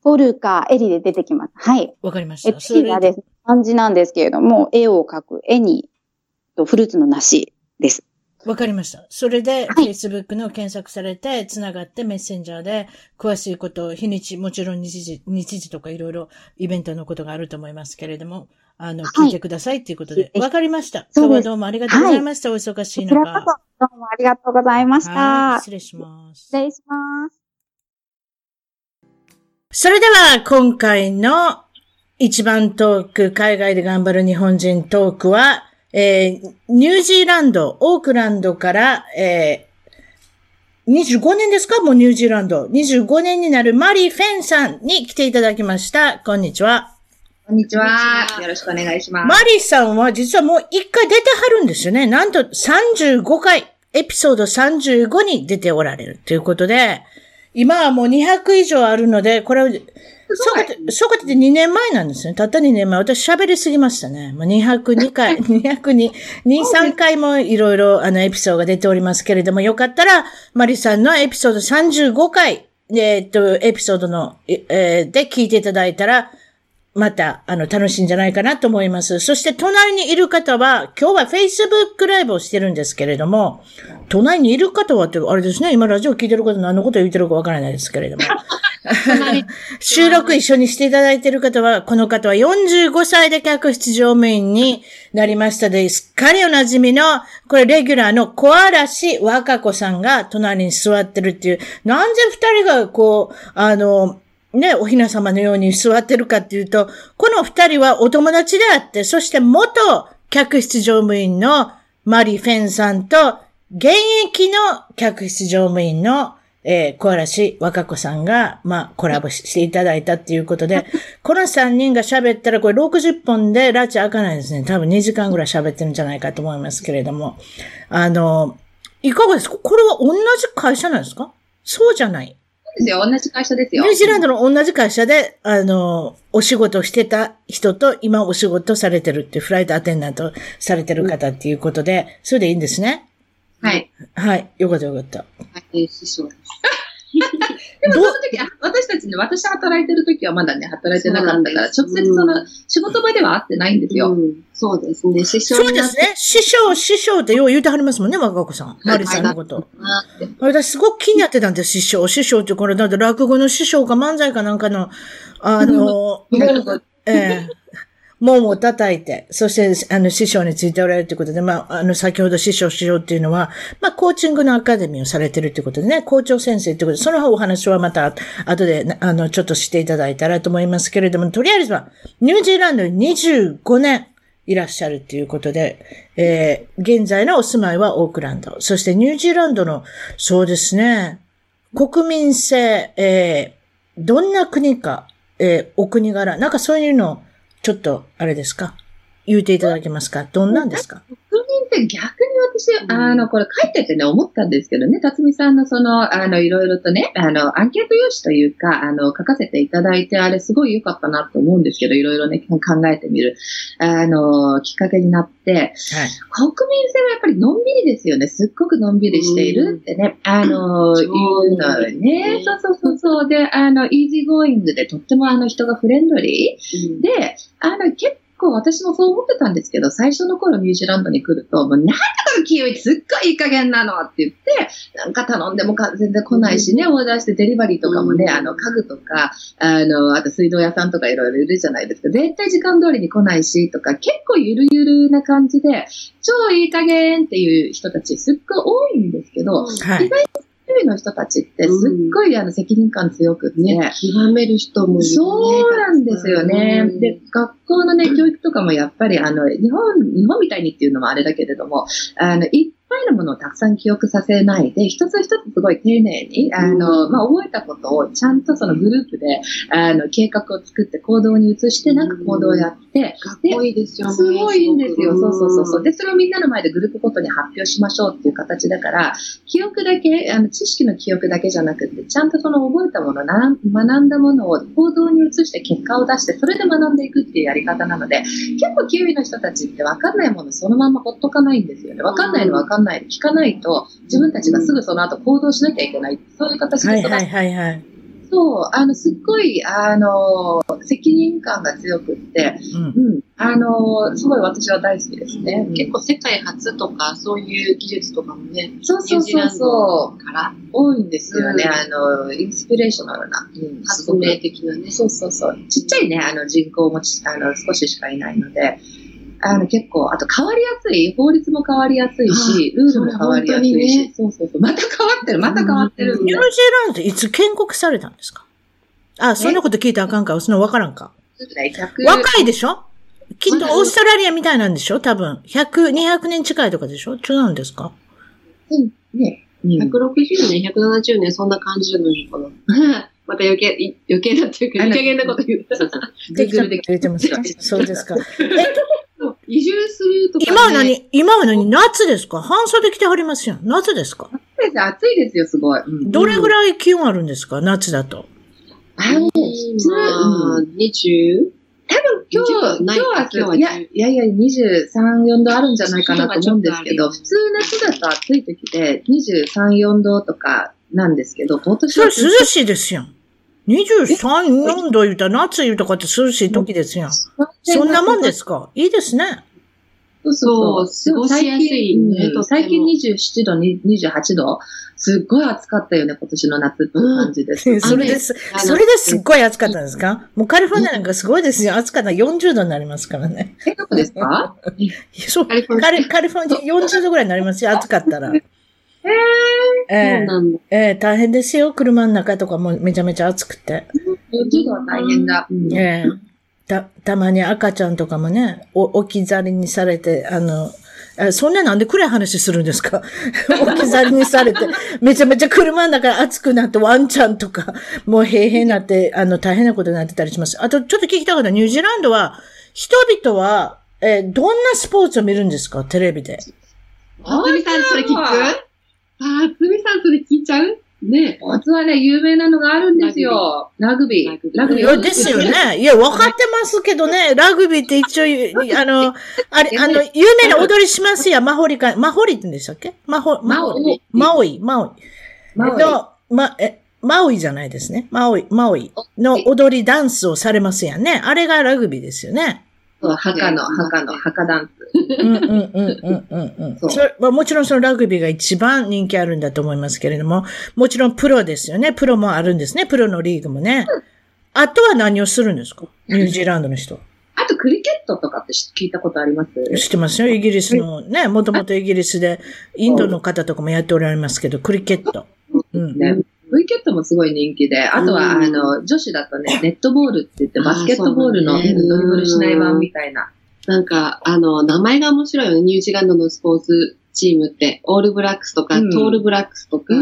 ポルカ、エリで出てきます。はい。 わかりました。エリはですね、漢字なんですけれども、絵を描く絵に、とフルーツの梨です。 わかりました。それで、はい、Facebook の検索されて、つながってメッセンジャーで、詳しいこと、日にち、もちろん日時、日時とかいろいろイベントのことがあると思いますけれども、あの、聞いてくださいっていうことで、わ、はい、かりました。今日はどうもありがとうございました。はい、お忙しい中。 どうもありがとうございました。 はい、失礼します。 失礼します。 それでは、今回の一番トーク、海外で頑張る日本人トークは、えー、ニュージーランド、オークランドから、えー、にじゅうごねんですか？もうニュージーランド。にじゅうごねんになるマリー・フェンさんに来ていただきました。こんにちは。 こんにちは。よろしくお願いします。 マリーさんは実はもう一回出てはるんですよね。なんとさんじゅうごかい、エピソードさんじゅうごに出ておられるということで、今はもうにひゃく以上あるので、これを、そうかって、そうかってにねんまえなんですね。たったにねんまえ。私喋りすぎましたね。もうにひゃくにかい、にひゃくに、に、さんかいもいろいろあのエピソードが出ておりますけれども、よかったら、マリさんのエピソードさんじゅうごかい、えっと、エピソードの、えー、で聞いていただいたら、また、あの、楽しいんじゃないかなと思います。そして、隣にいる方は、今日は Facebook ライブをしてるんですけれども、隣にいる方はって、あれですね、今ラジオ聞いてる方何のこと言ってるかわからないですけれども。収録一緒にしていただいている方は、この方はよんじゅうごさいで客室乗務員になりましたで、すっかりお馴染みの、これレギュラーの小嵐若子さんが隣に座ってるっていう、なんで二人がこう、あの、ね、おひな様のように座ってるかっていうと、この二人はお友達であって、そして元客室乗務員のマリ・フェンさんと、現役の客室乗務員の、えー、小嵐若子さんが、まあ、コラボしていただいたっていうことで、この三人が喋ったら、これろくじゅっぽんで拉致開かないですね。多分にじかんぐらい喋ってるんじゃないかと思いますけれども。あの、いかがですか？これは同じ会社なんですか？そうじゃない。 ですよ。同じ会社ですよ。 ニュージーランドの同じ会社で、あの、お仕事してた人と、今お仕事されてるっていう、フライトアテンダントされてる方っていうことで、うん、それでいいんですね。 はい。 はい。よかったよかった。はい、 師匠です。でもその時、私たちね、私働いてる時はまだね、働いてなかったから、直接その、仕事場では会ってないんですよ。うん、 そうですね、師匠。 そうですね。師匠、師匠ってよう言うてはりますもんね、若子さん。マリさんのこと。私すごく気になってたんですよ、師匠。師匠ってこれ、だって落語の師匠か漫才かなんかの、あの、ええ門を叩いて、そして、あの、師匠についておられるということで、まあ、あの、先ほど師匠、師匠っていうのは、まあ、コーチングのアカデミーをされてるということでね、校長先生ということで、そのお話はまた、後で、あの、ちょっとしていただいたらと思いますけれども、とりあえずは、ニュージーランドににじゅうごねんいらっしゃるということで、えー、現在のお住まいはオークランド。そしてニュージーランドの、そうですね、国民性、えー、どんな国か、えー、お国柄、なんかそういうのを、ちょっと、あれですか？言うていただけますか？どんなんですか？ 国民って逆に私、あの、これ書いててね、思ったんですけどね、辰巳さんのその、あの、いろいろとね、あの、アンケート用紙というか、あの、書かせていただいて、あれすごい良かったなと思うんですけど、いろいろね、考えてみる、あの、きっかけになって、はい、国民性はやっぱりのんびりですよね。すっごくのんびりしているってね、あの、いうのね、そうそうそうそう、で、あの、イージーゴーイングで、とってもあの、人がフレンドリー、で、あの、結構私もそう思ってたんですけど、最初の頃ニュージーランドに来ると、もうなんだこのキウイすっごいいい加減なのって言って、なんか頼んでもか全然来ないしね、オーダーしてデリバリーとかもね、あの、家具とか、あの、あと水道屋さんとかいろいろいるじゃないですか。絶対時間通りに来ないし、とか、結構ゆるゆるな感じで、超いい加減っていう人たちすっごい多いんですけど、はい、意外と一人の人たちってすっごいあの責任感強くって、うんね、 極める人もいる、ね、 そうなんですよね。うん、で、学校のね、教育とかもやっぱりあの、日本、日本みたいにっていうのもあれだけれども、あの、いっぱいのものをたくさん記憶させないで、一つ一つすごい丁寧に、あの、まあ、覚えたことをちゃんとそのグループで、あの、計画を作って行動に移して、なんか行動をやって、 かっこいいですよね。 すごいいいんですよ。そうそうそうそう。で、それをみんなの前でグループごとに発表しましょうっていう形だから、記憶だけ、あの、知識の記憶だけじゃなくて、ちゃんとその覚えたもの、な学んだものを行動に移して結果を出して、それで学んでいくっていうやり方なので、結構キウイの人たちって分かんないものそのままほっとかないんですよね。分かんないの分かんないの聞かないと、自分たちがすぐその後行動しなきゃいけない。そういう形で育って、 はいはいはいはい。 そそう、あの、すっごい、あの、責任感が強くって、うん、うん、あの、すごい私は大好きですね。 うん、結構世界初とか、そういう技術とかもね、 そうそうそうそう、 から多いんですよね。うん、あの、インスピレーショナルな、 うん、発明的なね。 そうそうそう。ちっちゃいね、あの、人口もち、あの、少ししかいないので、あの、結構、あと変わりやすい、法律も変わりやすいし、ルールも変わりやすいし、ね、そうそうそう。また変わってる、また変わってる。 ニュージーランドっていつ建国されたんですか？あ、そんなこと聞いたらあかんか、そのわからんか。若いでしょ？きっとオーストラリアみたいなんでしょ？多分。ひゃく、にひゃくねん近いとかでしょ？違うんですか？ うん、ね。 ひゃくろくじゅうねん、ひゃくななじゅうねん、そんな感じじゃないのかな。また余計、余計だっていうか、いい加減なこと言う。そうそう。 できたって言ってますか？そうですか。え移住するとか、ね。 今は何今は何夏ですか？半袖着てはりますよ。夏ですか？ 暑いですよ、すごい。うん、 どれぐらい気温あるんですか？夏だと。 あの、普通、 まあ、にじゅう? 多分今日、今日は、今日は、いや、いやいや、にじゅうさん、よんどあるんじゃないかなと思うんですけど、普通夏だと暑い時でにじゅうさん、よんどとかなんですけど、今年は。 それ涼しいですよ。にじゅうさん、よんど言うたら夏言うとかって涼しい時ですよ。そんなもんですか？いいですね。 そうそうそう。 過ごしやすいね。 うん、最近にじゅうななど、にじゅうはちど。すっごい暑かったよね、今年の夏って感じです。 うん、それです。それですっごい暑かったんですか？もうカリフォルニアなんかすごいですよ。暑かったらよんじゅうどになりますからね。 え、どこですか？ そう。カリ、カリフォルニアよんじゅうどぐらいになりますよ、暑かったら。えー、えー、そうなんだ。えー、大変ですよ。車の中とかもめちゃめちゃ暑くて。 よんじゅうどは大変だ。 うん、えーた、たまに赤ちゃんとかもね、お置き去りにされて、あの、そんななんで暗い話するんですか？置き去りにされて、めちゃめちゃ車の中暑くなってワンちゃんとか、もう平々になって、あの、大変なことになってたりします。あと、ちょっと聞きたかった。ニュージーランドは、人々は、えー、どんなスポーツを見るんですか？テレビで。 あつみさん、それ聞く？あつみさん、それ聞いちゃう？ねえ。 スポーツはね、有名なのがあるんですよ。ラグビー。 ラグビー。ラグビーですよね。いや、わかってますけどね、ラグビーって一応、あの、あれ、あの、有名な踊りしますや、マホリか、マホリって言うんでしたっけ？マホ、マホリ。マオイ、マオイ。マオイ。の、ま、え、マオイじゃないですね。マオイ、マオイの踊りダンスをされますやんね。あれがラグビーですよね。 そう、墓の、墓の、墓ダンス。 うんうんうんうんうんうん。それ、まあ、もちろんそのラグビーが一番人気あるんだと思いますけれども、もちろんプロですよね。プロもあるんですね。プロのリーグもね。あとは何をするんですか？ニュージーランドの人。 あとクリケットとかって聞いたことあります？ 知ってますよ。イギリスのね、もともとイギリスで、インドの方とかもやっておられますけど、クリケット。 うん。ね、クリケットもすごい人気で、あとは、あの、女子だとね、ネットボールって言って、バスケットボールのドリブルしない版みたいな。 なんか、あの、名前が面白いよね。ニュージーランドのスポーツチームって、オールブラックスとか、うん、トールブラックスとか、うん、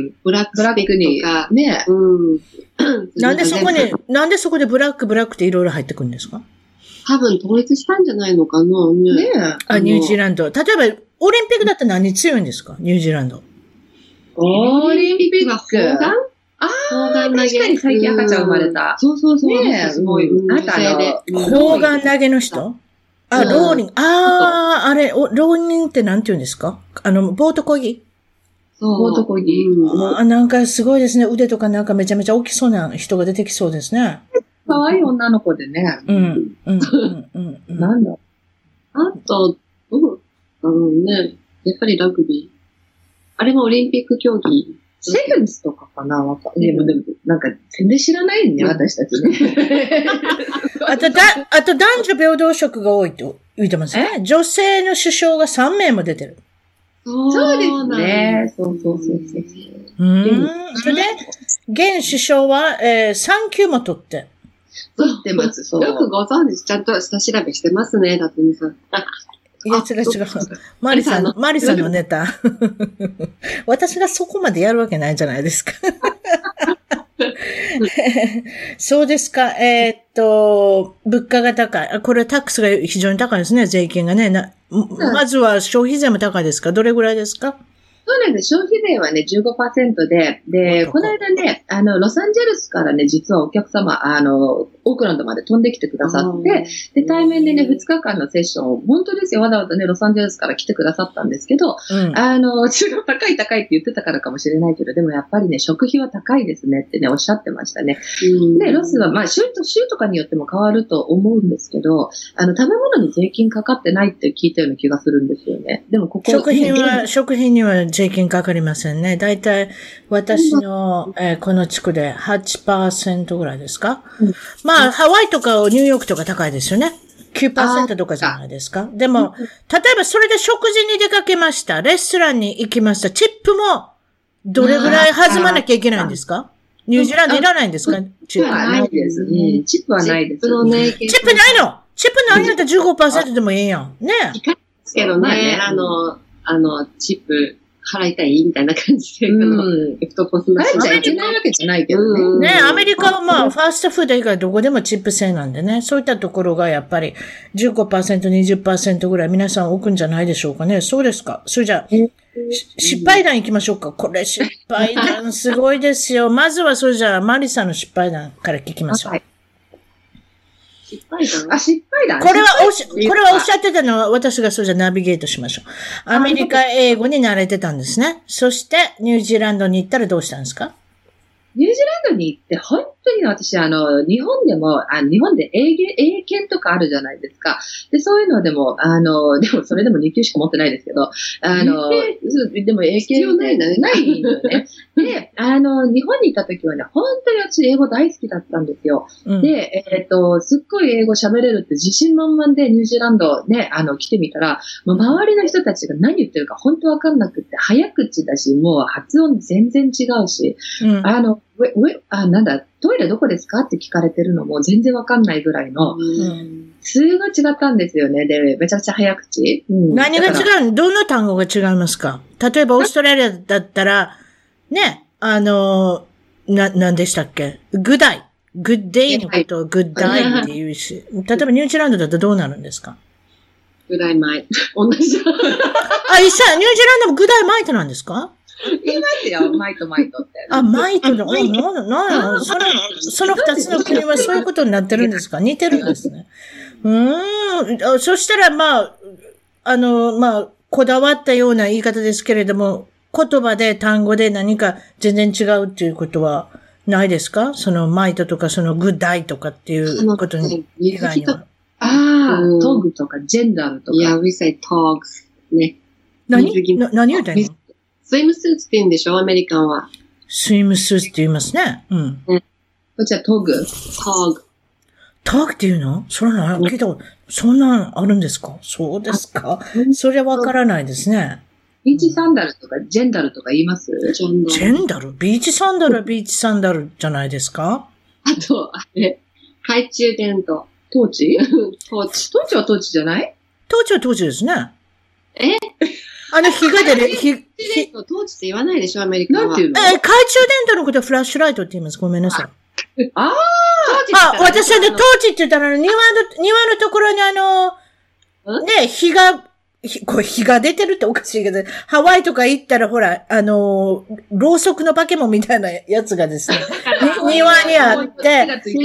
ブラックスティックとか、 ね。 うん。 なんでそこに、なんでそこでブラック、ブラックっていろいろ入ってくるんですか？ 多分統一したんじゃないのかな。ね。 ねあ、ニュージーランド。例えば、オリンピックだったら何強いんですか？ニュージーランド。 オリンピックは砲丸？ ああ、確かに最近赤ちゃん生まれた。 そうそうそう。 ねえ、すごい。 あとあの、砲丸投げの人？あ、ローリング。ああ、あれ、ローリングってなんて言うんですか？あの、ボート漕ぎ？ そう。ボート漕ぎ。 あ、なんかすごいですね。腕とかなんかめちゃめちゃ大きそうな人が出てきそうですね。 可愛い女の子でね。 うん。うん。うん。うん。 なんだ。 あと、どうだろうね。やっぱりラグビー。あれもオリンピック競技。 セブンスとかかなわか、でも、でも、なんか、全然知らないね、私たちね。 あと、だ、あと男女平等色が多いと言ってますね。女性の首相がさんめいも出てる。 そうですね。そうそうそうそう。 うん。それで、現首相は、えー、さんきゅうも取って。 取ってます、そう。 よくご存知、ちゃんと下調べしてますね、だってみさん。 いや、違う違う。マリさんの、マリさんのネタ。私がそこまでやるわけないじゃないですか。そうですか。えー、っと、物価が高い。これタックスが非常に高いですね、税金がね。なまずは消費税も高いですか？どれぐらいですか？ そうなんです。消費税はね、じゅうごパーセント で、で、この間ね、あの、ロサンゼルスからね、実はお客様、あの、 オークランドまで飛んできてくださって、で、対面でね、ふつかかんのセッション、本当ですよ、わざわざね、ロサンゼルスから来てくださったんですけど、うん、あの、中国高い高いって言ってたからかもしれないけど、でもやっぱりね、食費は高いですねってね、おっしゃってましたね。うん、で、ロスは、まあ、州と州とかによっても変わると思うんですけど、あの、食べ物に税金かかってないって聞いたような気がするんですよね。でもここ、 食品は、食品には税金かかりませんね。だいたい私の、えー、この地区で はちパーセント ぐらいですか、うん、まあ、ハワイとかニューヨークとか高いですよね。きゅうパーセント とかじゃないですか。でも、例えばそれで食事に出かけました。レストランに行きました。チップも、どれぐらい弾まなきゃいけないんですか？ニュージーランドいらないんですか？ チップはないですね。チップはないです。チップないの？チップないんだったら じゅうごパーセント でもいいやん。ねえ。 ですけどね、あの、あの、チップ、払いたいみたいな感じで、うん。 エクトポス払っちゃいけないわけじゃないけどね。ね、アメリカはまあ、ファーストフード以外どこでもチップ制なんでね、そういったところがやっぱり じゅうごパーセント、にじゅっパーセント ぐらい皆さん置くんじゃないでしょうかね。そうですか。それじゃあ、失敗談行きましょうか。これ失敗談すごいですよ。まずはそれじゃあ、マリさんの失敗談から聞きましょう。はい。 失敗談あ、失敗談これはおし、これはおっしゃってたのは私がそうじゃナビゲートしましょう。アメリカ英語に慣れてたんですね。そして、ニュージーランドに行ったらどうしたんですか？ ニュージーランドに行って、本当に私、あの、日本でも、あ日本で英検、英検とかあるじゃないですか。で、そういうのでも、あの、でもそれでもに級しか持ってないですけど、あの、でも英検ないんだね。ないんだよね。で、あの、日本に行った時はね、本当に私英語大好きだったんですよ。うん、で、えっと、すっごい英語喋れるって自信満々でニュージーランドね、あの、来てみたら、もう周りの人たちが何言ってるか本当わかんなくって、早口だし、もう発音全然違うし、うん、あの、ウェ、あ、なんだ、トイレどこですかって聞かれてるのも全然わかんないぐらいの、うん、すごい違ったんですよね。で、めちゃくちゃ早口。 うん、何が違うの？どの単語が違いますか？例えばオーストラリアだったら、ね、あの、な、なんでしたっけ？グッダイ。グッデイのことをグッダイって言うし、例えばニュージーランドだとどうなるんですか？ グッダイマイ。同じ。 あ、一緒、ニュージーランドもグッダイマイトなんですか？ 言いますよ、マイトマイトって。 あ、マイトだ。な、な、な、その、その二つの国はそういうことになってるんですか？似てるんですね。うーん。そしたら、まあ、あの、まあ、こだわったような言い方ですけれども、言葉で単語で何か全然違うっていうことはないですか？そのマイトとかそのグッダイとかっていうことに以外には。 ああ、トグとかジェンダーとか。 いや、we say togs ね。 何な何言うたんの？ スイムスーツって言うんでしょアメリカンは。 スイムスーツって言いますね。うん。 こっちはトグ。 トグ。 トグって言うの？それな、聞いたこと、そんなんあるんですか？そうですか？それはわからないですね。 ビーチサンダルとかジェンダルとか言います？ ジェンダル。ジェンダル？ビーチサンダルはビーチサンダルじゃないですか？ あと、あれ、懐中電灯。 トーチトーチ。 トーチはトーチじゃない？ トーチはトーチですね。 えあの、火が出る、火、 火。トーチって言わないでしょ、アメリカは。 なんていうの？ え、懐中電灯のことはフラッシュライトって言います。ごめんなさい。 あああ、私はね、トーチって言ったら、庭の、庭のところにあの、ね、火が、これ火が出てるっておかしいけど、ハワイとか行ったらほら、あの、ろうそくの化け物みたいなやつがですね、庭にあって、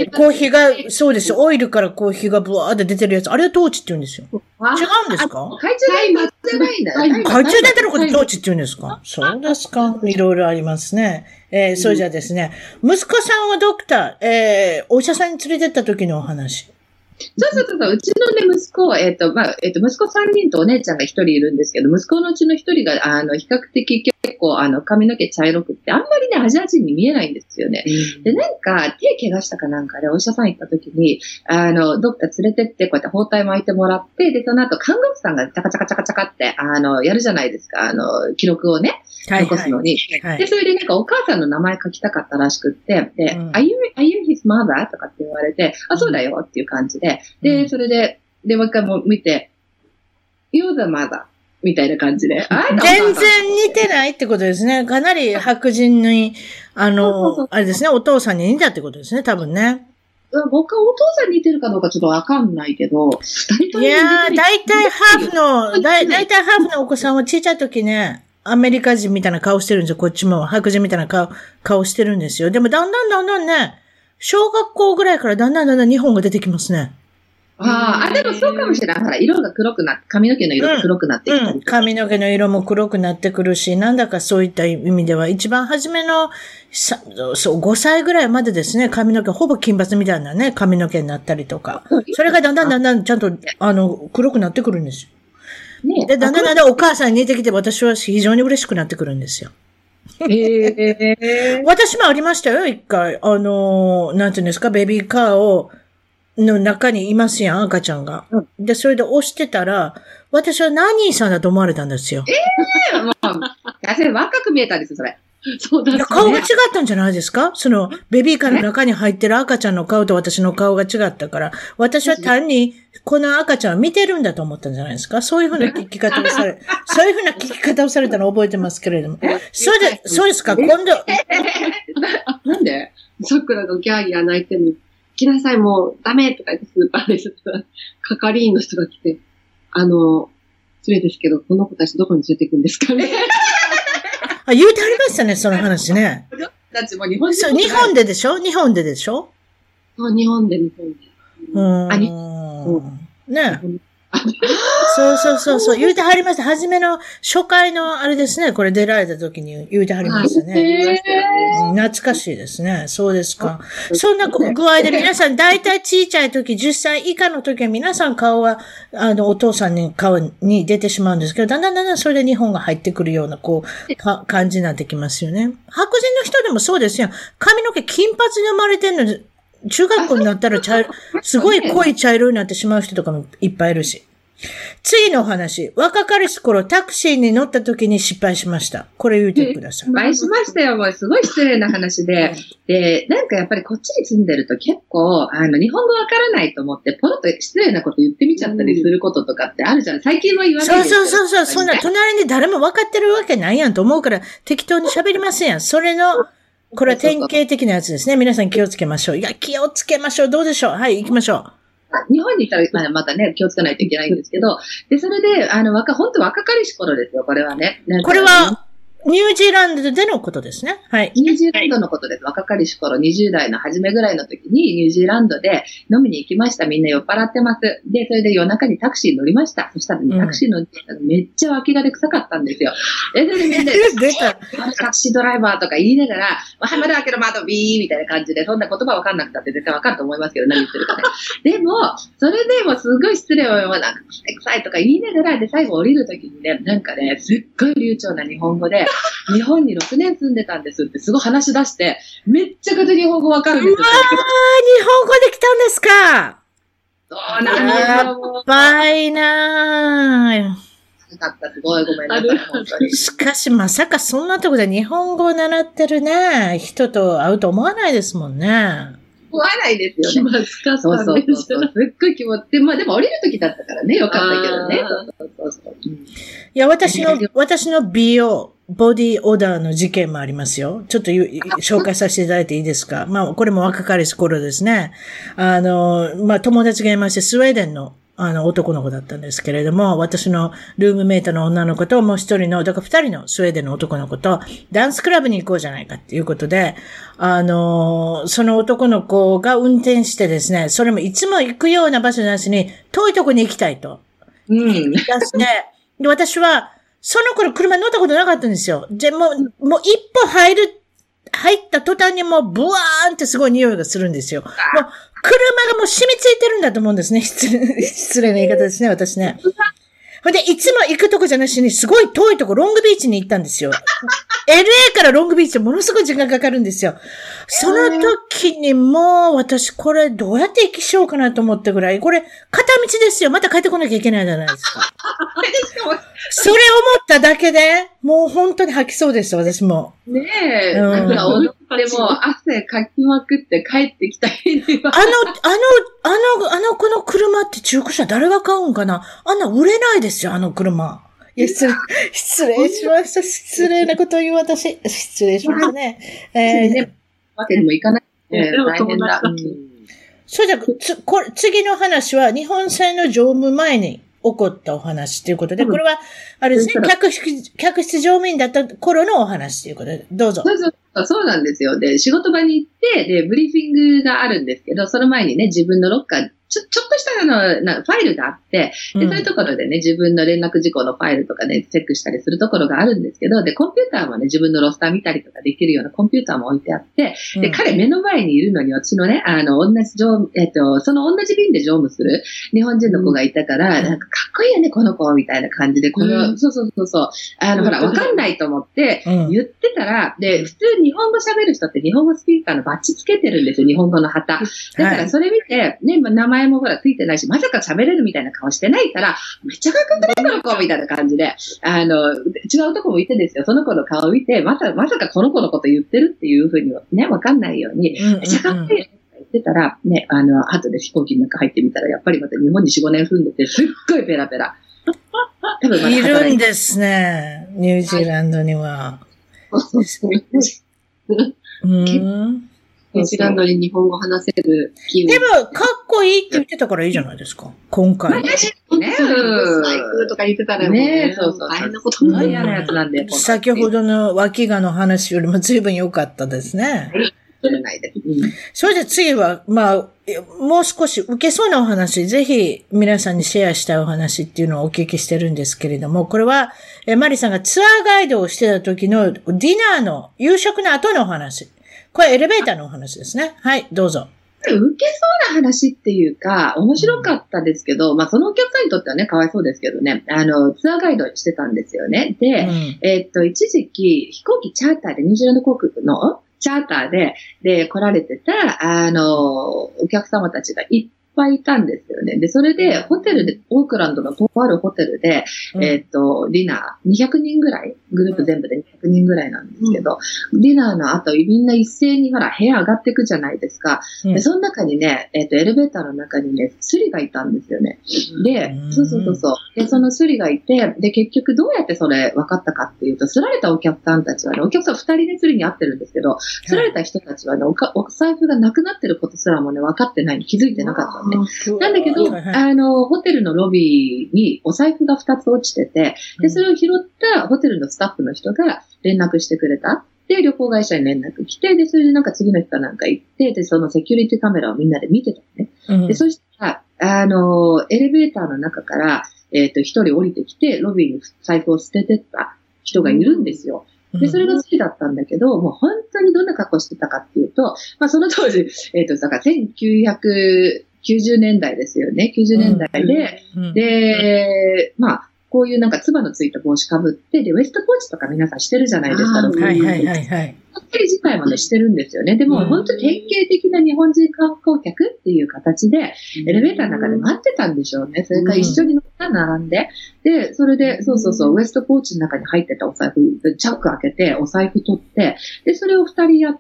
こう火が、そうです、オイルからこう火がブワーって出てるやつ、あれはトーチって言うんですよ。違うんですか？ 懐中電灯じゃないんだ。 懐中電灯のことトーチって言うんですか？そうですか。いろいろありますね。えー、それじゃあですね、息子さんはドクター、えー、お医者さんに連れてった時のお話。 そうそうそう、うちのね、息子、えっ、ー、と、まあ、えっ、ー、と、息子さんにんとお姉ちゃんがひとりいるんですけど、息子のうちのひとりが、あの、比較的結構、あの、髪の毛茶色くって、あんまりね、アジア人に見えないんですよね。うん、で、なんか、手怪我したかなんかで、お医者さん行った時に、あの、ドクター連れてって、こうやって包帯巻いてもらって、で、その後、看護婦さんがチャカチャカチャカチャカって、あの、やるじゃないですか、あの、記録をね、残すのに。はいはい、で、それでなんかお母さんの名前書きたかったらしくって、で、うん、are you, are you his mother? とかって言われて、あ、そうだよっていう感じで、で、それで、で、もう一回も見て、you're the mother みたいな感じで。 全然似てないってことですね。かなり白人に、あの、あれですね、お父さんに似たってことですね、多分ね。 僕はお父さんに似てるかどうかちょっとわかんないけど、 いやー、大体ハーフの、大体ハーフのお子さんは小さい時ね、アメリカ人みたいな顔してるんですよ。こっちも白人みたいな顔、顔してるんですよ。でもだんだんだんだんね、 小学校ぐらいからだんだんだんだん日本が出てきますね。 ああ、でもそうかもしれない。ほら、色が黒くなって、髪の毛の色が黒くなってきたり、うんうん。髪の毛の色も黒くなってくるし、なんだかそういった意味では、一番初めの、そう、ごさいぐらいまでですね、髪の毛、ほぼ金髪みたいなね、髪の毛になったりとか。それがだんだんだんだんちゃんと、あの、黒くなってくるんですよ。ね、で、だんだんだんだんお母さんに似てきて、私は非常に嬉しくなってくるんですよ。 へー私もありましたよ、一回。あの、なんていうんですか、ベビーカーを、の中にいますやん、赤ちゃんが。うん、で、それで押してたら、私はナニーさんだと思われたんですよ。 ええー、もう、私若く見えたんですよ、それ。 そうだ、ね、顔が違ったんじゃないですか？その、ベビーカーの中に入ってる赤ちゃんの顔と私の顔が違ったから、私は単に、この赤ちゃんを見てるんだと思ったんじゃないですか？そういうふうな聞き方をされ、そういうふうな聞き方をされたのを覚えてますけれども。そうで、そうですか、今度。 なんで桜がギャーギャー泣いてる。来なさい、もうダメとか言ってスーパーで係員の人が来て、あの、失礼ですけど、この子たちどこに連れて行くんですかね。 あ、言うてありましたね、その話ね。 たちも日本で。 そう、日本ででしょ？日本ででしょ？ そう、日本で、日本で。 うーん。あ、日本。ね。そうそうそうそう。言うてはりました。初めの初回のあれですね。これ出られた時に言うてはりましたね。懐かしいですね。そうですか。そんな具合で皆さん、だいたい小さい時、じゅっさい以下の時は皆さん顔は、あの、お父さんに顔に出てしまうんですけど、だんだんだんだんそれで日本が入ってくるような、こう、か感じになってきますよね。白人の人でもそうですよ。髪の毛金髪に生まれてるの中学校になったら茶色、すごい濃い茶色になってしまう人とかもいっぱいいるし。次のお話。若かりし頃タクシーに乗った時に失敗しました。これ言うてください。 失敗しましたよ。もうすごい失礼な話で。で、なんかやっぱりこっちに住んでると結構、あの、日本語わからないと思って、ポロッと失礼なこと言ってみちゃったりすることとかってあるじゃん。最近は言わないですそうそうそうそう。そんな隣に誰も分かってるわけないやんと思うから適当に喋りませんやん。それの、これは典型的なやつですね。皆さん気をつけましょう。いや、気をつけましょう。どうでしょう。はい、行きましょう。 日本に行ったら、まあ、またね、気をつけないといけないんですけど、で、それで、あの、若、本当若かりし頃ですよ、これはね。 これは、ニュージーランドでのことですね。はい。 ニュージーランドのことです。若かりし頃、にじゅう代の初めぐらいの時に、ニュージーランドで飲みに行きました。みんな酔っ払ってます。で、それで夜中にタクシー乗りました。そしたら、ね、タクシー乗ってたらめっちゃ脇がで臭かったんですよ。で、それでみんなで、タクシードライバーとか言いながら、はい、まだ開けろ、窓ビーみたいな感じで、そんな言葉わかんなくたって絶対わかると思いますけど、何言ってるかね。でも、それでもすごい失礼を言わなくて臭いとか言いながら、で、最後降りる時にね、なんかね、すっごい流暢な日本語で、日本にろくねん住んでたんですってすごい話し出して、めっちゃくちゃ日本語わかるんですよ。 うわー、日本語で来たんですか。 そうなんですよ。 やっばいなー。 すごいごめんなさい、本当に。 しかしまさかそんなとこで日本語を習ってるね、人と会うと思わないですもんね。 思わないですよね。気まずかったんですよ。そうそうそう。すっごい気持ち、まあでも降りる時だったからね、よかったけどね。そうそうそう。いや、私の、私の美容、ボディオーダーの事件もありますよ。ちょっと紹介させていただいていいですか？まあ、これも若かりし頃ですね。あの、まあ、友達がいまして、スウェーデンの、あの、男の子だったんですけれども、私のルームメイトの女の子と、もう一人の、だから二人のスウェーデンの男の子と、ダンスクラブに行こうじゃないかっていうことで、あの、その男の子が運転してですね、それもいつも行くような場所なしに、遠いとこに行きたいと。 うん。 だして、で、私は、その頃車乗ったことなかったんですよ。で、もう、もう一歩入る、入った途端にもうブワーンってすごい匂いがするんですよ。もう車がもう染みついてるんだと思うんですね。失礼、失礼な言い方ですね、私ね。ほんで、いつも行くとこじゃなしに、すごい遠いとこ、ロングビーチに行ったんですよ。エルエー からロングビーチものすごい時間かかるんですよ。その時にもう、私これどうやって行きしようかなと思ったぐらい、これ、片道ですよ。また帰ってこなきゃいけないじゃないですか。それ思っただけで、もう本当に吐きそうです、私も。 ねえ、うん、なんか踊っても汗かきまくって帰ってきた日には。 あの、あの、あの、あの子の車って中古車誰が買うんかな？あんな売れないですよ、あの車。いや、失礼、失礼しました。失礼なことを言う私。失礼しましたね。えー、 ね、わけにもいかない。えー、大変だ。うん、 それじゃ、つ、これ、次の話は、日本船の乗務前に起こったお話ということで、これは、あれですね、客室、客室乗務員だった頃のお話ということで、どうぞ。 そうそうそうなんですよ。で、仕事場に行って、で、ブリーフィングがあるんですけど、その前にね、自分のロッカー、ちょ、ちょっとしたあの、なファイルがあって、で、そういうところでね、自分の連絡事項のファイルとかね、チェックしたりするところがあるんですけど、で、コンピューターもね、自分のロスター見たりとかできるようなコンピューターも置いてあって、で、彼目の前にいるのに、私のね、あの、同じ乗、えっと、その同じ便で乗務する日本人の子がいたから、うん、なんかかっこいいよね、この子、みたいな感じで、この、うん、そうそうそうそう、あの、ほら、わかんないと思って、言ってたら、で、普通日本語喋る人って日本語スピーカーのバッジつけてるんですよ、日本語の旗。だからそれ見て、ね、名前もほらついてないし、まさか喋れるみたいな顔してないから、めっちゃかっこいいこの子みたいな感じで、あの、違うとこもいてですよ、その子の顔を見て、まさまさかこの子のこと言ってるっていうふうにね、わかんないように、めっちゃかっこいい。言ってたら、ね、あの、後で飛行機の中入ってみたら、やっぱりまた日本によん、ごねん住んでて、すっごいペラペラ。 多分まだいるんですね、ニュージーランドには。 そうそううん。 ニュージーランドに日本語話せる気分。でも、かっこいいって言ってたからいいじゃないですか。今回。まあ、 ね、最高とか言ってたらね、そうそう。 大変なことも嫌なやつなんで。 先ほどの脇がの話よりも随分良かったですね。 ないです。うん、 それで次は、まあ、もう少し受けそうなお話、ぜひ皆さんにシェアしたいお話っていうのをお聞きしてるんですけれども、これは、えマリさんがツアーガイドをしてた時のディナーの夕食の後のお話。これエレベーターのお話ですね。はい、どうぞ。 受けそうな話っていうか、面白かったですけど、うん、まあそのお客さんにとってはね、かわいそうですけどね、あの、ツアーガイドしてたんですよね。で、うん、えー、っと、一時期飛行機チャーターでニュージーランド航空のチャーターで、で、来られてた、あの、お客様たちがいっぱいいたんですよね。で、それで、ホテルで、オークランドのとあるホテルで、うん、えっと、ディナー、にひゃくにんぐらい、グループ全部でにひゃくにんぐらいなんですけど、うん、ディナーの後、みんな一斉にほら、部屋上がっていくじゃないですか。うん、で、その中にね、えっと、エレベーターの中にね、スリがいたんですよね。で、そうそうそうそう。で、そのスリがいて、で、結局どうやってそれ分かったかっていうと、すられたお客さんたちはね、お客さんふたりでスリに会ってるんですけど、すられた人たちはね、おか、お財布がなくなってることすらもね、分かってないに気づいてなかったのね。なんだけど、あの、ホテルのロビーにお財布がふたつ落ちてて、で、それを拾ったホテルのスタッフの人が連絡してくれた。で、旅行会社に連絡来て、で、それでなんか次の日かなんか行って、で、そのセキュリティカメラをみんなで見てたのね。うん、で、そしたら、あの、エレベーターの中から、えっと、一人降りてきて、ロビーに財布を捨ててった人がいるんですよ。で、それが好きだったんだけど、もう本当にどんな格好してたかっていうと、まあその当時、えっと、だからせんきゅうひゃくきゅうじゅうねんだいですよね。きゅうじゅうねんだいで、うんうん、で、まあ、こういうなんかつばのついた帽子かぶって、で、ウエストポーチとか皆さんしてるじゃないですか。 はいはいはいはい。 ホテル自体もね、してるんですよね。でも、本当に典型的な日本人観光客っていう形で、エレベーターの中で待ってたんでしょうね。それから一緒に乗った並んで。で、それで、そうそうそう、ウエストポーチの中に入ってたお財布、チャック開けて、お財布取って、で、それを二人やって、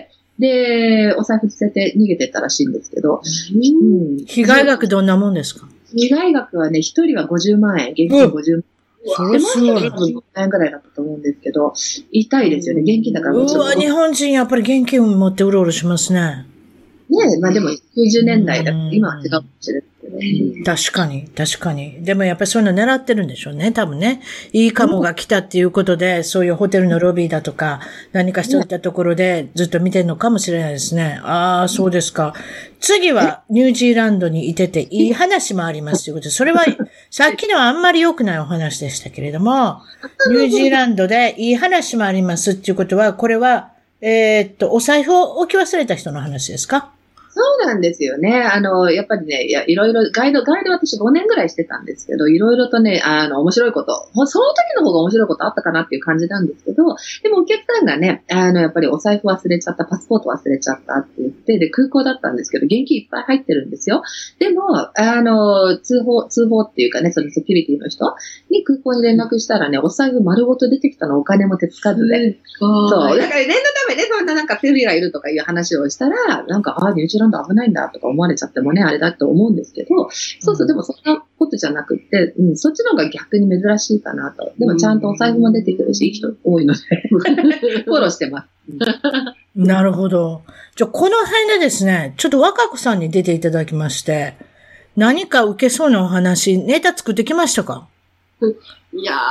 で、お財布捨てて逃げてったらしいんですけど。 うん、被害額どんなもんですか？ 被害額はね、一人はごじゅうまんえん、現金ごじゅうまんえん。 それすごい。 多分ごまんえんぐらいだったと思うんですけど、痛いですよね。現金だからもちろん。 うわ、日本人やっぱり現金を持ってうろうろしますね。 ねえ、まあでもきゅうじゅうねんだいだって今は違うかもしれないけどね。 確かに、確かに。でもやっぱりそういうの狙ってるんでしょうね、多分ね。いいカモが来たっていうことで、そういうホテルのロビーだとか、何かそういったところでずっと見てるのかもしれないですね。ああ、そうですか。次はニュージーランドにいてていい話もありますということで、それはさっきのはあんまり良くないお話でしたけれども、ニュージーランドでいい話もありますっていうことは、これは、えー、っと、お財布を置き忘れた人の話ですか？ そうなんですよね。あの、やっぱりね、いや、いろいろ、ガイド、ガイド私ごねんぐらいしてたんですけど、いろいろとね、あの、面白いこと、その時の方が面白いことあったかなっていう感じなんですけど、でもお客さんがね、あの、やっぱりお財布忘れちゃった、パスポート忘れちゃったって言って、で、空港だったんですけど、現金いっぱい入ってるんですよ。でも、あの、通報、通報っていうかね、そのセキュリティの人に空港に連絡したらね、お財布丸ごと出てきたのお金も手つかずで。そう。だから念のためね、そんななんかセリがいるとかいう話をしたら、なんか、ああ、ニュージーランド危ないんだとか思われちゃってもね、あれだと思うんですけど、そうそう、でもそんなことじゃなくって、うん、そっちの方が逆に珍しいかなと。でもちゃんとお財布も出てくるし、いい人多いので、フォローしてます。 なるほど。じゃあ、この辺でですね、ちょっと若子さんに出ていただきまして、何か受けそうなお話、ネタ作ってきましたか？ いやー、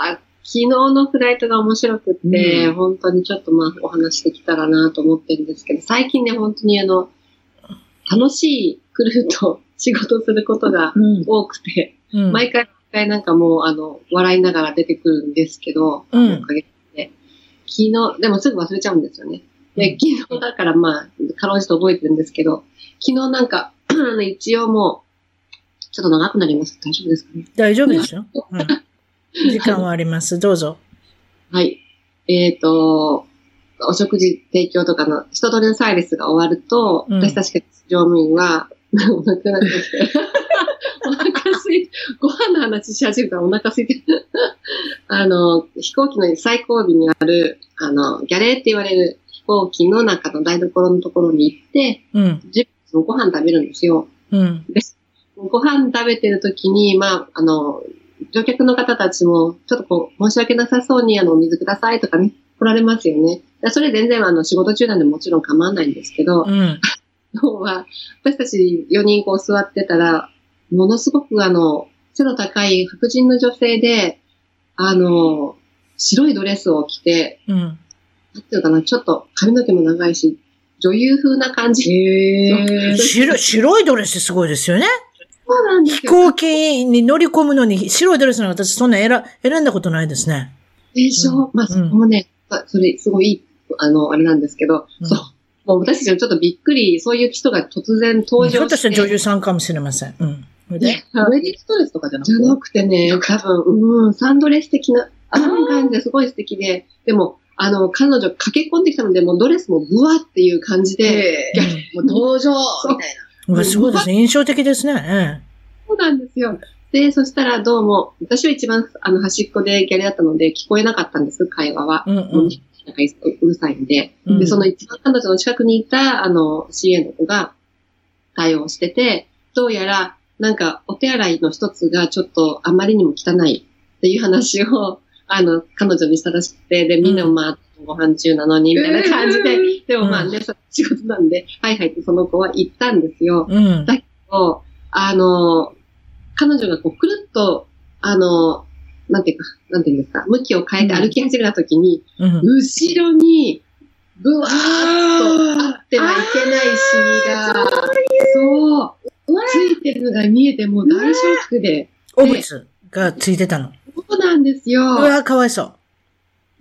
昨日のフライトが面白くって、うん、本当にちょっとまあお話できたらなと思ってるんですけど、最近ね、本当にあの、楽しいクルーと仕事することが多くて、うん、毎回毎回なんかもうあの、笑いながら出てくるんですけど、うん、おかげで。昨日、でもすぐ忘れちゃうんですよね。で、昨日だからまあ、かろうじて覚えてるんですけど、昨日なんか、一応もう、ちょっと長くなります。大丈夫ですかね？ 大丈夫ですよ。うん、時間はあります。どうぞ。 はい。えっと、お食事提供とかの一通りのサービスが終わると、うん、私たち乗務員は、お腹が空いて、お腹空いて、ご飯の話し始めたらお腹空いて、あの、飛行機の最後尾にある、あの、ギャレーって言われる飛行機の中の台所のところに行って、うん、じゅっぷんご飯食べるんですよ。うん、でご飯食べてる時に、まあ、あの、乗客の方たちも、ちょっとこう、申し訳なさそうに、あの、お水くださいとかね、来られますよね。それ全然、あの、仕事中なんでもちろん構わないんですけど、うん、要は、私たちよにんこう座ってたら、ものすごくあの、背の高い白人の女性で、あの、白いドレスを着て、うん、なんていうかな、ちょっと髪の毛も長いし、女優風な感じ。 へー白、白いドレスってすごいですよね。 そうなんですよ。飛行機に乗り込むのに白いドレスの私そんな選、選んだことないですね。 でしょ、うん、まあ、そこもね、うん、それすごいいい、あの、あれなんですけど、うん、そう。もう私たちはちょっとびっくり、そういう人が突然登場して。 ひょっとしたら女優さんかもしれません。うん。 で、ウェディングドレスとかじゃなくてじゃなくてね、多分、うん、サンドレス的な、あの感じですごい素敵で、でも、あの、彼女駆け込んできたので、もうドレスもブワっていう感じで、 もう登場みたいな。 うわ、すごいですね。印象的ですね。 そうなんですよ。で、そしたらどうも、私は一番あの端っこでギャレだったので聞こえなかったんです、会話は。うんうん、なんかうるさいんで、うん。で、その一番彼女の近くにいた、あの、シーエー の子が対応してて、どうやら、なんか、お手洗いの一つがちょっとあまりにも汚いっていう話を、あの、彼女にしたらしくて、で、みんなもまあ、ご飯中なのに、みたいな感じで、えー、でもまあね、うん、仕事なんで、はいはいってその子は言ったんですよ。うん、だけど、あの、彼女がこう、くるっと、あの、なんていうか、なんていうんですか、向きを変えて歩き始めたときに、うん、後ろに、ブワーっとあってはいけないシミが、そう、ついてるのが見えて、もう大ショックで。 お物がついてたの。 そうなんですよ。うわ、かわいそう。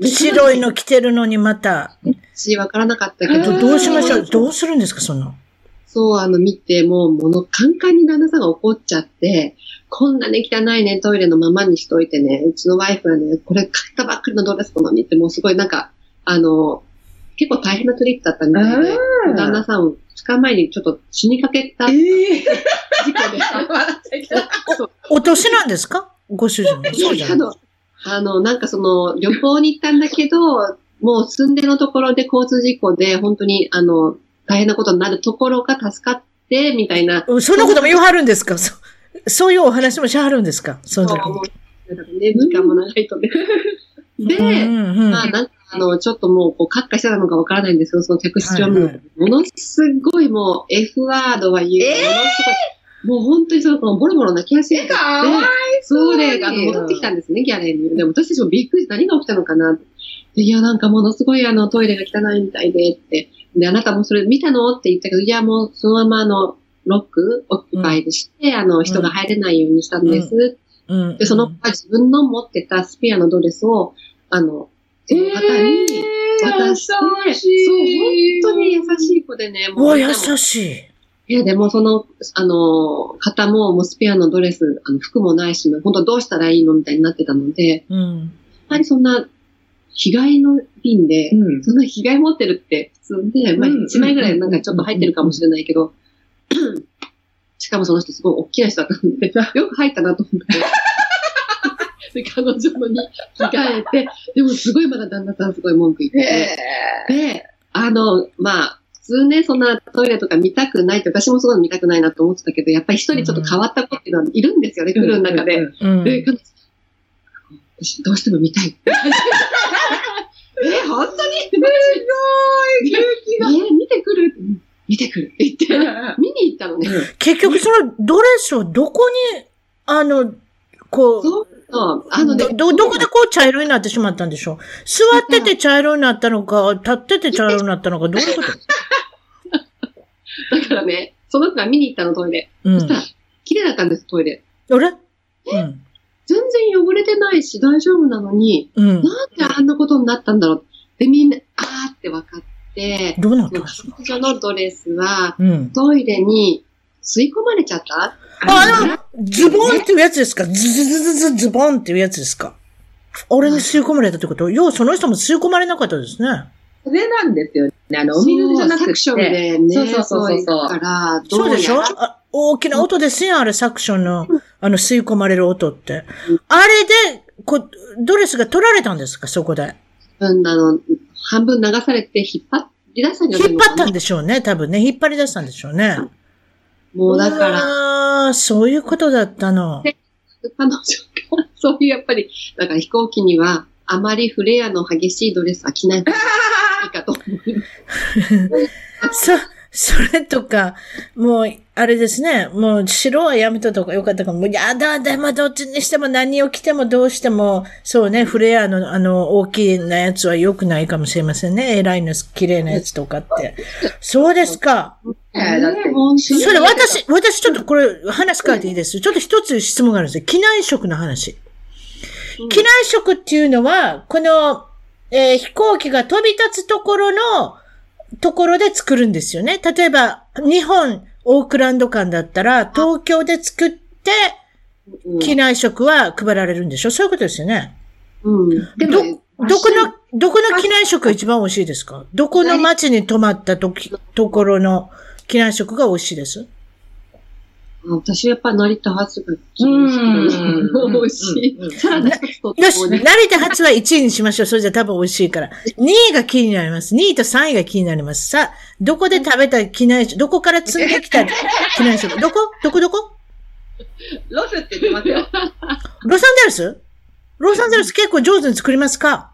白いの着てるのにまた。 私わからなかったけど。 どうしましょうどうするんですか、そんな。 そう、あの、見て、もう、もの、カンカンに旦那さんが怒っちゃって、こんなね、汚いね、トイレのままにしといてね、うちのワイフはね、これ買ったばっかりのドレスなのにって、もうすごいなんか、あの、結構大変なトリップだったみたいで、旦那さん、ふつかまえにちょっと死にかけた、えー、事故でお、お年なんですかご主人。 そうじゃない。あの、なんかその、旅行に行ったんだけど、もう住んでのところで交通事故で、本当に、あの、大変なことになるところが助かって、みたいな。 そんなことも言わはるんですかそそういうお話もしはるんですかその時に。ね、時間も長いとね。で、うんうん、まあなんかあの、ちょっともう、こう、カッカしてたのかわからないんですけど、その客室乗務員、はいはい、ものすごいもう、F ワードは言う。えー、ものすごい。もう本当にその、ボロボロ泣き始めて。かわいそうで、あの、戻ってきたんですね、ギャレーに。でも私たちもびっくりして何が起きたのかなって。いや、なんかものすごいあの、トイレが汚いみたいでって。で、あなたもそれ見たのって言ったけど、いや、もうそのままあの、ロック、オキュパイでして、うん、あの、人が入れないようにしたんです。うんうん、で、その子は自分の持ってたスペアのドレスを、あの、その方に渡して、えー、そう、本当に優しい子でね。 もう優しい。 いや、でもその、あの、方も、もうスペアのドレス、あの、服もないし、本当どうしたらいいのみたいになってたので、うん、やっぱりそんな、被害の便で、うん、そんな被害持ってるって普通で、まあいちまいぐらいなんかちょっと入ってるかもしれないけど、しかもその人すごい大きな人だったので、よく入ったなと思って。で、彼女のに着替えて、でもすごいまだ旦那さんすごい文句言って、で、あの、まあ、普通ね、そんなトイレとか見たくないって、私もすごい見たくないなと思ってたけど、やっぱり一人ちょっと変わった子っていうのはいるんですよね、うん、来る中で。うん、で、私どうしても見たい。え、本当にすごい勇気が。え、見てくる見てくるって言って、見に行ったのね。 結局そのドレスをどこに、あの、こう、 そう。あのね。 ど、どこでこう茶色になってしまったんでしょう？座ってて茶色になったのか、立ってて茶色になったのか、どういうことだからね、その子が見に行ったの、トイレ。うん。そしたら、綺麗だったんです、トイレ。 あれ？うん。 全然汚れてないし大丈夫なのに、うん、なんであんなことになったんだろう。で、みんな、あーって分かって、 どうなったんですか？ 彼女のドレスは、うん、トイレに吸い込まれちゃった？ あ、あの、ズボンっていうやつですか？ズズズズズズボンっていうやつですか？俺に吸い込まれたってこと？よう、その人も吸い込まれなかったですね。 それなんですよね。あの、お水じゃなくて。 サクションでね。 そうそうそうそう。 から、 どうそうでしょ？あ、大きな音ですよ、あれ、サクションの、あの、吸い込まれる音って。あれで、こ、ドレスが取られたんですか、そこで。 うん、あの、半分流されて引っ張り出したんじゃないのかな。引っ張ったんでしょうね、多分ね。引っ張り出したんでしょうね。 もうだから。 ああ、そういうことだったの。 で、彼女が、そういうやっぱり、だから飛行機には、あまりフレアの激しいドレスは着ない方がいいかと思います。そ、それとか、もう、あれですね、もう白はやめととかよかったかも。もうやだ、でもどっちにしても何を着てもどうしても、そうね、フレアのあの大きなやつは良くないかもしれませんね。エラインの綺麗なやつとかって。そうですか。 えー、だってそれ私、私ちょっとこれ話変えていいです？ちょっと一つ質問があるんですよ。機内食の話。機内食っていうのは、この、えー、飛行機が飛び立つところの、ところで作るんですよね。例えば、日本、オークランド間だったら、東京で作って、機内食は配られるんでしょ？そういうことですよね。 うん。 でも、ど、どこの、どこの機内食が一番美味しいですか？どこの街に泊まったとき、ところの機内食が美味しいです？ 私やっぱ成田発が美味しい。よし、 成田発はいちいにしましょう。それじゃ多分美味しいから。にいが気になります。にいとさんいが気になります。さあ、どこで食べた機内食、どこから積んできた機内食、どこどこどこロスって言ってますよ。 ロサンゼルス？ロサンゼルス結構上手に作りますか？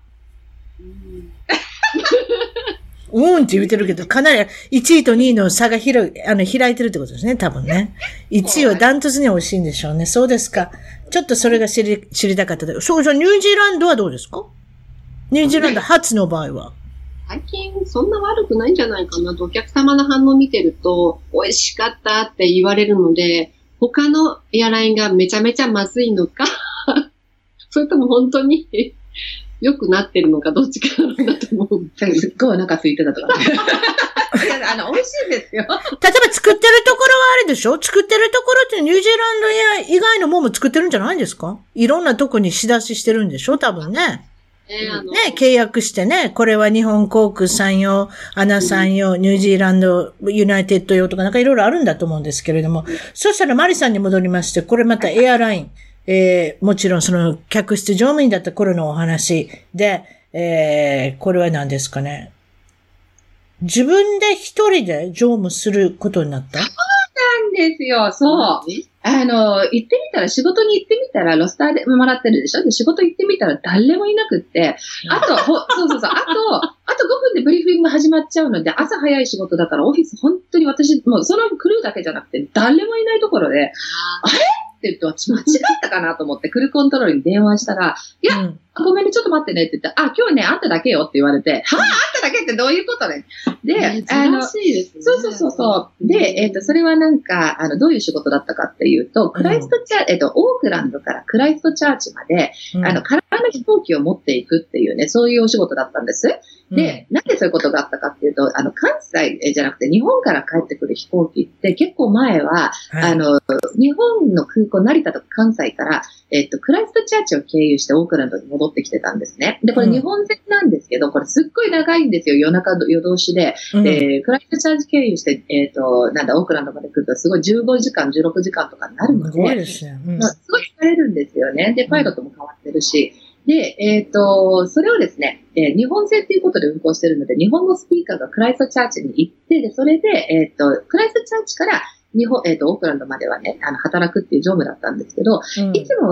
うーんって言ってるけど、かなりいちいとにいの差が広い、あの、開いてるってことですね、多分ね。いちいはダントツに美味しいんでしょうね。そうですか。ちょっとそれが知り、知りたかったで。そうそう、ニュージーランドはどうですか？ニュージーランド初の場合は。 最近そんな悪くないんじゃないかなと、お客様の反応を見てると、美味しかったって言われるので、他のエアラインがめちゃめちゃまずいのか、それとも本当に、良くなってるのか、どっちかなんだと思う。 すっごいお腹空いてたとか。いや、あの、美味しいですよ。例えば作ってるところはあれでしょ？作ってるところってニュージーランドや以外のものも作ってるんじゃないんですか？いろんなとこに仕出ししてるんでしょ？多分ね。 えー、あのね、契約してね、これは日本航空さん用、アナさん用、ニュージーランド、ユナイテッド用とかなんかいろいろあるんだと思うんですけれども、そしたらマリさんに戻りまして、これまたエアライン、えー、もちろんその客室乗務員だった頃のお話で、えー、これは何ですかね。自分で一人で乗務することになった？ そうなんですよ、そう。あの、行ってみたら、仕事に行ってみたら、ロスターでもらってるでしょ？で、仕事行ってみたら誰もいなくって、あと、ほそうそうそう、あと、あとごふんでブリーフィング始まっちゃうので、朝早い仕事だからオフィス本当に私、もうそのクルーだけじゃなくて、誰もいないところで、あれって言って、私間違ったかなと思って、クルーコントロールに電話したら、いや、うん、ごめんね、ちょっと待ってねって言って、あ、今日ね、あんただけよって言われて、はぁ、あんただけってどういうことね。で、 あの、そうそうそうそう。で、えっと、それはなんか、あの、どういう仕事だったかっていうと、クライストチャーチ、えっと、オークランドからクライストチャーチまで、うん、あの、空の飛行機を持っていくっていうね、そういうお仕事だったんです。で、うん、なんでそういうことがあったかっていうと、あの、関西じゃなくて日本から帰ってくる飛行機って結構前は、はい、あの、日本の空港、成田とか関西から、えっと、クライストチャーチを経由してオークランドに戻ってきてたんですね。で、これ日本線なんですけど、うん、これすっごい長いんですよ。夜中、夜通しで。うん、で、クライストチャーチ経由して、えっと、なんだ、オークランドまで来るとすごいじゅうごじかん、じゅうろくじかんとかになるので、すごいですね。うん、まあ、すごい疲れるんですよね。で、パイロットも変わってるし。で、えっと、それをですね、えー、日本製っていうことで運行してるので、日本のスピーカーがクライストチャーチに行って、で、それで、えっと、クライストチャーチから日本、えっと、オークランドまではね、あの、働くっていう乗務だったんですけど、うん、いつもは、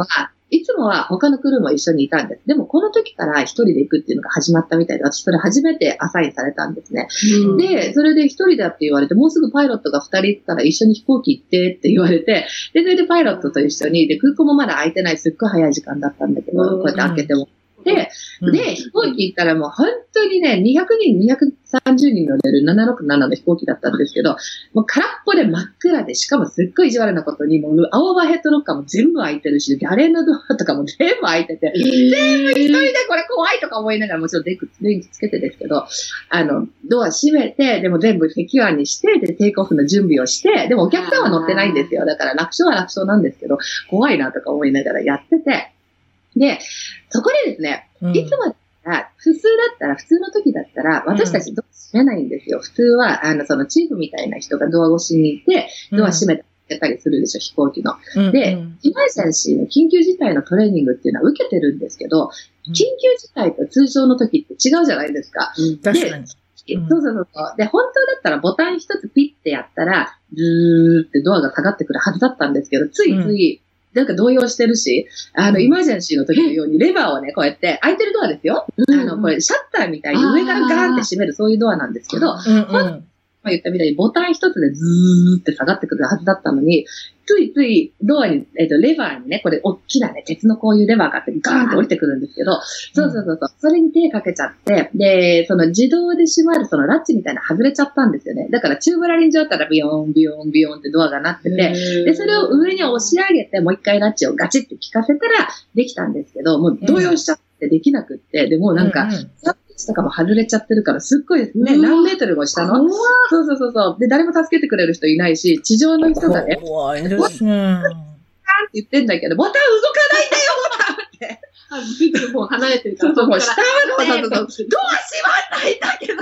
いつもは他のクルーも一緒にいたんです。でもこの時から一人で行くっていうのが始まったみたいで、私それ初めてアサインされたんですね。うん、で、それで一人だって言われて、もうすぐパイロットが二人行ったら一緒に飛行機行ってって言われて、で、それでパイロットと一緒に、で、空港もまだ空いてない、すっごい早い時間だったんだけど、こうやって開けても。で、うん、で、飛行機行ったらもう本当にね、にひゃくにん、にひゃくさんじゅうにん乗れるななろくななの飛行機だったんですけど、もう空っぽで真っ暗で、しかもすっごい意地悪なことに、もう青葉ヘッドロッカーも全部開いてるし、ギャレーのドアとかも全部開いてて、えー、全部一人でこれ怖いとか思いながら、もちろん電気つけてですけど、あの、ドア閉めて、でも全部セキュアにして、で、テイクオフの準備をして、でもお客さんは乗ってないんですよ。だから楽勝は楽勝なんですけど、怖いなとか思いながらやってて、で、そこでですね、うん、いつもだったら、普通だったら、普通の時だったら、私たちドア閉めないんですよ。うん、普通は、あの、そのチーフみたいな人がドア越しにいて、ドア閉めたりするでしょ、うん、飛行機の。うん、で、イマージェンシーの緊急事態のトレーニングっていうのは受けてるんですけど、緊急事態と通常の時って違うじゃないですか。 うん、確かに。 そうそうそうそう。で、本当だったらボタン一つピッてやったら、ずーってドアが下がってくるはずだったんですけど、ついつい、なんか動揺してるし、あの、イマージェンシーの時のようにレバーをね、こうやって、開いてるドアですよ。うん、あの、これ、シャッターみたいに上からガーンって閉める、そういうドアなんですけど、うんうん、まあ、言ったみたいにボタン一つでズーって下がってくるはずだったのに、ついついドアに、えっと、レバーにね、これ、大きなね、鉄のこういうレバーがあって、ガーンって降りてくるんですけど、そうそうそうそう、それに手かけちゃって、で、その自動で閉まるそのラッチみたいなの外れちゃったんですよね。だから、チューブラリン上だったらビヨン、ビヨン、ビヨンってドアがなってて、で、それを上に押し上げて、もう一回ラッチをガチって効かせたらできたんですけど、もう動揺しちゃってできなくって、で、もうなんか、うんうんとかも外れちゃってるから、すっごいですね。何メートルも下の。そうそうそうそう。で、誰も助けてくれる人いないし、地上の人がね。 怖いですね。 カーンって言ってんだけど、ボタン動かないんだよ、ボタンって。 あ、ずっともう離れてるから。 そうそう、もう下は、そうそうそう。ドア閉まんないんだけどって。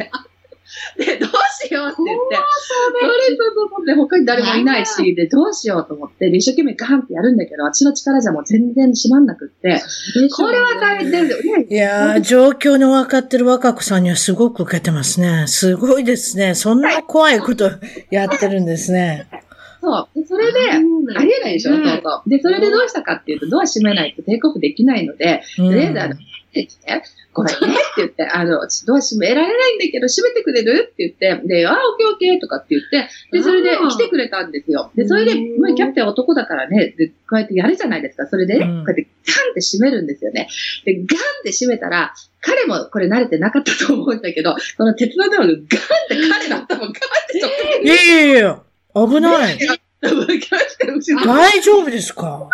で、どうしようって言って。それと思って、他に誰もいないし、で、どうしようと思って、で、一生懸命ガーンってやるんだけど、あっちの力じゃもう全然閉まんなくって、これは大変ですよね。 いやー、状況の分かってる若子さんにはすごく受けてますね。すごいですね。そんな怖いことやってるんですね。 そう。それで、ありえないでしょ、そうそう。で、それでどうしたかっていうと、ドア閉めないとテイクオフできないので、とりあえず、あの、ごめんねって言って、あの、ドア閉められないんだけど、閉めてくれるって言って、で、あ、オッケーオッケーとかって言って、で、それで来てくれたんですよ。で、それで、まあ、キャプテン男だからね、で、こうやってやるじゃないですか。それで、ね、こうやってガンって閉めるんですよね。で、ガンって閉めたら、彼もこれ慣れてなかったと思うんだけど、その鉄のドアがガンって彼の頭ガンってちょっと。 いやいやいや、危ない。大丈夫ですか？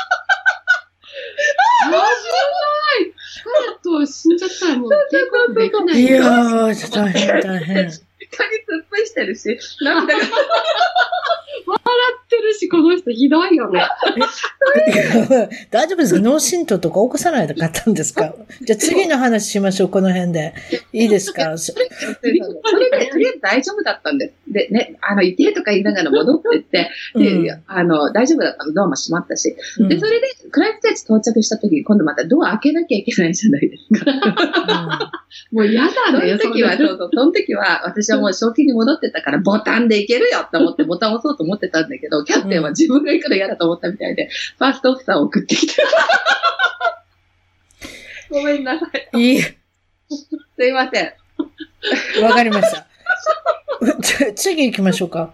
危ない。彼と死んじゃったらもうテイクオフできない。 いやー、大変大変。 床に突っ伏してるし、涙が。 笑ってるし、この人ひどいよね。 大丈夫ですか？脳震盪とか起こさないで買ったんですか？じゃあ次の話しましょう、この辺で。いいですか？ それで、とりあえず大丈夫だったんです。で、ね、あの、いてとか言いながら戻ってって、で、うん、あの、大丈夫だったの、ドアも閉まったし。うん、で、それで、クライストチャーチ到着した時に、今度またドア開けなきゃいけないじゃないですか。 うん、もう嫌だね。 その時は、そうそう、その時は、私はもう正気に戻ってたから、ボタンでいけるよって思って、ボタンを押そうと思ってたんだけど、キャプテンは自分が行くの嫌だと思ったみたいで、ファーストオフィサーを送ってきて。ごめんなさい。 いい。 すいません。 わかりました。次行きましょうか。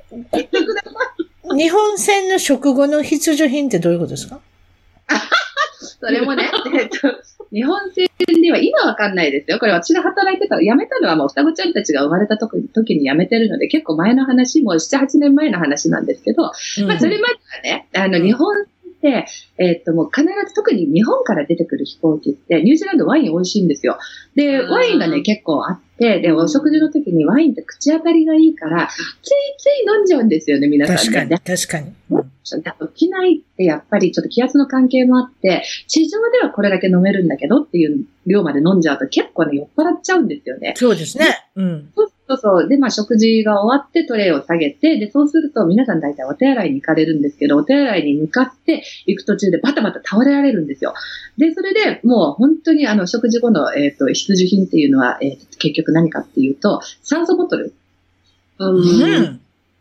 日本船の食後の必需品ってどういうことですか？ それもね、えっと、日本船では今わかんないですよ。これ私が働いてた、辞めたのはもう双子ちゃんたちが生まれた時に辞めてるので、結構前の話、もうなな、はちねんまえの話なんですけど、うん、まあそれまではね、あの、日本で、えっと、もう必ず特に日本から出てくる飛行機って、ニュージーランドワイン美味しいんですよ。で、ワインがね、結構あって、で、お食事の時にワインって口当たりがいいから、ついつい飲んじゃうんですよね、皆さん、ね。 確かに、確かに。うん機内ってやっぱりちょっと気圧の関係もあって、地上ではこれだけ飲めるんだけどっていう量まで飲んじゃうと結構ね、酔っ払っちゃうんですよね。 そうですね。うん。 そうそうそう。で、まあ食事が終わってトレイを下げて、で、そうすると皆さん大体お手洗いに行かれるんですけど、お手洗いに向かって行く途中でバタバタ倒れられるんですよ。で、それでもう本当にあの食事後の、えっと、必需品っていうのは、えー、結局何かっていうと、酸素ボトル。 うん。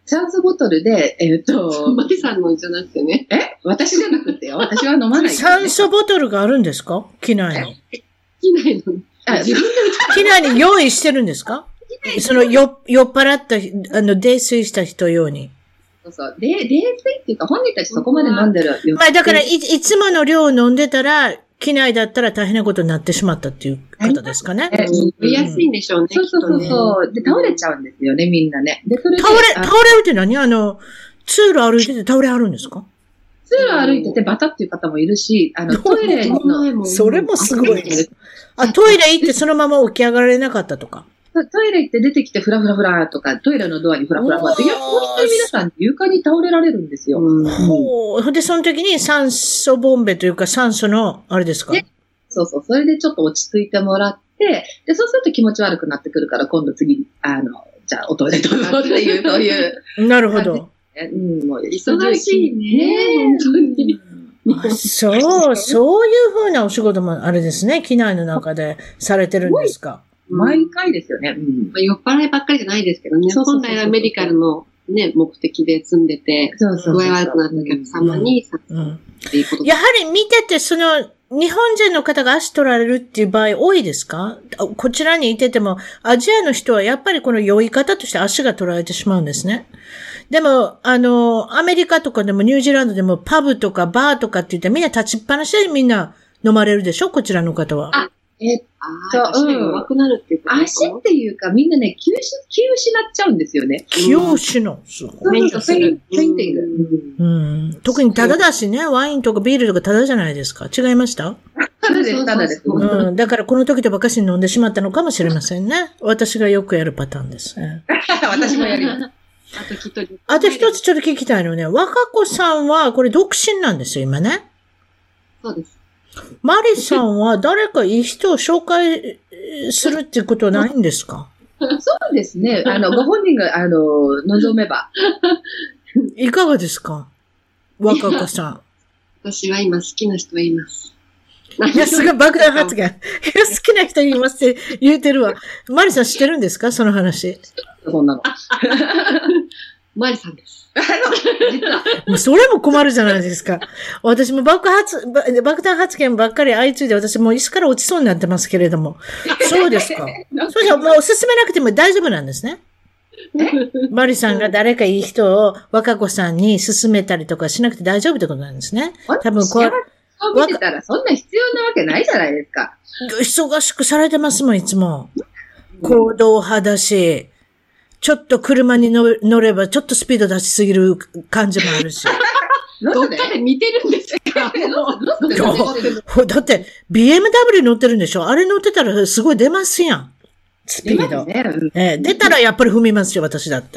酸素ボトルで、えっ、と、 マリさんのじゃなくてね。 え私じゃなくてよ。私は飲まない、ね。 酸素ボトルがあるんですか？機内に。 機内の。 あ、自分で機内に用意してるんですか？その、よ、酔っ払った、あの、泥酔した人用に。 そうそう。で、泥酔っていうか、本人たちそこまで飲んでるよ。 まあ、だからい、いつもの量を飲んでたら、機内だったら大変なことになってしまったっていう方ですかね。 飲みやすいんでしょうね。 そうそうそうそう。で、倒れちゃうんですよね、みんなね。で、それで。 倒れ、倒れるって何？あの、通路歩いてて倒れはるんですか？ 通路歩いててバタっていう方もいるし、あの、トイレの。 それもすごいです。あ、トイレ行ってそのまま起き上がられなかったとか。 トイレ行って出てきてフラフラフラとか、トイレのドアにフラフラフラって、いや、本当に皆さん床に倒れられるんですよ。 ほう。で、その時に酸素ボンベというか酸素の、あれですか？ そうそう。それでちょっと落ち着いてもらって、で、そうすると気持ち悪くなってくるから、今度次、あの、じゃあおトイレどうぞっていう、そういう。 なるほど。 うん、もう忙しいね。本当に。 あ、そう、そういうふうなお仕事もあれですね。機内の中でされてるんですか？ 毎回ですよね。うん、 まあ、酔っ払いばっかりじゃないですけどね。本来はメディカルのね、目的で積んでて、具合悪くなったお客様にさ、うん、っていうこと。 やはり見てて、その、日本人の方が足取られるっていう場合多いですか？こちらにいてても、アジアの人はやっぱりこの酔い方として足が取られてしまうんですね。でも、あの、アメリカとかでもニュージーランドでもパブとかバーとかって言ってみんな立ちっぱなしでみんな飲まれるでしょ？こちらの方は。 あ、えっと、足が弱くなるっていうか、足っていうかみんなね、気を失っちゃうんですよね。 気を失う。 そうそう、フェインティング。 うん。特にタダだしね、ワインとかビールとかタダじゃないですか。違いました？ タダです、タダです。 うん。だからこの時とばかしに飲んでしまったのかもしれませんね。私がよくやるパターンです。 私もやります。 あと一つ。 あと一つちょっと聞きたいのね。若子さんは、これ独身なんですよ、今ね。 そうです。 マリさんは誰かいい人を紹介するっていうことはないんですか？ そうですね。あの、ご本人が、あの、望めば。 いかがですか？若子さん。 私は今好きな人はいます。 いや、すごい爆弾発言。いや、好きな人いますって言うてるわ。マリさん知ってるんですか？その話。 そんなの。 マリさんです。 実は。 もうそれも困るじゃないですか。私も爆発、爆弾発言ばっかり相次いで私もう椅子から落ちそうになってますけれども。そうですか。そうじゃもう進めなくても大丈夫なんですね。マリさんが誰かいい人を若子さんに勧めたりとかしなくて大丈夫ってことなんですね。 多分これ。見てたらそんな必要なわけないじゃないですか。 忙しくされてますもん、いつも。行動派だし、ちょっと車に乗ればちょっとスピード出しすぎる感じもあるし。 どっかで見てるんですか？ だって ビーエムダブリュー 乗ってるんでしょ？あれ乗ってたらすごい出ますやん。スピード。ねえー、出たらやっぱり踏みますよ、私だって。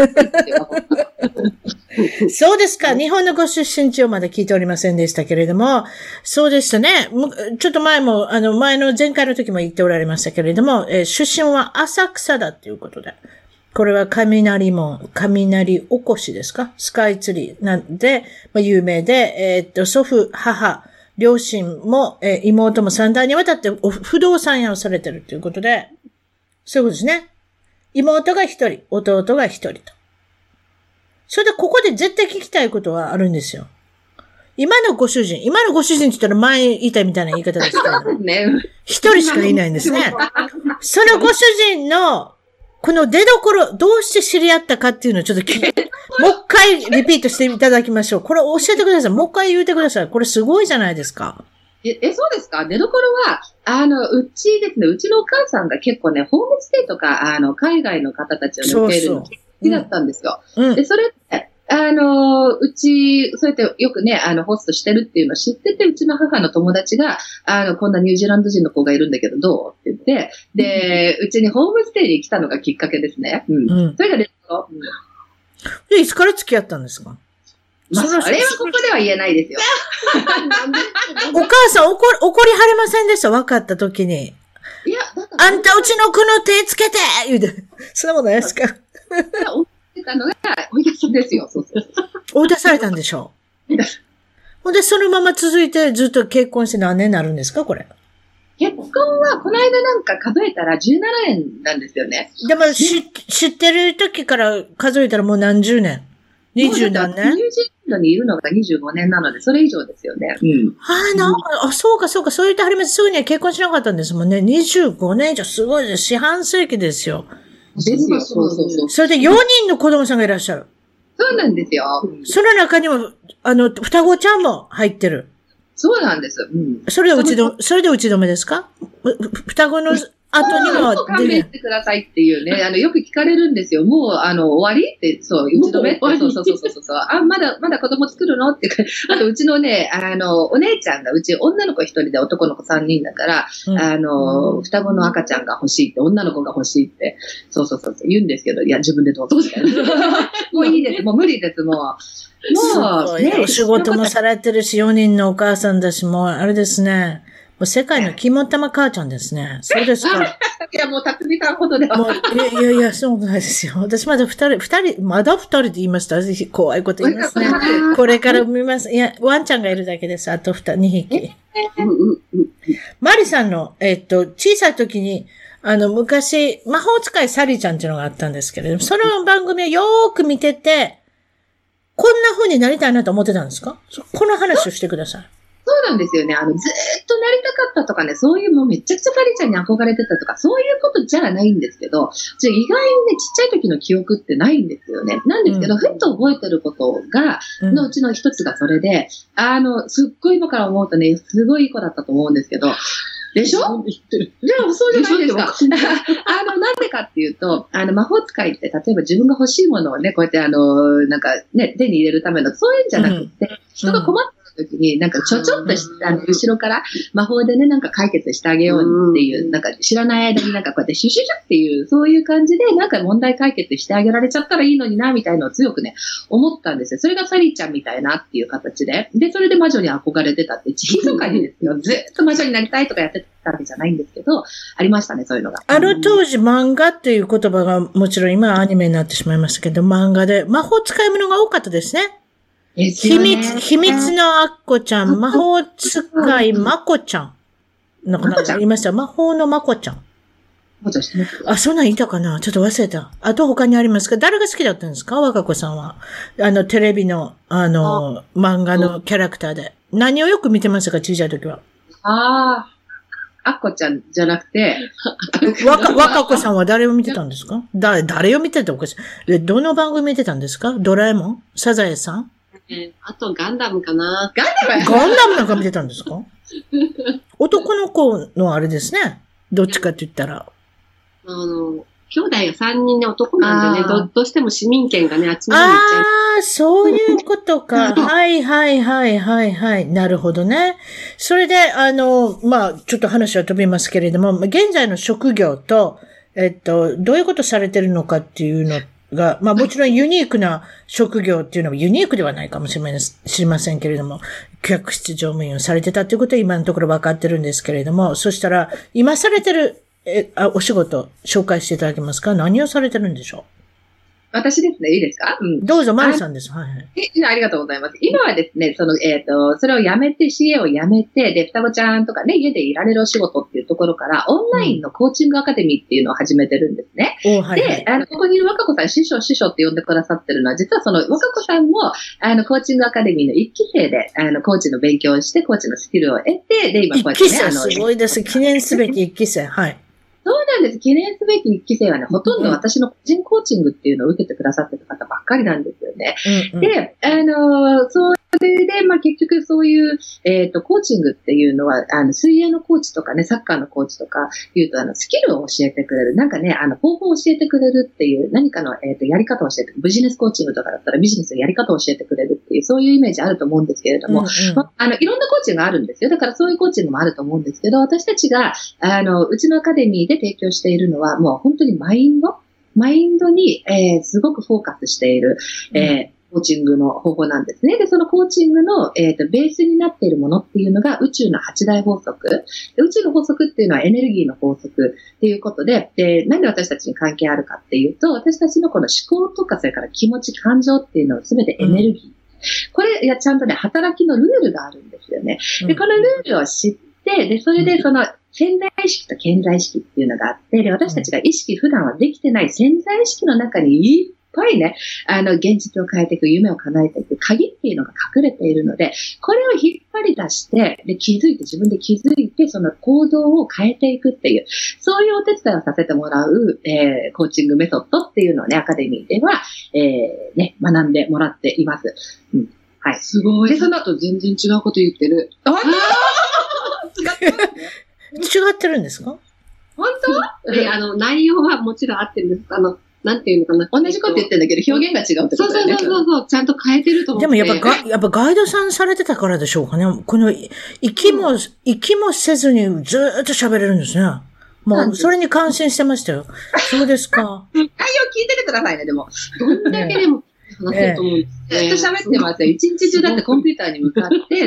そうですか。日本のご出身地をまだ聞いておりませんでしたけれども、そうでしたね。ちょっと前も、あの、前の前回の時も言っておられましたけれども、えー、出身は浅草だっていうことで。これは雷門、雷おこしですか？スカイツリーなんで、まあ、有名で、えー、っと、祖父、母、両親も、えー、妹も三代にわたって不動産屋をされてるということで、そういうことですね。妹が一人、弟が一人と。それでここで絶対聞きたいことはあるんですよ。今のご主人、今のご主人って言ったら前言いたいみたいな言い方ですけど。 ね。 一人しかいないんですね。そのご主人の、この出所、どうして知り合ったかっていうのをちょっと聞いて、もう一回リピートしていただきましょう。これ教えてください。もう一回言ってください。これすごいじゃないですか。 え、え、そうですか？出所は、あの、うちですね、うちのお母さんが結構ね、ホームステイとか、あの、海外の方たちを受けるの好きだったんですよ。そうそう、うん、で、それって、あの、うち、そうやってよくね、あの、ホストしてるっていうのを知ってて、うちの母の友達が、あの、こんなニュージーランド人の子がいるんだけど、どうって言って、で、うん、うちにホームステイに来たのがきっかけですね。うん。うん、それが出所。うん、 で、いつから付き合ったんですか？ まあ、それはここでは言えないですよ。 お母さん怒り、怒りはれませんでした？分かった時に。 いや、 だからあんたうちの子の手つけて言うて。そんなことないですか？ 追ってたのが、追い出さんですよ。そうそう追い出されたんでしょう。ほんで、そのまま続いてずっと結婚して何年になるんですかこれ。 結婚は、この間なんか数えたらじゅうななねんなんですよね。 でも、し、知ってる時から数えたらもう何十年？二十何年？ ニュージーランドにいるのがにじゅうごねんなので、それ以上ですよね。うん。 ああ、なんか、あ、そうか、そうか、そう言ってはります。すぐには結婚しなかったんですもんね。にじゅうごねん以上、すごいです。四半世紀ですよ。 ですよ、そうそうそう。 それでよにんの子供さんがいらっしゃる。 そうなんですよ。 その中にも、あの、双子ちゃんも入ってる。 そうなんです。うん。 それで打ちど、それで打ち止めですか？双子の後にも。 勘弁してくださいっていうね、あの、よく聞かれるんですよ。もう、あの、終わりって、そう、打ち止めって、そうそうそうそうそう。あ、まだ、まだ子供作るのって、あと、うちのね、あの、お姉ちゃんが、うち女の子一人で男の子三人だから、うん、あの、双子の赤ちゃんが欲しいって、女の子が欲しいって、そうそうそう言うんですけど、いや、自分でどうぞ。もういいです。もう無理です、もう。 もう、ね、お仕事もされてるし、よにんのお母さんだし、もう、あれですね。もう世界の肝っ玉母ちゃんですね。そうですか。 いや、もう、たつみさんほどでは。 もう、いやいやいや、そうないですよ。私まだ二人、二人、まだ二人で言いました。怖いこと言いますね。これから見ます。いや、ワンちゃんがいるだけです。あと二、二匹。マリさんの、えっと、小さい時に、あの、昔、魔法使いサリーちゃんっていうのがあったんですけれども、その番組をよーく見てて、こんな風になりたいなと思ってたんですか？この話をしてください。 そうなんですよね。あの、ずーっとなりたかったとかね、そういうもうめちゃくちゃサリちゃんに憧れてたとか、そういうことじゃないんですけど、ちょ意外にね、ちっちゃい時の記憶ってないんですよね。なんですけど、うん、ふっと覚えてることが、のうちの一つがそれで、あの、すっごい今から思うとね、すごいいい子だったと思うんですけど、でしょ？でもそうじゃないですか。あの、なんでかっていうと、あの、魔法使いって、例えば自分が欲しいものをね、こうやってあの、なんかね、手に入れるための、そういうんじゃなくて、うん、人が困って時に、なんかちょちょっとしあの後ろから魔法でね、なんか解決してあげようっていう、なんか知らない間になんかこうやってシュシュシュっていう、そういう感じでなんか問題解決してあげられちゃったらいいのにな、みたいなのを強くね、思ったんですよ。それがサリーちゃんみたいなっていう形で。で、それで魔女に憧れてたって、密かにですよ。ずっと魔女になりたいとかやってたわけじゃないんですけど、ありましたね、そういうのが。 あの当時漫画っていう言葉がもちろん今はアニメになってしまいましたけど、漫画で魔法使い物が多かったですね。秘密、秘密のアッコちゃん、魔法使いまこちゃん。なんかなんか言いました。魔法のまこちゃん。あ、そんなんいたかな？ちょっと忘れた。あと他にありますか？誰が好きだったんですか？若子さんは。あの、テレビの、あの、漫画のキャラクターで。何をよく見てましたか？小さい時は。 ああ。アッコちゃんじゃなくて、 若、若子さんは誰を見てたんですか？誰、誰を見てたおかしい。どの番組見てたんですか？ドラえもん？サザエさん？ えー、あとガンダムかな。 ガンダムガンダムなんか見てたんですか？男の子のあれですね。どっちかって言ったら。 あの、兄弟がさんにんね、男なんでね、ど、どうしても市民権がね、集まりに行っちゃう。 ああ、そういうことか。はいはいはいはいはい。なるほどね。それで、あの、まあ、ちょっと話は飛びますけれども、現在の職業と、えっと、どういうことされてるのかっていうのが、まあもちろんユニークな職業っていうのはユニークではないかもしれません、知りませんけれども、客室乗務員をされてたっていうことは今のところ分かってるんですけれども、そしたら、今されてる、え、あ、お仕事、紹介していただけますか？何をされてるんでしょう？ 私ですね、いいですか？うん。 どうぞ、マリさんです。はいはい。 え、ありがとうございます。今はですね、その、えっと、それをやめて、シーエー をやめて、で、双子ちゃんとかね、家でいられるお仕事っていうところから、オンラインのコーチングアカデミーっていうのを始めてるんですね。 うん、はいはい、 で、あの、ここにいる若子さん、師匠、師匠って呼んでくださってるのは、実はその若子さんも、あの、コーチングアカデミーの一期生で、あの、コーチの勉強をして、コーチのスキルを得て、で、今こうやってね、 あの、すごいです。記念すべき一期生。はい。 そうなんです。記念すべき一期生はね、ほとんど私の個人コーチングっていうのを受けてくださってる方ばっかりなんですよね。うんうん、で、あのー、それで、まあ、結局そういう、えっと、コーチングっていうのは、あの、水泳のコーチとかね、サッカーのコーチとかいうと、あの、スキルを教えてくれる。なんかね、あの、方法を教えてくれるっていう、何かの、えっと、やり方を教えてくれる。ビジネスコーチングとかだったらビジネスのやり方を教えてくれるっていう、そういうイメージあると思うんですけれども、うんうん、まあ、あの、いろんなコーチングがあるんですよ。だからそういうコーチングもあると思うんですけど、私たちが、あの、うちのアカデミーで提供しているのは、もう本当にマインドマインドに、えー、すごくフォーカスしている、えー、コーチングの方法なんですね。で、そのコーチングの、えーと、ベースになっているものっていうのが宇宙の八大法則。で、宇宙の法則っていうのはエネルギーの法則っていうことで、で、なんで私たちに関係あるかっていうと、私たちのこの思考とかそれから気持ち、感情っていうのは全てエネルギー。うん、これ、いや、ちゃんとね、働きのルールがあるんですよね。で、このルールを知って、で、それでその、 潜在意識と潜在意識っていうのがあって、で、私たちが意識普段はできてない潜在意識の中にいっぱいね、あの、現実を変えていく、夢を叶えていく鍵っていうのが隠れているので、これを引っ張り出して、で、気づいて、自分で気づいて、その行動を変えていくっていう、そういうお手伝いをさせてもらう、えー、コーチングメソッドっていうのをね、アカデミーでは、えー、ね、学んでもらっています。うん。はい。 すごい。で、その後全然違うこと言ってる。 本当違ってる違ってるんですか？ 本当？ で、あの、内容はもちろん合ってるんです。あの、なんていうのかな。 同じこと言ってるんだけど、表現が違うってことだよね。 そうそうそうそう、ちゃんと変えてると思って。 でもやっぱガ、やっぱガイドさんされてたからでしょうかね。この、息も、息もせずにずーっと喋れるんですね。もう、それに感心してましたよ。そうですか。 内容聞いててくださいね、でも。 どんだけでも話せると思うんですね。ずっと喋ってますよ。一日中だってコンピューターに向かって、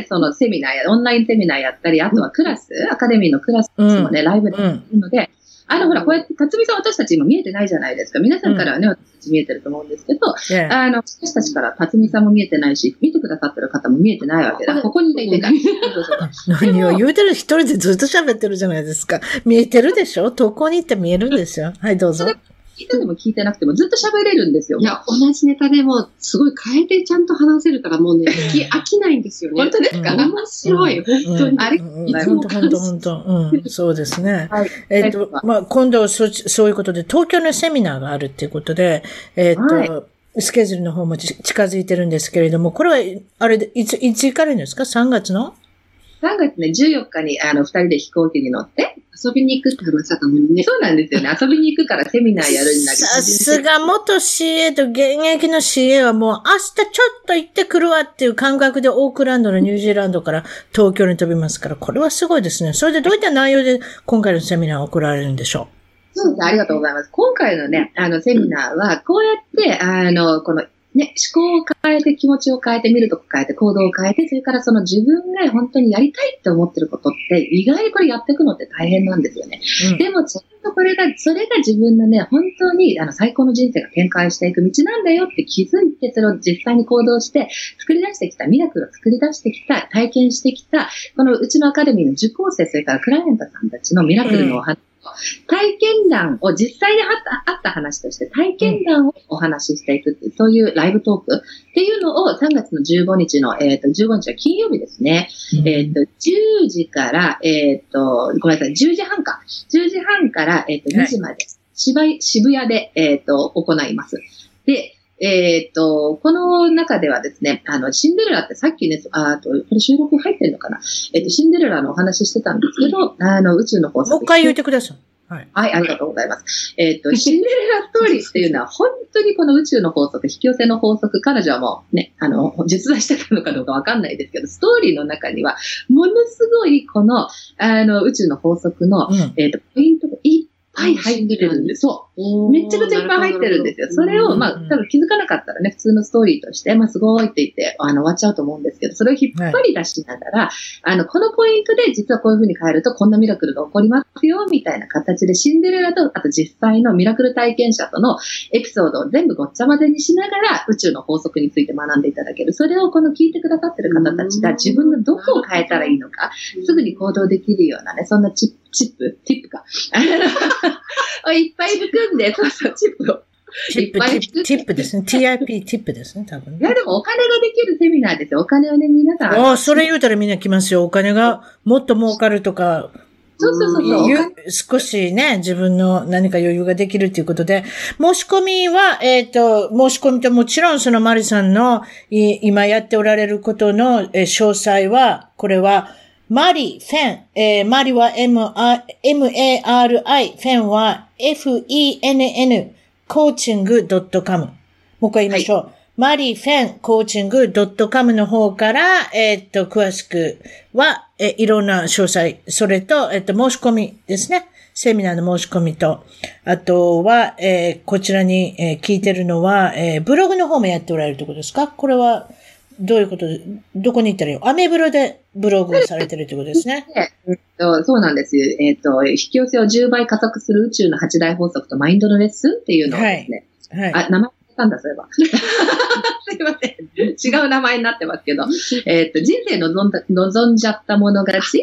そのセミナーや、オンラインセミナーやったり、あとはクラス、アカデミーのクラスもね、ライブでやってるので、あの、ほら、こうやって、辰巳さん私たち今見えてないじゃないですか。皆さんからはね、うん、私たち見えてると思うんですけど、yeah. あの、私たちから辰巳さんも見えてないし、見てくださってる方も見えてないわけだ。ここにいてない。 何を言うてる？一人でずっと喋ってるじゃないですか。見えてるでしょ？どこに行って見えるんですよ。はい、どうぞ。 聞いてても聞いてなくてもずっと喋れるんですよ。 いや、同じネタでもすごい変えてちゃんと話せるからもうね、聞き飽きないんですよね。 本当ですか？ 面白い、本当に。あれ、 本当本当本当。うん、そうですね。はい、えっと、まあ、今度そ、そういうことで、東京のセミナーがあるっていうことで、えっと、はい、スケジュールの方も近づいてるんですけれども、これは、あれで、いつ、いつ行かれるんですか？ さんがつのさんがつね、じゅうよっかに、あの、二人で飛行機に乗って、 遊びに行くって話だったのにね。 そうなんですよね。遊びに行くからセミナーやるんだけど。 さすが元 シーエー と現役の シーエー はもう明日ちょっと行ってくるわっていう感覚でオークランドのニュージーランドから東京に飛びますから、これはすごいですね。それでどういった内容で今回のセミナーを送られるんでしょう？そうです。ありがとうございます。今回のね、あの、セミナーは、こうやって、あの、この、ね、思考を変えて、気持ちを変えて、見るとこ変えて、行動を変えて、それからその自分が本当にやりたいって思ってることって、意外にこれやっていくのって大変なんですよね。うん、でも、ちゃんとこれが、それが自分のね、本当にあの最高の人生が展開していく道なんだよって気づいて、それを実際に行動して、作り出してきた、ミラクルを作り出してきた、体験してきた、このうちのアカデミーの受講生、それからクライアントさんたちのミラクルのお話、うん体験談を実際にあった、あった話として体験談をお話ししていくっていう、そういうライブトークっていうのをさんがつのじゅうごにちの、えっと、じゅうごにちは金曜日ですね。うん、えっと、じゅうじから、えっと、ごめんなさい、じゅうじはんか。じゅうじはんから、えっと、にじまで、渋谷、渋谷で、えっと、行います。で、えっと、この中ではですね、あの、シンデレラってさっきね、あと、これ収録入ってるのかなえっと、シンデレラのお話ししてたんですけど、あの、宇宙の法則。 もう一回言ってください。はい。 はい、ありがとうございます。えっと、シンデレラストーリーっていうのは、本当にこの宇宙の法則、引き寄せの法則、彼女はもうね、あの、実在してたのかどうかわかんないですけど、ストーリーの中には、ものすごいこの、あの、宇宙の法則の、うん、えっと、ポイントがいっぱい入ってるんです。そう。めちゃくちゃいっぱい入ってるんですよ。それを、まあ、多分気づかなかったらね、普通のストーリーとして、まあ、すごいって言って、あの、終わっちゃうと思うんですけど、それを引っ張り出しながら、はい、あの、このポイントで実はこういう風に変えるとこんなミラクルが起こりますよ、みたいな形でシンデレラと、あと実際のミラクル体験者とのエピソードを全部ごっちゃ混ぜにしながら、宇宙の法則について学んでいただける。それをこの聞いてくださってる方たちが自分のどこを変えたらいいのか、すぐに行動できるようなね、そんなチップ、チップ、ティップか。いっぱい含んで、そうそう、チップを。 チップ、チップですね。ティーアイピー、チップですね、多分、ね。 いや、でもお金ができるセミナーですよ。お金をね、皆さん。 ああ、それ言うたらみんな来ますよ。お金がもっと儲かるとか。 そうそうそうそう。 少しね、自分の何か余裕ができるということで、申し込みは、えっと、申し込みともちろんそのマリさんの今やっておられることの詳細は、これは、マリ、フェン、えー、マリは M、エムエーアールアイ、フェンは エフイーエヌエヌ、コーチング ドットコム。もう一回言いましょう。はい、マリ、フェン、コーチング ドットコム の方から、えっと、詳しくは、え、いろんな詳細、それと、えっと、申し込みですね。セミナーの申し込みと、あとは、えー、こちらに、えー、聞いてるのは、えー、ブログの方もやっておられるということですか？これは、どういうことで、どこに行ったらいいよ？アメブロでブログをされてるということですね。 えっと、そうなんですよ。えっと、引き寄せをじゅうばい加速する宇宙のはち大法則とマインドのレッスンっていうのをですね。はい。はい、あ、名前なんだ、そういえば。すいません。違う名前になってますけど。えっと、人生望んだ、望んじゃったもの勝ち。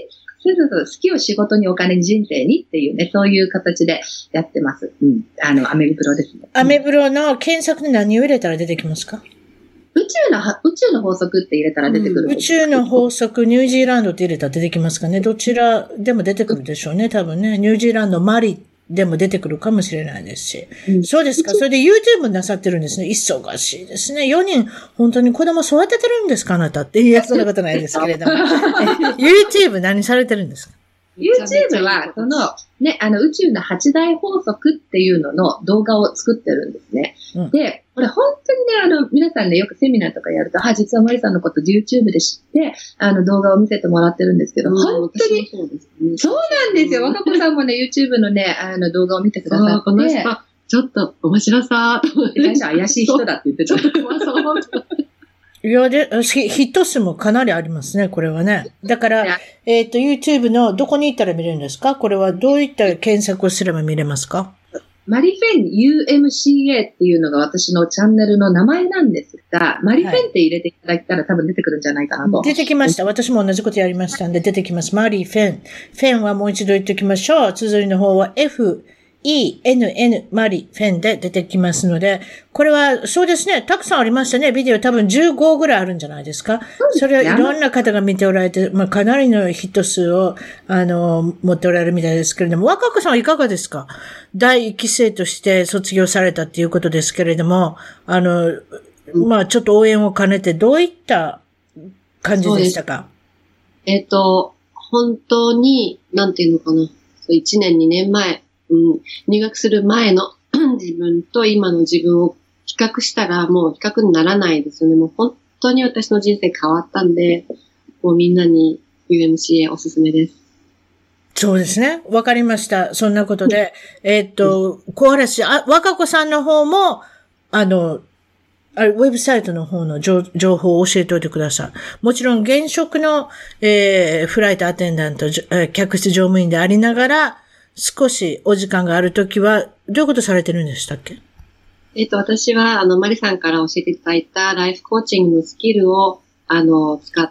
そうそうそう、好きを仕事にお金人生にっていうね、そういう形でやってます。うん。あの、アメブロですね。 アメブロの検索で何を入れたら出てきますか？ 宇宙の、宇宙の法則って入れたら出てくる、 うん。宇宙の法則、ニュージーランドって入れたら出てきますかね。どちらでも出てくるでしょうね、多分ね。ニュージーランド、マリでも出てくるかもしれないですし。うん、そうですか。それで YouTube なさってるんですね。忙しいですね。よにん、本当に子供育ててるんですかあなたって。いや、そんなことないですけれども。YouTube 何されてるんですか？ YouTube は、その、ね、あの、宇宙の八大法則っていうのの動画を作ってるんですね。うん、で、これ本当にね、あの、皆さんね、よくセミナーとかやると、あ、実はマリさんのこと YouTube で知って、あの、動画を見せてもらってるんですけど、うん、本当に、そうですね。そうなんですよ。若子さんもね、YouTube のね、あの、動画を見てくださって。この人、 ちょっと面白さーと思って。 最初怪しい人だって言ってた。怖そう。 いや、で、ヒット数もかなりありますね、これはね。だから、えっと、YouTube のどこに行ったら見れるんですか？これはどういった検索をすれば見れますか？ マリフェン ユーエムシーエー っていうのが私のチャンネルの名前なんですが、マリフェンって入れていただいたら多分出てくるんじゃないかなと。 出てきました。私も同じことやりましたんで出てきます。マリフェン。フェンはもう一度言っておきましょう。綴りの方は F、イーエヌエヌ マリフェンで出てきますので、これはそうですね、たくさんありましたね。ビデオ多分じゅうごぐらいあるんじゃないですか。それをいろんな方が見ておられて、まあかなりのヒット数を、あの、持っておられるみたいですけれども、若子さんはいかがですか？第一期生として卒業されたっていうことですけれども、あの、まあちょっと応援を兼ねてどういった感じでしたか？ えっと、本当に、なんていうのかな。いちねん、にねんまえ、うん、入学する前の自分と今の自分を比較したらもう比較にならないですよね。もう本当に私の人生変わったんで、もうみんなに ユーエムシーエー おすすめです。 そうですね。わかりました。そんなことで、えー、っと、小原氏、あ、若子さんの方も、あの、あウェブサイトの方の情報を教えておいてください。もちろん現職の、えー、フライトアテンダント、えー、客室乗務員でありながら、少しお時間があるときは、どういうことされてるんでしたっけ？ えっと、私は、あの、マリさんから教えていただいたライフコーチングのスキルを、あの、使って、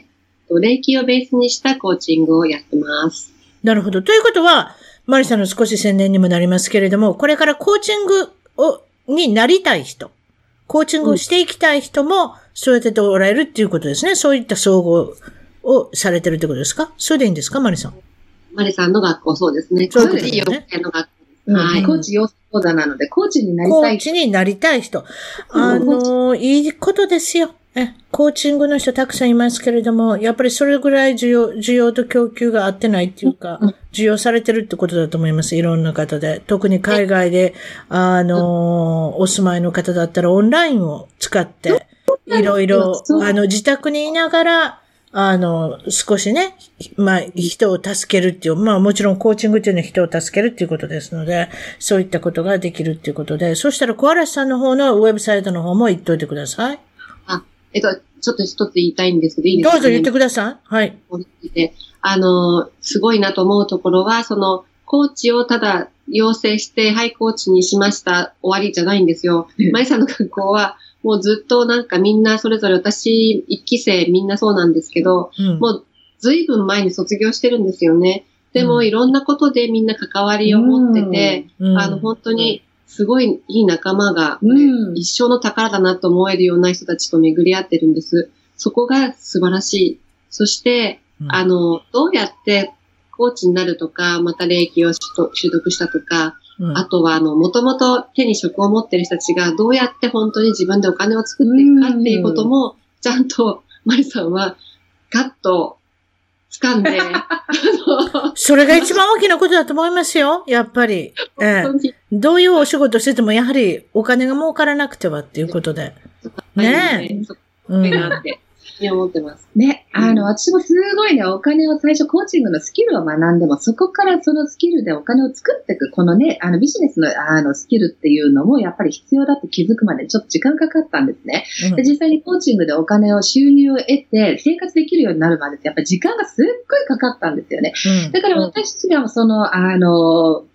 霊気をベースにしたコーチングをやってます。 なるほど。ということは、マリさんの少し宣伝にもなりますけれども、これからコーチングを、になりたい人、コーチングをしていきたい人も、そうやっておられるっていうことですね。そういった総合をされてるってことですか？それでいいんですか、マリさん？ マリさんの学校、そうですね。 そういうことですね。 コーチの学校。 うん、はい。コーチ養成講座なので、コーチになりたい。 コーチになりたい人。あの、いいことですよ。え、コーチングの人たくさんいますけれども、やっぱりそれぐらい需要、需要と供給が合ってないっていうか、需要されてるってことだと思います。いろんな方で。特に海外で、あの、お住まいの方だったらオンラインを使って、いろいろ、あの、自宅にいながら、あの、少しね、まあ、人を助けるっていう、まあもちろんコーチングっていうのは人を助けるっていうことですので、そういったことができるっていうことで、そしたら小嵐さんの方のウェブサイトの方も言っといてください。 あ、えっと、ちょっと一つ言いたいんですけど、いいですか、ね？ どうぞ言ってください。はい。 あの、すごいなと思うところは、その、コーチをただ養成して、はい、コーチにしました、終わりじゃないんですよ。マイさんの学校は、もうずっとなんかみんなそれぞれ私一期生みんなそうなんですけど、うん、もうずいぶん前に卒業してるんですよね。でもいろんなことでみんな関わりを持ってて、うん、あの本当にすごいいい仲間が、うん、一生の宝だなと思えるような人たちと巡り合ってるんです。そこが素晴らしい。そして、うん、あの、どうやってコーチになるとか、また霊気を習得したとか、うん、あとは、あの、もともと手に職を持ってる人たちがどうやって本当に自分でお金を作っていくかっていうことも、ちゃんと、マリさんは、ガッと掴んで、 それが一番大きなことだと思いますよ、やっぱり。ええ、どういうお仕事してても、やはりお金が儲からなくてはっていうことで。ねえ。 そこいなって。思ってます。 ね、あの、私もすごいね、お金を最初コーチングのスキルを学んでも、そこからそのスキルでお金を作っていく、このね、あのビジネスのあのスキルっていうのもやっぱり必要だって気づくまでちょっと時間かかったんですね。うん、で実際にコーチングでお金を収入を得て生活できるようになるまでってやっぱり時間がすっごいかかったんですよね。うん、だから私たちがその、あの、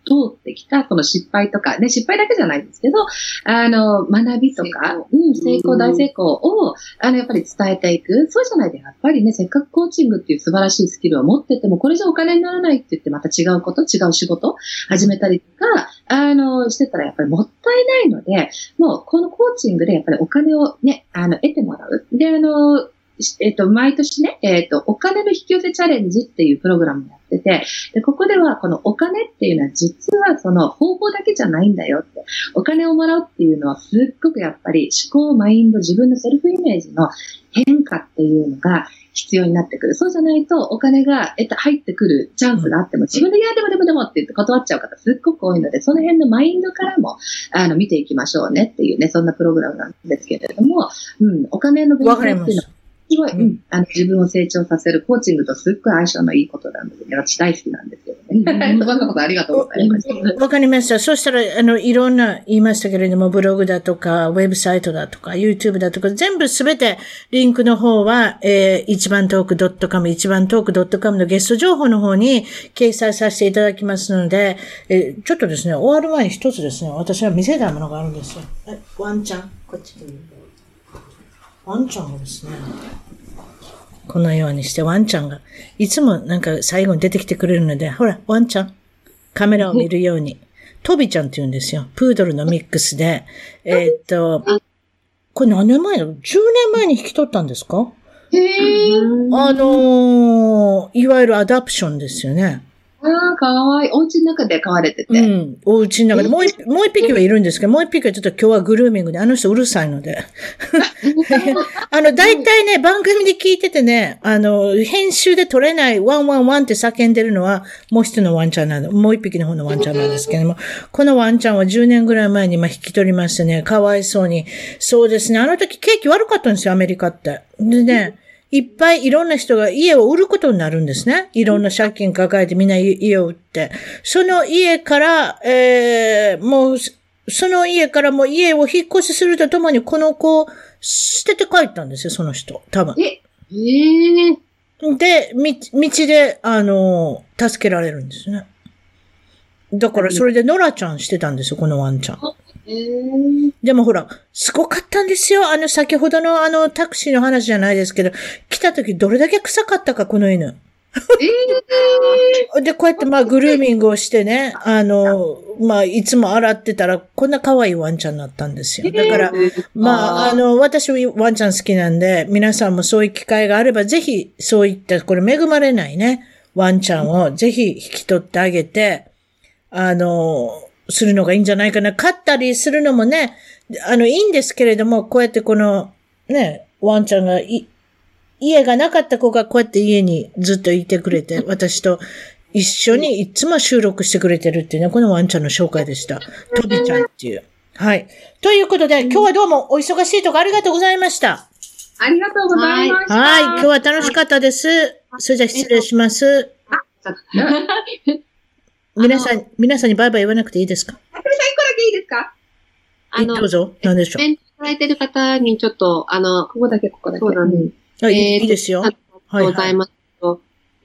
通ってきた、その失敗とか、ね、失敗だけじゃないんですけど、あの、学びとか、成功、うん、成功、大成功を、あの、やっぱり伝えていく。そうじゃないと、やっぱりね、せっかくコーチングっていう素晴らしいスキルを持ってても、これじゃお金にならないって言ってまた違うこと、違う仕事始めたりとか、あの、してたらやっぱりもったいないので、もうこのコーチングでやっぱりお金をね、あの、得てもらう。で、あの、えっと、毎年ね、えっと、お金の引き寄せチャレンジっていうプログラムをやってて、で、ここではこのお金っていうのは実はその方法だけじゃないんだよって、お金をもらうっていうのはすっごくやっぱり思考、マインド、自分のセルフイメージの変化っていうのが必要になってくる。そうじゃないとお金が得た入ってくるチャンスがあっても、自分でいやでもでもでもって言って断っちゃう方すっごく多いので、その辺のマインドからも、あの、見ていきましょうねっていうね、そんなプログラムなんですけれども、うん、お金の勉強っていうのは、すごい、うん、あの、自分を成長させるコーチングとすっごい相性のいいことなので、私大好きなんですけどね。そんなことありがとうございました。 わかりました。そしたら、あの、いろんな言いましたけれども、ブログだとか、ウェブサイトだとか、YouTube だとか、全部すべてリンクの方は、えー、一番トーク .com、一番トーク .com のゲスト情報の方に掲載させていただきますので、えー、ちょっとですね、終わる前に一つですね、私は見せたいものがあるんですよ。え、ワンちゃんこっちに。ワンちゃんがですね、このようにしてワンちゃんが、いつもなんか最後に出てきてくれるので、ほら、ワンちゃん、カメラを見るように、トビちゃんって言うんですよ。プードルのミックスで、えー、っと、これ何年前だろう ?じゅう 年前に引き取ったんですか？ へー。 あのー、いわゆるアダプションですよね。 ああ、かわいい。お家の中で飼われてて。 うん。お家の中で。もう一、もう一匹はいるんですけど、もう一匹はちょっと今日はグルーミングで、あの人うるさいので。あの、大体ね、番組で聞いててね、あの、編集で撮れないワンワンワンって叫んでるのは、もう一人のワンちゃんなんで、もう一匹の方のワンちゃんなんですけども、このワンちゃんはじゅうねんぐらい前に今引き取りましてね、かわいそうに。そうですね、あの時景気悪かったんですよ、アメリカって。でね、いっぱいいろんな人が家を売ることになるんですね。いろんな借金抱えてみんな家を売って。その家から、えー、もう、その家からもう家を引っ越しするとともにこの子を捨てて帰ったんですよ、その人。多分。 え、えー、で、道、道で、あの、助けられるんですね。だからそれでノラちゃんしてたんですよ、このワンちゃん。 えー、 でもほら、すごかったんですよ。あの、先ほどのあの、タクシーの話じゃないですけど、来た時どれだけ臭かったか、この犬。えー、で、こうやってまあ、グルーミングをしてね、あの、まあ、いつも洗ってたら、こんな可愛いワンちゃんになったんですよ。だから、えー、まあ、あの、私ワンちゃん好きなんで、皆さんもそういう機会があれば、ぜひ、そういった、これ恵まれないね、ワンちゃんをぜひ引き取ってあげて、あの、するのがいいんじゃないかな。飼ったりするのもね、あの、いいんですけれども、こうやってこの、ね、ワンちゃんがい、家がなかった子がこうやって家にずっといてくれて、私と一緒にいつも収録してくれてるっていうね、このワンちゃんの紹介でした。トビちゃんっていう。はい。ということで、今日はどうもお忙しいとこありがとうございました。 ありがとうございました。 はい。今日は楽しかったです。それじゃあ失礼します。あ、皆さん、皆さんにバイバイ言わなくていいですか？ あくみさん一個だけいいですか？ あの、どうぞ。何でしょう。 コメントいただいてる方にちょっと、あの、 ここだけ、ここだけ。 そうだね。 あ、いい、いいですよ。 ありがとうございます。はい、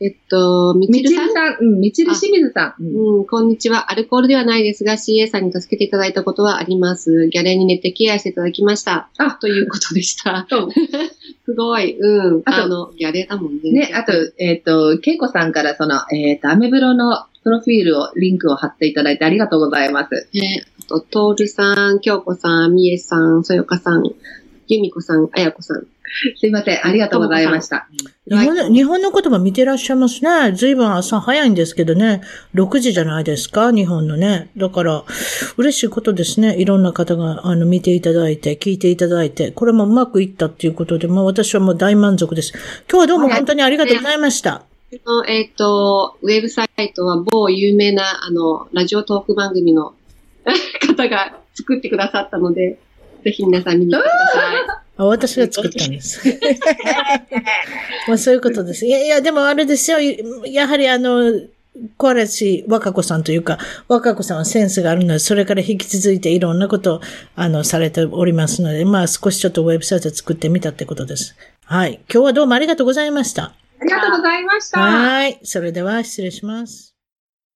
えっと、みちるさん。 みちるさん。うん、みちる清水さん。 うん、こんにちは。アルコールではないですが、シーエー さんに助けていただいたことはあります。ギャレーに寝てケアしていただきました。あ、ということでした。すごい。うん。あの、ギャレーだもんね。 ね、あと、えっと、けいこさんからその、えっと、アメブロのプロフィールを、リンクを貼っていただいてありがとうございます。 ね、あと、トールさん、きょうこさん、みえさん、そよかさん、ゆみこさん、あやこさん。 すいません。ありがとうございました。 日本の、日本の言葉見てらっしゃいますね。ずいぶん朝早いんですけどね。ろくじじゃないですか、日本のね。だから、嬉しいことですね。いろんな方が、あの、見ていただいて、聞いていただいて、これもうまくいったっていうことで、まあ私はもう大満足です。今日はどうも本当にありがとうございました。 えっと、ウェブサイトは某有名な、あの、ラジオトーク番組の方が作ってくださったので、ぜひ皆さん見に来てください。 あ、私が作ったんです。まあそういうことです。いやいや、でもあれですよ。やはりあの、小嵐若子さんというか、若子さんはセンスがあるので、それから引き続いていろんなことを、あの、されておりますので、まあ少しちょっとウェブサイト作ってみたってことです。はい。今日はどうもありがとうございました。 ありがとうございました。 はい。それでは失礼します。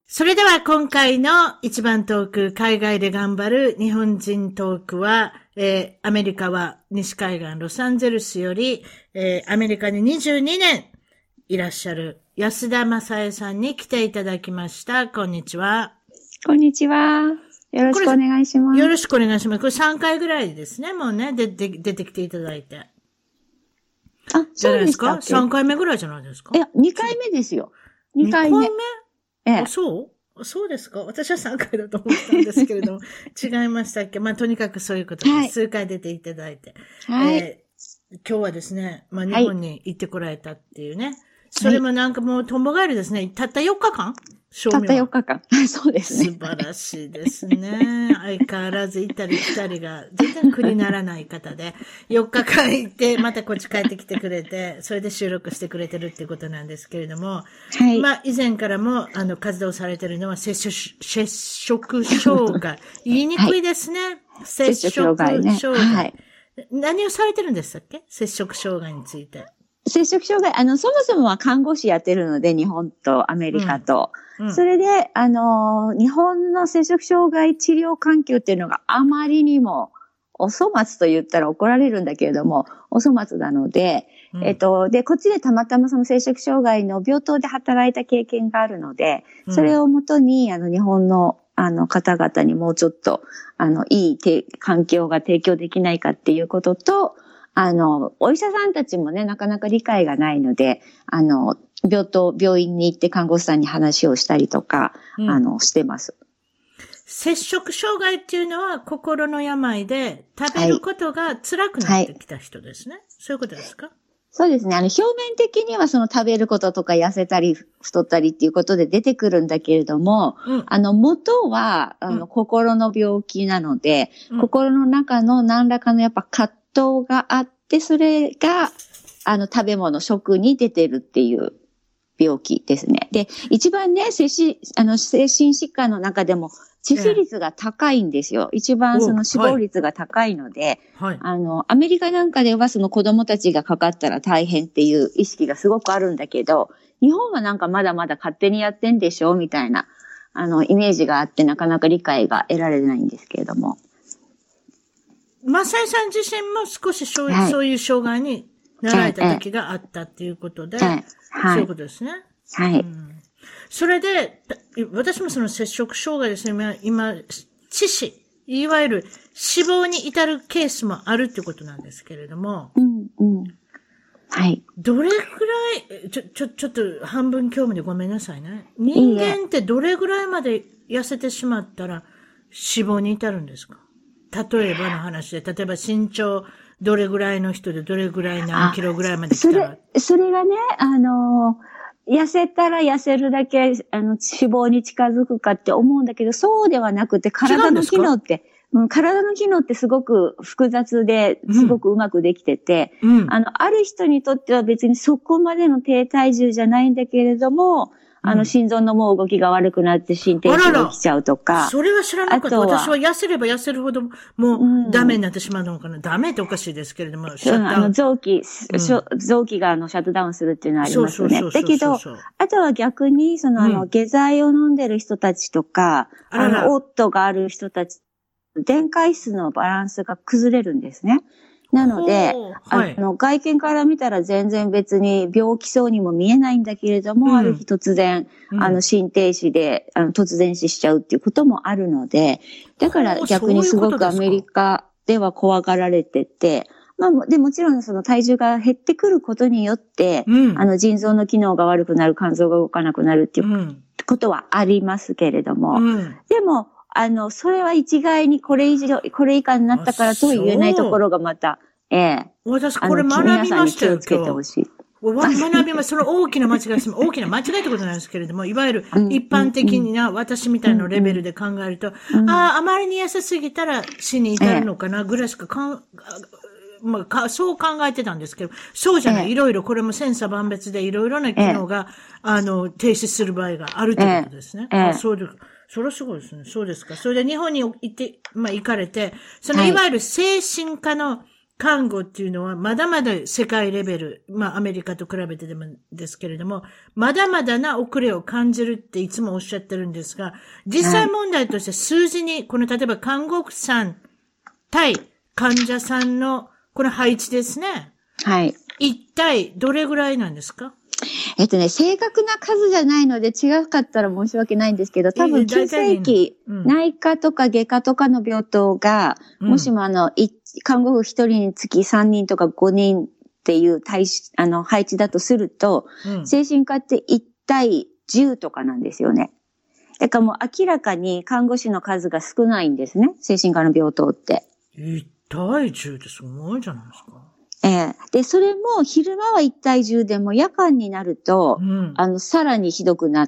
それでは今回の一番トーク、海外で頑張る日本人トークは、えー、アメリカは西海岸ロサンゼルスより、えー、アメリカににじゅうにねんいらっしゃる安田正恵さんに来ていただきました。こんにちは。 こんにちは。よろしくお願いします。 よろしくお願いします。これさんかいぐらいですね。もうね、で、で、出てきていただいて。 あ、そうですか ? さんかいめぐらいじゃないですか？ いや、にかいめですよ。にかいめ。 にかいめ？ええ。あ、そうそうですか？私はさんかいだと思ったんですけれども、違いましたっけ？まあ、とにかくそういうことです。はい、数回出ていただいて。はい。えー、今日はですね、まあ、日本に行ってこられたっていうね。はい、それもなんかもう、とんぼ返りですね。たったよっかかん？ たったよっかかん。そうですね。 素晴らしいですね。相変わらず行ったり来たりが全然苦にならない方で、よっかかん行って、またこっち帰ってきてくれて、それで収録してくれてるっていうことなんですけれども、はい。まあ、以前からも、あの、活動されてるのは、接触、接触障害。言いにくいですね。はい、接触障害、ね。はい。何をされてるんでしたっけ？接触障害について。 接触障害、あの、そもそもは看護師やってるので、日本とアメリカと。うんうん、それで、あの、日本の接触障害治療環境っていうのがあまりにも、お粗末と言ったら怒られるんだけれども、お粗末なので、うん、えっと、で、こっちでたまたまその接触障害の病棟で働いた経験があるので、それをもとに、あの、日本の、あの、方々にもうちょっと、あの、いいて環境が提供できないかっていうことと、あの、お医者さんたちもね、なかなか理解がないので、あの、病棟、病院に行って看護師さんに話をしたりとか、うん、あの、してます。 摂食障害っていうのは心の病で食べることが辛くなってきた人ですね。はいはい、そういうことですか？ そうですね。あの、表面的にはその食べることとか痩せたり太ったりっていうことで出てくるんだけれども、うん、あの、元は、あの、うん、心の病気なので、うん、心の中の何らかのやっぱ葛藤があって、それが、あの、食べ物、食に出てるっていう病気ですね。で、一番ね、精神、あの、精神疾患の中でも、致死率が高いんですよ。一番その死亡率が高いので、はい、あの、アメリカなんかではその子供たちがかかったら大変っていう意識がすごくあるんだけど、日本はなんかまだまだ勝手にやってんでしょみたいな、あの、イメージがあってなかなか理解が得られないんですけれども。 マサイさん自身も少しそういう、はい、そういう障害になられた時があったっていうことで、はいはい、そういうことですね。 はい。 うんそれで、私もその摂食障害ですね、今、致死、いわゆる死亡に至るケースもあるってことなんですけれども、 うんうん、はい。 どれくらい、ちょ、ちょ、ちょっと半分興味でごめんなさいね。人間ってどれぐらいまで痩せてしまったら死亡に至るんですか？例えばの話で、例えば身長どれぐらいの人でどれぐらい何キロぐらいまで来たら。 それ、それがね、あのー、痩せたら痩せるだけ、あの、脂肪に近づくかって思うんだけど、そうではなくて、体の機能って、うん、体の機能ってすごく複雑で、すごくうまくできてて、うん、あの、ある人にとっては別にそこまでの低体重じゃないんだけれども、あの、心臓のもう動きが悪くなって心停止が起きちゃうとか。あららそれは知らなかった。私は痩せれば痩せるほど、もうダメになってしまうのかな。うん、ダメっておかしいですけれども、 シャットダウン。あの、臓器、うん、臓器があの、シャットダウンするっていうのはありますよね。だけど、あとは逆に、その、あの、うん、下剤を飲んでる人たちとか、あ, あの、オットがある人たち、電解質のバランスが崩れるんですね。なので、はい、あの、外見から見たら全然別に病気そうにも見えないんだけれども、うん、ある日突然、うん、あの、心停止で、あの、突然死しちゃうっていうこともあるので、だから逆にすごくアメリカでは怖がられてて、まあ、で、もちろんその体重が減ってくることによって、うん、あの、腎臓の機能が悪くなる、肝臓が動かなくなるっていうことはありますけれども、うん、でも、あの、それは一概にこれ以上、これ以下になったからとは言えないところがまた、ええ。 私これ学びましたよ、 今日。 学びます。その大きな間違いです。大きな間違いってことなんですけれども、いわゆる一般的な私みたいなレベルで考えると、うん、ああ、あまりに痩せすぎたら死に至るのかな、ぐらいしかかん、まあ、か、そう考えてたんですけど、そうじゃない。いろいろ、これも千差万別でいろいろな機能が、あの、停止する場合があるということですね。あそうです。それはすごいですね。そうですか。それで日本に行って、まあ行かれて、そのいわゆる精神科の看護っていうのはまだまだ世界レベル、まあアメリカと比べてでもですけれども、まだまだな遅れを感じるっていつもおっしゃってるんですが、実際問題として数字に、この例えば看護婦さん対患者さんのこの配置ですね。 はい。 一体どれぐらいなんですか？ えっとね、正確な数じゃないので違かったら申し訳ないんですけど、多分急性期、うん、内科とか外科とかの病棟が、うん、もしもあの、看護婦一人につきさんにんとかごにんっていう対し、あの、配置だとすると、うん、精神科っていち対じゅうとかなんですよね。だからもう明らかに看護師の数が少ないんですね。精神科の病棟って。 いち対じゅうってすごいじゃないですか。 ええ。で、それも昼間はいち対じゅうでも夜間になると、うん、あの、さらにひどくなって、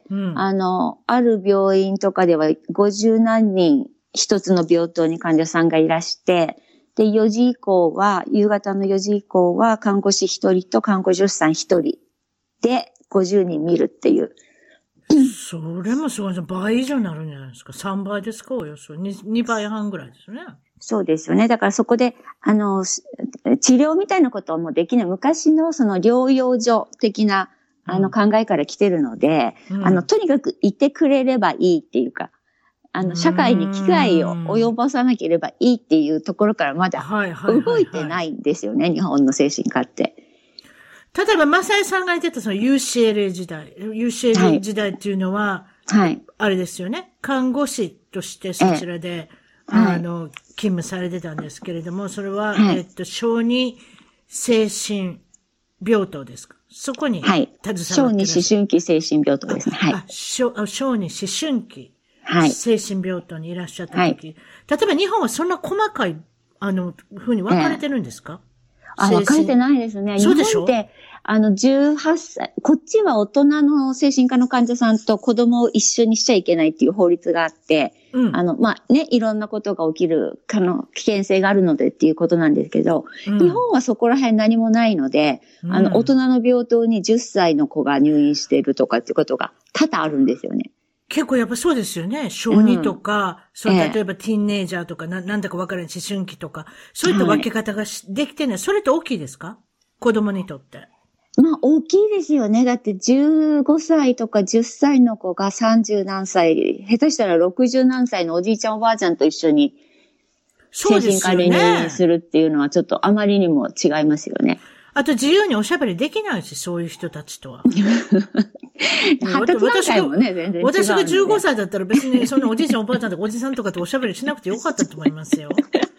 うん、あの、ある病院とかではごじゅうなんにん一つの病棟に患者さんがいらして、で、よじ以降は、夕方のよじ以降は看護師ひとりと看護助手さんひとりでごじゅうにん見るっていう。 それもすごい。倍以上になるんじゃないですか。さんばいですか、およそ。に, にばいはんぐらいですね。 そうですよね。だからそこで、あの、治療みたいなことはもうできない。昔のその療養所的な、あの考えから来てるので、うん、あの、とにかくいてくれればいいっていうか、あの、社会に危害を及ぼさなければいいっていうところからまだ動いてないんですよね、日本の精神科って。 例えば、マサイさんが言ってたその ユーシーエルエー 時代、ユーシーエルエー 時代っていうのは、はい。あれですよね。看護師としてそちらで、ええ、あの、勤務されてたんですけれども、それは、はい、えっと、小児精神病棟ですか？そこに携わっていらっしゃる。 はい。小児思春期精神病棟ですね。はい。 あ、小、小児思春期。はい。精神病棟にいらっしゃった時、はい、例えば日本はそんな細かい、あの、風に分かれてるんですか？ えー、あ、分かれてないですね。 そうでしょ？ 日本って、あの、じゅうはっさい、こっちは大人の精神科の患者さんと子供を一緒にしちゃいけないっていう法律があって、うん、あの、まあ、ね、いろんなことが起きる、かの、危険性があるのでっていうことなんですけど、うん、日本はそこら辺何もないので、うん、あの、大人の病棟にじゅっさいの子が入院しているとかっていうことが多々あるんですよね。 結構やっぱそうですよね。小児とか、うん、そう、例えばティーンネイジャーとか、な、なんだかわからない思春期とか、そういった分け方がし、はい、できてない。それって大きいですか？子供にとって。 まあ、大きいですよね。だってじゅうごさいとかじゅっさいの子がさんじゅうなんさい、下手したらろくじゅうなんさいのおじいちゃんおばあちゃんと一緒に精神科に入院するっていうのはちょっとあまりにも違いますよね。 あと自由におしゃべりできないし、そういう人たちとは。 発達段階もね、全然違う。 私がじゅうごさいだったら別にそのおじいちゃんおばあちゃんとかおじさんとかとおしゃべりしなくてよかったと思いますよ。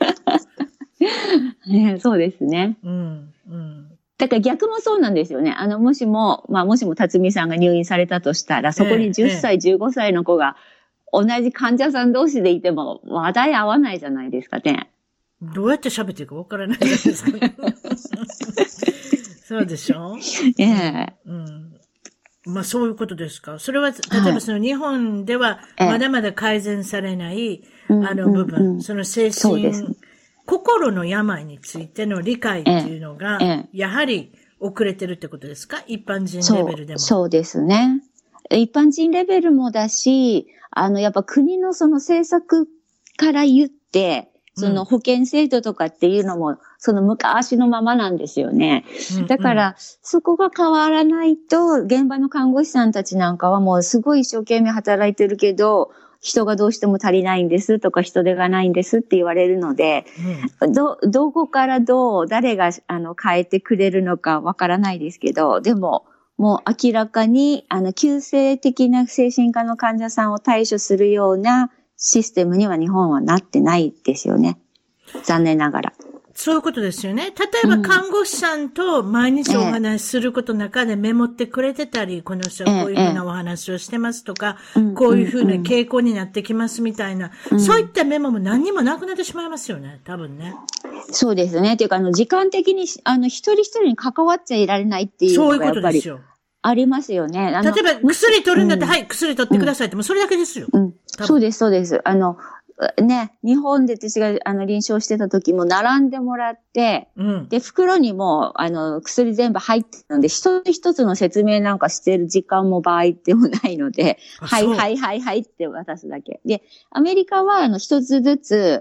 ね、そうですね。 うん。うん。 だから逆もそうなんですよね。あの、もしも、まあ、もしも辰巳さんが入院されたとしたら、そこにじゅっさい、ええ、じゅうごさいの子が同じ患者さん同士でいても話題合わないじゃないですかね。 どうやって喋っていいか分からないじゃないですか、ね。そうでしょ？ ええ。 うん。まあそういうことですか。それは、例えばその日本ではまだまだ改善されない、ええ、あの部分、うんうんうん、その精神、心の病についての理解っていうのが、ええ、やはり遅れてるってことですか？一般人レベルでも。 そう、そうですね。一般人レベルもだし、あの、やっぱ国のその政策から言って、その保険制度とかっていうのも、その昔のままなんですよね。だから、そこが変わらないと、現場の看護師さんたちなんかはもうすごい一生懸命働いてるけど、人がどうしても足りないんですとか人手がないんですって言われるので、うん、ど、どこからどう、誰があの変えてくれるのかわからないですけど、でも、もう明らかに、あの、急性的な精神科の患者さんを対処するようなシステムには日本はなってないですよね。残念ながら。 そういうことですよね。例えば看護師さんと毎日お話しすることの中でメモってくれてたり、ええ、この人はこういうふうなお話をしてますとか、ええ、こういうふうな傾向になってきますみたいな、うん、そういったメモも何にもなくなってしまいますよね、多分ね。 そうですね。っていうか、あの、時間的に、あの、一人一人に関わっちゃいられないっていうのがやっぱり。そういうことですよ。ありますよね。 例えば、薬取るんだって、うん、はい、薬取ってくださいって、もうそれだけですよ。 うん。そうです、そうです。あの、ね、日本で私があの臨床してた時も並んでもらって、うん、で、袋にもあの薬全部入ってたので、一つ一つの説明なんかしてる時間も場合でもないので、はいはいはいはいって渡すだけ。で、アメリカはあの一つずつ、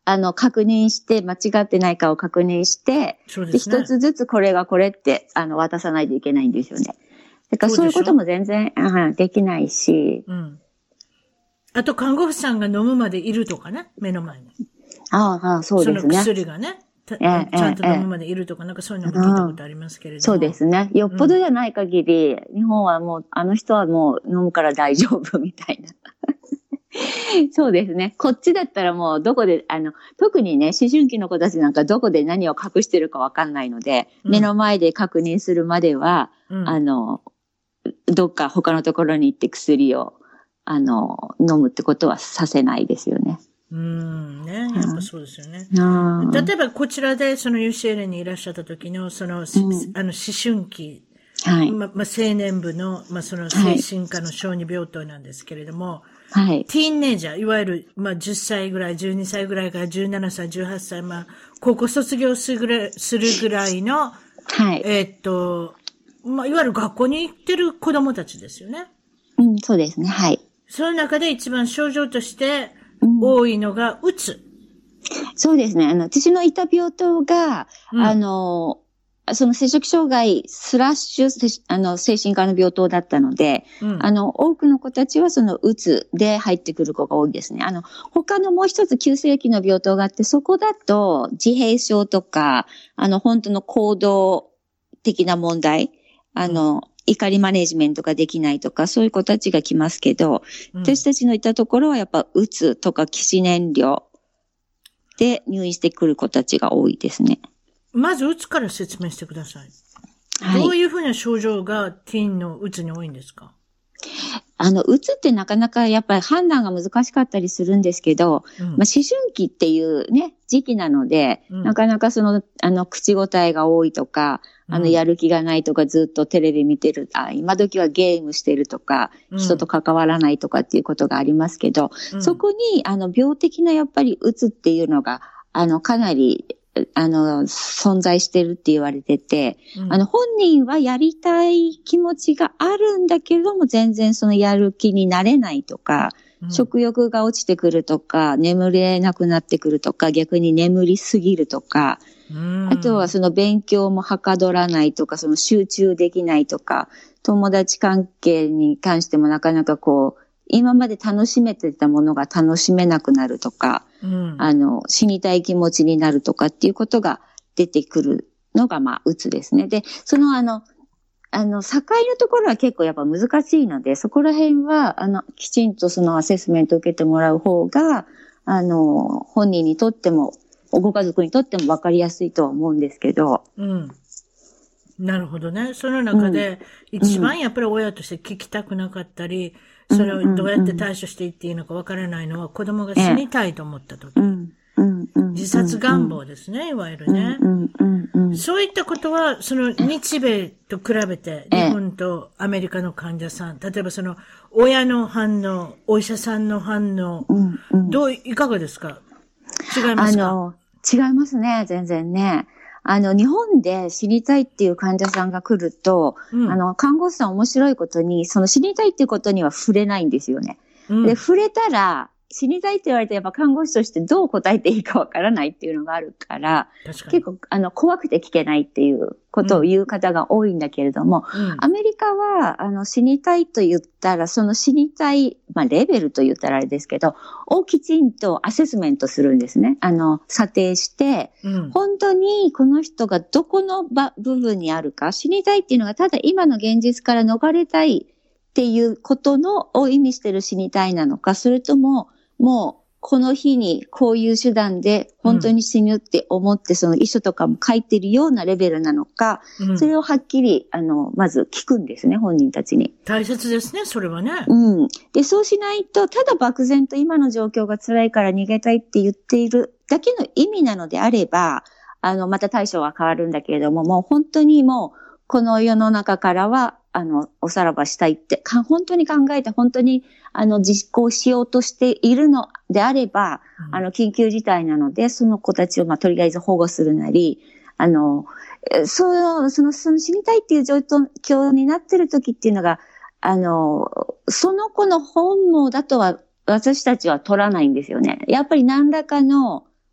あの、確認して、間違ってないかを確認して、 そうですね。 で、一つずつこれがこれって、あの、渡さないといけないんですよね。だからそういうことも全然、うん、できないし。 うん。あと、看護婦さんが飲むまでいるとかね、目の前に。 ああ、そうですね。 その薬がね。ちゃんと飲むまでいるとか、なんかそういうのも聞いたことありますけれども。 そうですね。よっぽどじゃない限り、うん、日本はもう、あの人はもう飲むから大丈夫みたいな。そうですね。こっちだったらもうどこで、あの、特にね、思春期の子たちなんかどこで何を隠してるかわかんないので、うん、目の前で確認するまでは、うん、あの、どっか他のところに行って薬を、あの、飲むってことはさせないですよね。 うんね、やっぱそうですよね。うん、例えばこちらでその ユーシーエルエー にいらっしゃった時のその、うん、あの思春期、 はいまま青年部のまその精神科の小児病棟なんですけれども、 はい、 ティーンネイジャーいわゆるまじゅっさいぐらい、じゅうにさいぐらいからじゅうななさい、じゅうはっさい、まあ高校卒業するぐらいするぐらいの、 はい、 えー、っとまあいわゆる学校に行ってる子供たちですよね。 うん、そうですね、はい。 その中で一番症状として多いのが、うつ、うん。 そうですね。あの、私のいた病棟が、うん、あの、その摂食障害スラッシュ、あの、精神科の病棟だったので、うん、あの、多くの子たちはそのうつで入ってくる子が多いですね。あの、他のもう一つ急性期の病棟があって、そこだと自閉症とか、あの、本当の行動的な問題、あの、うん怒りマネジメントができないとか、そういう子たちが来ますけど、うん、私たちのいたところはやっぱ、うつとか起死燃料で入院してくる子たちが多いですね。 まず、うつから説明してください。はい、どういうふうな症状がティーンのうつに多いんですか？ あの、うつってなかなかやっぱり判断が難しかったりするんですけど、うん、まあ、思春期っていうね、時期なので、うん、なかなかその、あの、口答えが多いとか、あの、やる気がないとか、ずっとテレビ見てる、あ、今時はゲームしてるとか、人と関わらないとかっていうことがありますけど、うん、そこに、あの、病的なやっぱりうつっていうのが、あの、かなり、あの、存在してるって言われてて、うん、あの、本人はやりたい気持ちがあるんだけれども、全然そのやる気になれないとか、うん、食欲が落ちてくるとか、眠れなくなってくるとか、逆に眠りすぎるとか、うん、あとはその勉強もはかどらないとか、その集中できないとか、友達関係に関してもなかなかこう、今まで楽しめてたものが楽しめなくなるとか、うん、あの、死にたい気持ちになるとかっていうことが出てくるのが、まあ、うつですね。で、そのあの、あの、境のところは結構やっぱ難しいので、そこら辺は、あの、きちんとそのアセスメントを受けてもらう方が、あの、本人にとっても、ご家族にとっても分かりやすいとは思うんですけど。 うん。なるほどね。その中で、一番やっぱり親として聞きたくなかったり、うん、それをどうやって対処していっていいのか分からないのは、子供が死にたいと思ったとき。うんうんうん、自殺願望ですね、いわゆるね。うんうんうん、そういったことは、その日米と比べて、日本とアメリカの患者さん、例えばその親の反応、お医者さんの反応、うんうん、どう、いかがですか？違いますか？ あの、違いますね、全然ね。あの、日本で死にたいっていう患者さんが来ると、うん、あの、看護師さん面白いことに、その死にたいっていうことには触れないんですよね。うん、で、触れたら、死にたいって言われてやっぱ看護師としてどう答えていいかわからないっていうのがあるから、結構、あの、怖くて聞けないっていうことを言う方が多いんだけれども、うん、アメリカは、あの、死にたいと言ったら、その死にたい、まあ、レベルと言ったらあれですけど、をきちんとアセスメントするんですね。あの、査定して、うん、本当にこの人がどこの部分にあるか、死にたいっていうのがただ今の現実から逃れたいっていうことの、を意味してる死にたいなのか、それとも、もう、この日にこういう手段で本当に死ぬって思って、その遺書とかも書いてるようなレベルなのか、うん、それをはっきり、あの、まず聞くんですね、本人たちに。 大切ですね、それはね。 うん。で、そうしないと、ただ漠然と今の状況が辛いから逃げたいって言っているだけの意味なのであれば、あの、また対処は変わるんだけれども、もう本当にもう、この世の中からは、あの、おさらばしたいって、か本当に考えて、本当に、あの、実行しようとしているのであれば、うん、あの、緊急事態なので、その子たちを、まあ、とりあえず保護するなり、あの、そう、その、その死にたいっていう状況になってる時っていうのが、あの、その子の本能だとは、私たちは取らないんですよね。やっぱり何らかの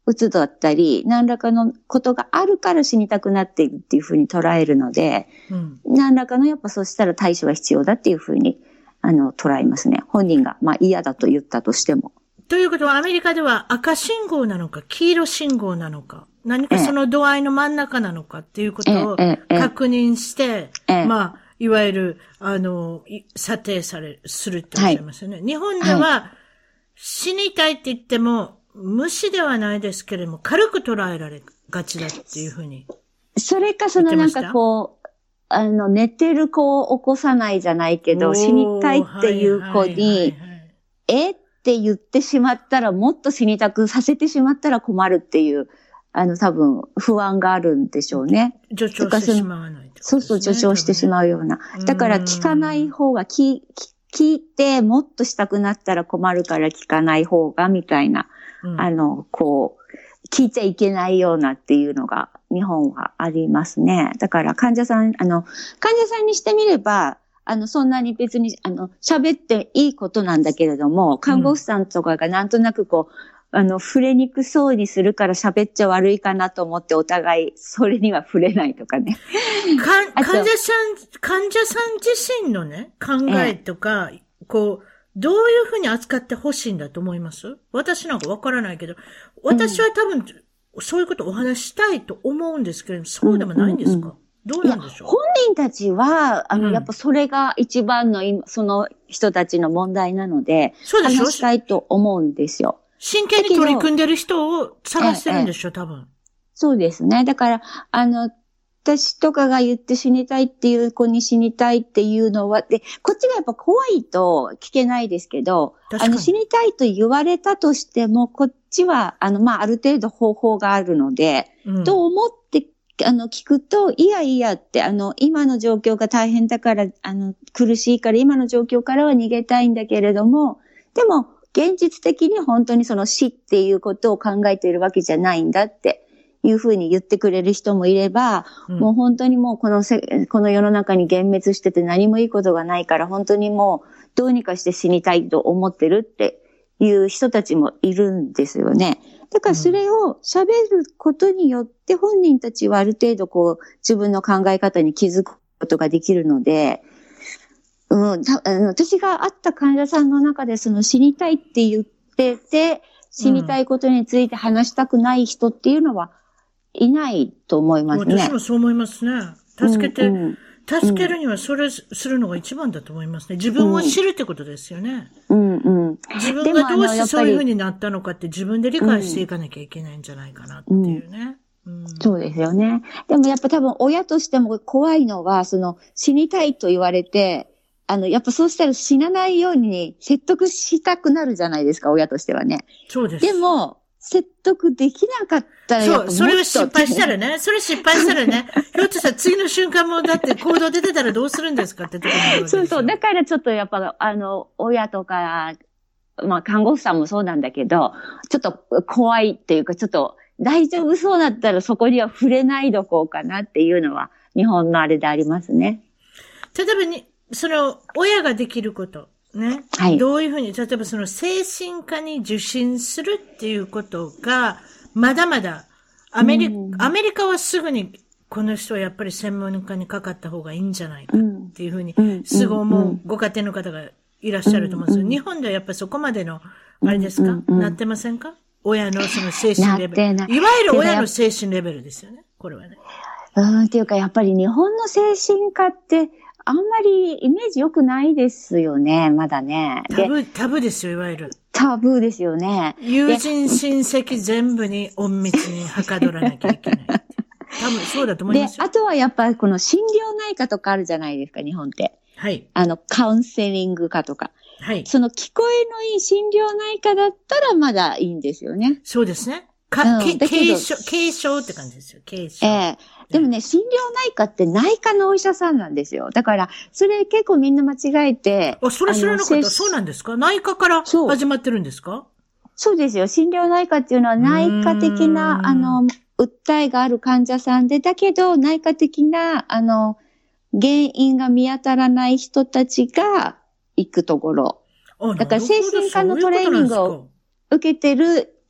うつだったり、何らかのことがあるから死にたくなっているっていうふうに捉えるので、うん、何らかのやっぱそうしたら対処が必要だっていうふうに、あの、捉えますね。本人が、まあ嫌だと言ったとしても。 ということはアメリカでは赤信号なのか、黄色信号なのか、何かその度合いの真ん中なのかっていうことを確認して、まあ、いわゆる、あの、査定され、するっておっしゃいますよね。はい、日本では、死にたいって言っても、無視ではないですけれども、軽く捉えられがちだっていうふうに。 それか、そのなんかこう、あの、寝てる子を起こさないじゃないけど、死にたいっていう子に、えって言ってしまったら、もっと死にたくさせてしまったら困るっていう、あの、多分、不安があるんでしょうね。 助長してしまわない、ね。 そうそう、助長してしまうような。だから、聞かない方が、聞、聞いて、もっとしたくなったら困るから聞かない方が、みたいな。うん、あの、こう、聞いちゃいけないようなっていうのが日本はありますね。だから患者さん、あの、患者さんにしてみれば、あの、そんなに別に、あの、喋っていいことなんだけれども、看護師さんとかがなんとなくこう、あの、触れにくそうにするから喋っちゃ悪いかなと思ってお互い、それには触れないとかね。 患者さん、患者さん自身のね、考えとか、ええ、こう、どういうふうに扱ってほしいんだと思います？私なんかわからないけど、私は多分、そういうことをお話したいと思うんですけれども、そうでもないんですか？うんうんうん、どうなんでしょう？ 本人たちは、あの、うん、やっぱそれが一番の今、その人たちの問題なので、そうでしょ？話したいと思うんですよ。 真剣に取り組んでる人を探してるんでしょ、多分。 そうですね。だから、あの、私とかが言って死にたいっていう子に死にたいっていうのは、で、こっちがやっぱ怖いと聞けないですけど、あの死にたいと言われたとしても、こっちは、あの、まあ、ある程度方法があるので、うん、と思って、あの、聞くと、いやいやって、あの、今の状況が大変だから、あの、苦しいから、今の状況からは逃げたいんだけれども、でも、現実的に本当にその死っていうことを考えているわけじゃないんだって。いうふうに言ってくれる人もいれば、うん、もう本当にもうこのせ、この世の中に幻滅してて何もいいことがないから本当にもうどうにかして死にたいと思ってるっていう人たちもいるんですよね。だからそれを喋ることによって本人たちはある程度こう自分の考え方に気づくことができるので、うん、たあの私が会った患者さんの中でその死にたいって言ってて、死にたいことについて話したくない人っていうのは、いないと思いますね。 私もそう思いますね。助けて、うんうん、助けるにはそれするのが一番だと思いますね。自分を知るってことですよね。 うんうん、 自分がどうしてそういうふうになったのかって自分で理解していかなきゃいけないんじゃないかなっていうね。 うんうん、そうですよね。でもやっぱ多分親としても怖いのは、その死にたいと言われて、あの、やっぱそうしたら死なないように説得したくなるじゃないですか、親としてはね。 そうです。 でも、説得できなかったらやっぱもっと、 そう、それを失敗したらね、それ失敗したらね、ひょっとしたら次の瞬間もだって行動出てたらどうするんですかってところそうそう、だからちょっとやっぱ、あの、親とか、まあ看護婦さんもそうなんだけど、ちょっと怖いっていうか、ちょっと大丈夫そうだったらそこには触れないどこうかなっていうのは、日本のあれでありますね。 例えばに、その、親ができること。ね。はい。どういうふうに、例えばその精神科に受診するっていうことが、まだまだ、アメリカ、アメリカはすぐに、この人はやっぱり専門家にかかった方がいいんじゃないかっていうふうに、すぐ思うご家庭の方がいらっしゃると思うんですよ。日本ではやっぱりそこまでの、あれですか、なってませんか？親のその精神レベル。いわゆる親の精神レベルですよね。これはね。 うん、っていうかやっぱり日本の精神科って、あんまりイメージ良くないですよね、まだね。 タブー、タブーですよ、いわゆる。 タブーですよね。 友人、親戚全部に隠密にはかどらなきゃいけない。多分そうだと思いますよ。 で、あとはやっぱりこの心療内科とかあるじゃないですか、日本って。 はい。 あの、カウンセリング科とか。はい。その聞こえのいい心療内科だったらまだいいんですよね。 そうですね。か、うん、軽症、軽症って感じですよ、軽症。 ええーでもね、心療内科って内科のお医者さんなんですよ。だから、それ結構みんな間違えて。 あ、それ知らなかった。そうなんですか？内科から始まってるんですか？ そうですよ。心療内科っていうのは内科的な、あの、訴えがある患者さんで、だけど内科的な、あの、原因が見当たらない人たちが行くところ。だから精神科のトレーニングを受けてる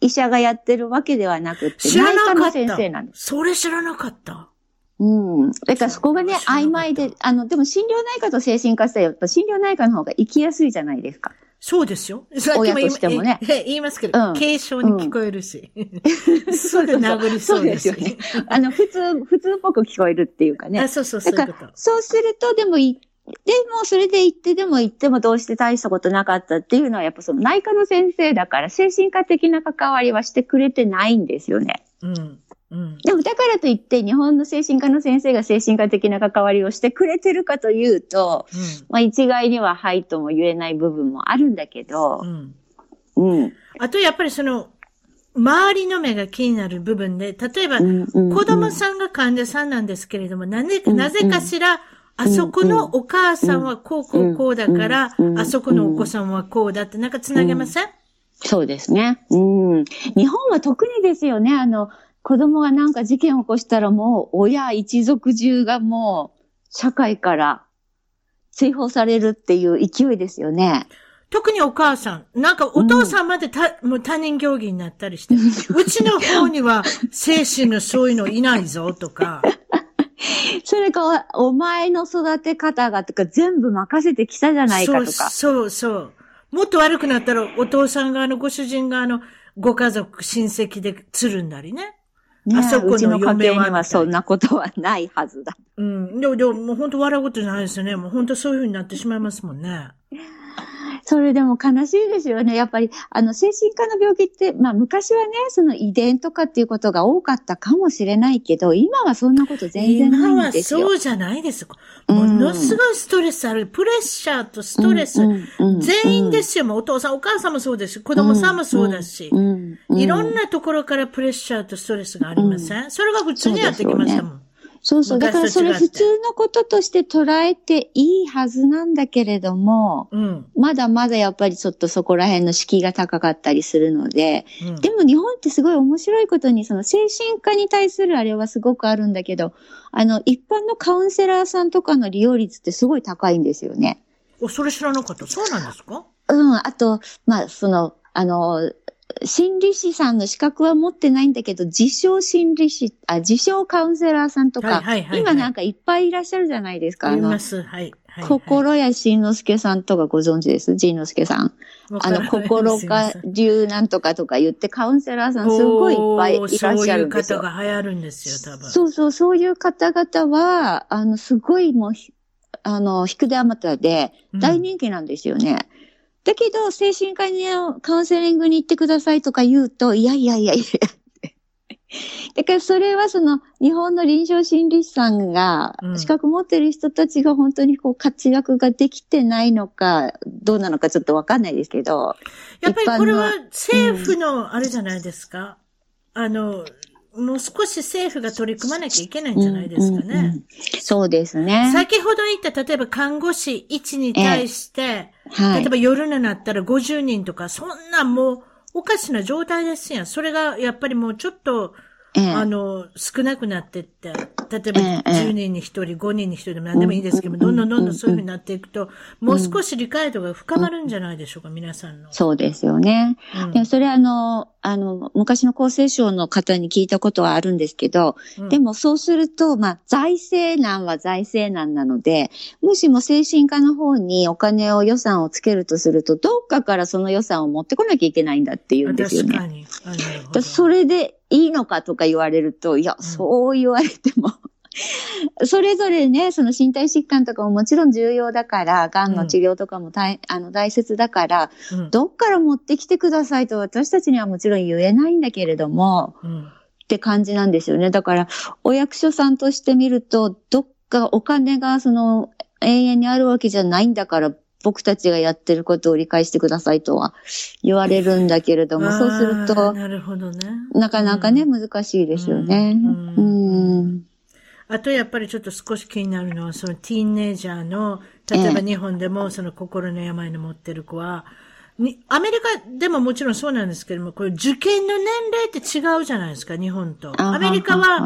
医者がやってるわけではなくて、内科の先生なんです。 それ知らなかった。 うん。だからそこがね、曖昧で、あの、でも診療内科と精神科ってやっぱ診療内科の方が行きやすいじゃないですか。 そうですよ。 親としてもね。 言いますけど、うん、軽症に聞こえるし。うん、すぐ殴りそうですよね。 あの、普通、普通っぽく聞こえるっていうかね。 あ、そうそう、そういうこと。 そうすると、でもい、でも、それで行ってでも行ってもどうして大したことなかったっていうのは、やっぱその内科の先生だから、精神科的な関わりはしてくれてないんですよね。 うん。うん、 でもだからといって日本の精神科の先生が精神科的な関わりをしてくれてるかというと、うん、まあ一概にははいとも言えない部分もあるんだけど、うん。うん。 あとやっぱりその、周りの目が気になる部分で、例えば、うんうんうん、子供さんが患者さんなんですけれども、なぜ、なぜかしら、あそこのお母さんはこうこうこうだから、うんうん、あそこのお子さんはこうだってなんかつなげません？うん、 そうですね。うん。日本は特にですよね、あの、子供がなんか事件を起こしたらもう親一族中がもう社会から追放されるっていう勢いですよね。 特にお母さん。なんかお父さんまでた、うん、もう他人行儀になったりして。うちの方には精神のそういうのいないぞとか。 それかお前の育て方がとか全部任せてきたじゃないかとか。 そうそうそう。もっと悪くなったらお父さん側のご主人側のご家族、親戚でつるんだりね。 ね、あそこのうちの家系にはそんなことはないはずだ。 うん。でも、でも、もう本当笑うことじゃないですよね。もう本当そういう風になってしまいますもんね。 それでも悲しいですよね。やっぱり、あの、精神科の病気って、まあ昔はね、その遺伝とかっていうことが多かったかもしれないけど、今はそんなこと全然ないんですよ。 今はそうじゃないです。ものすごいストレスある。プレッシャーとストレス。うんうんうん、全員ですよ。もうお父さん、お母さんもそうですし、子供さんもそうだし、うんうんうん。いろんなところからプレッシャーとストレスがありません？うん、それが普通にやってきましたもん。 そうそう。だからそれ普通のこととして捉えていいはずなんだけれども、うん、まだまだやっぱりちょっとそこら辺の敷居が高かったりするので、うん、でも日本ってすごい面白いことに、その精神科に対するあれはすごくあるんだけど、あの、一般のカウンセラーさんとかの利用率ってすごい高いんですよね。 お、それ知らなかった。そうなんですか？ うん、あと、まあ、その、あの、心理師さんの資格は持ってないんだけど、自称心理師、あ、自称カウンセラーさんとか、はいはいはいはい、今なんかいっぱいいらっしゃるじゃないですか。 います。はい。はいはい、 心谷慎之介さんとかご存知です？慎之介さん。あの、心か流なんとかとか言ってカウンセラーさんすごいいっぱいいらっしゃるんですよ。そういう方が流行るんですよ、多分。 そうそう、そういう方々は、あの、すごいもう、あの、引く手あまたで大人気なんですよね。うん、だけど、精神科にカウンセリングに行ってくださいとか言うと、いやいやいやいや。だからそれはその日本の臨床心理士さんが資格持ってる人たちが本当にこう活躍ができてないのかどうなのかちょっとわかんないですけど。 やっぱりこれは政府のあれじゃないですか。うん、あの、もう少し政府が取り組まなきゃいけないんじゃないですかね。うんうんうん、 そうですね。 先ほど言った例えば看護師いちに対して、えーはい、例えば夜になったらごじゅうにんとかそんなもうおかしな状態ですやん。それがやっぱりもうちょっとええ、あの、少なくなってって、例えばじゅうにんにひとり、ごにんにひとりでも何でもいいですけど、どんどんどんどんそういうふうになっていくと、もう少し理解度が深まるんじゃないでしょうか、皆さんの。 そうですよね。うん、でもそれあの、あの、昔の厚生省の方に聞いたことはあるんですけど、うん、でもそうすると、まあ、財政難は財政難なので、もしも精神科の方にお金を予算をつけるとすると、どっかからその予算を持ってこなきゃいけないんだっていうんですよね。 確かに。なるほど。 それでいいのかとか言われると、いや、うん、そう言われても、それぞれね、その身体疾患とかももちろん重要だから、がんの治療とかも大、うん、あの大切だから、うん、どっから持ってきてくださいと私たちにはもちろん言えないんだけれども、うん、って感じなんですよね。だから、お役所さんとして見ると、どっかお金がその永遠にあるわけじゃないんだから、僕たちがやってることを理解してくださいとは言われるんだけれども、そうすると、 なるほどね。 なかなかね、うん、難しいですよね。うんうん、 あとやっぱりちょっと少し気になるのは、そのティーンエイジャーの、例えば日本でもその心の病の持ってる子は、にアメリカでももちろんそうなんですけども、これ受験の年齢って違うじゃないですか、日本と。アメリカは、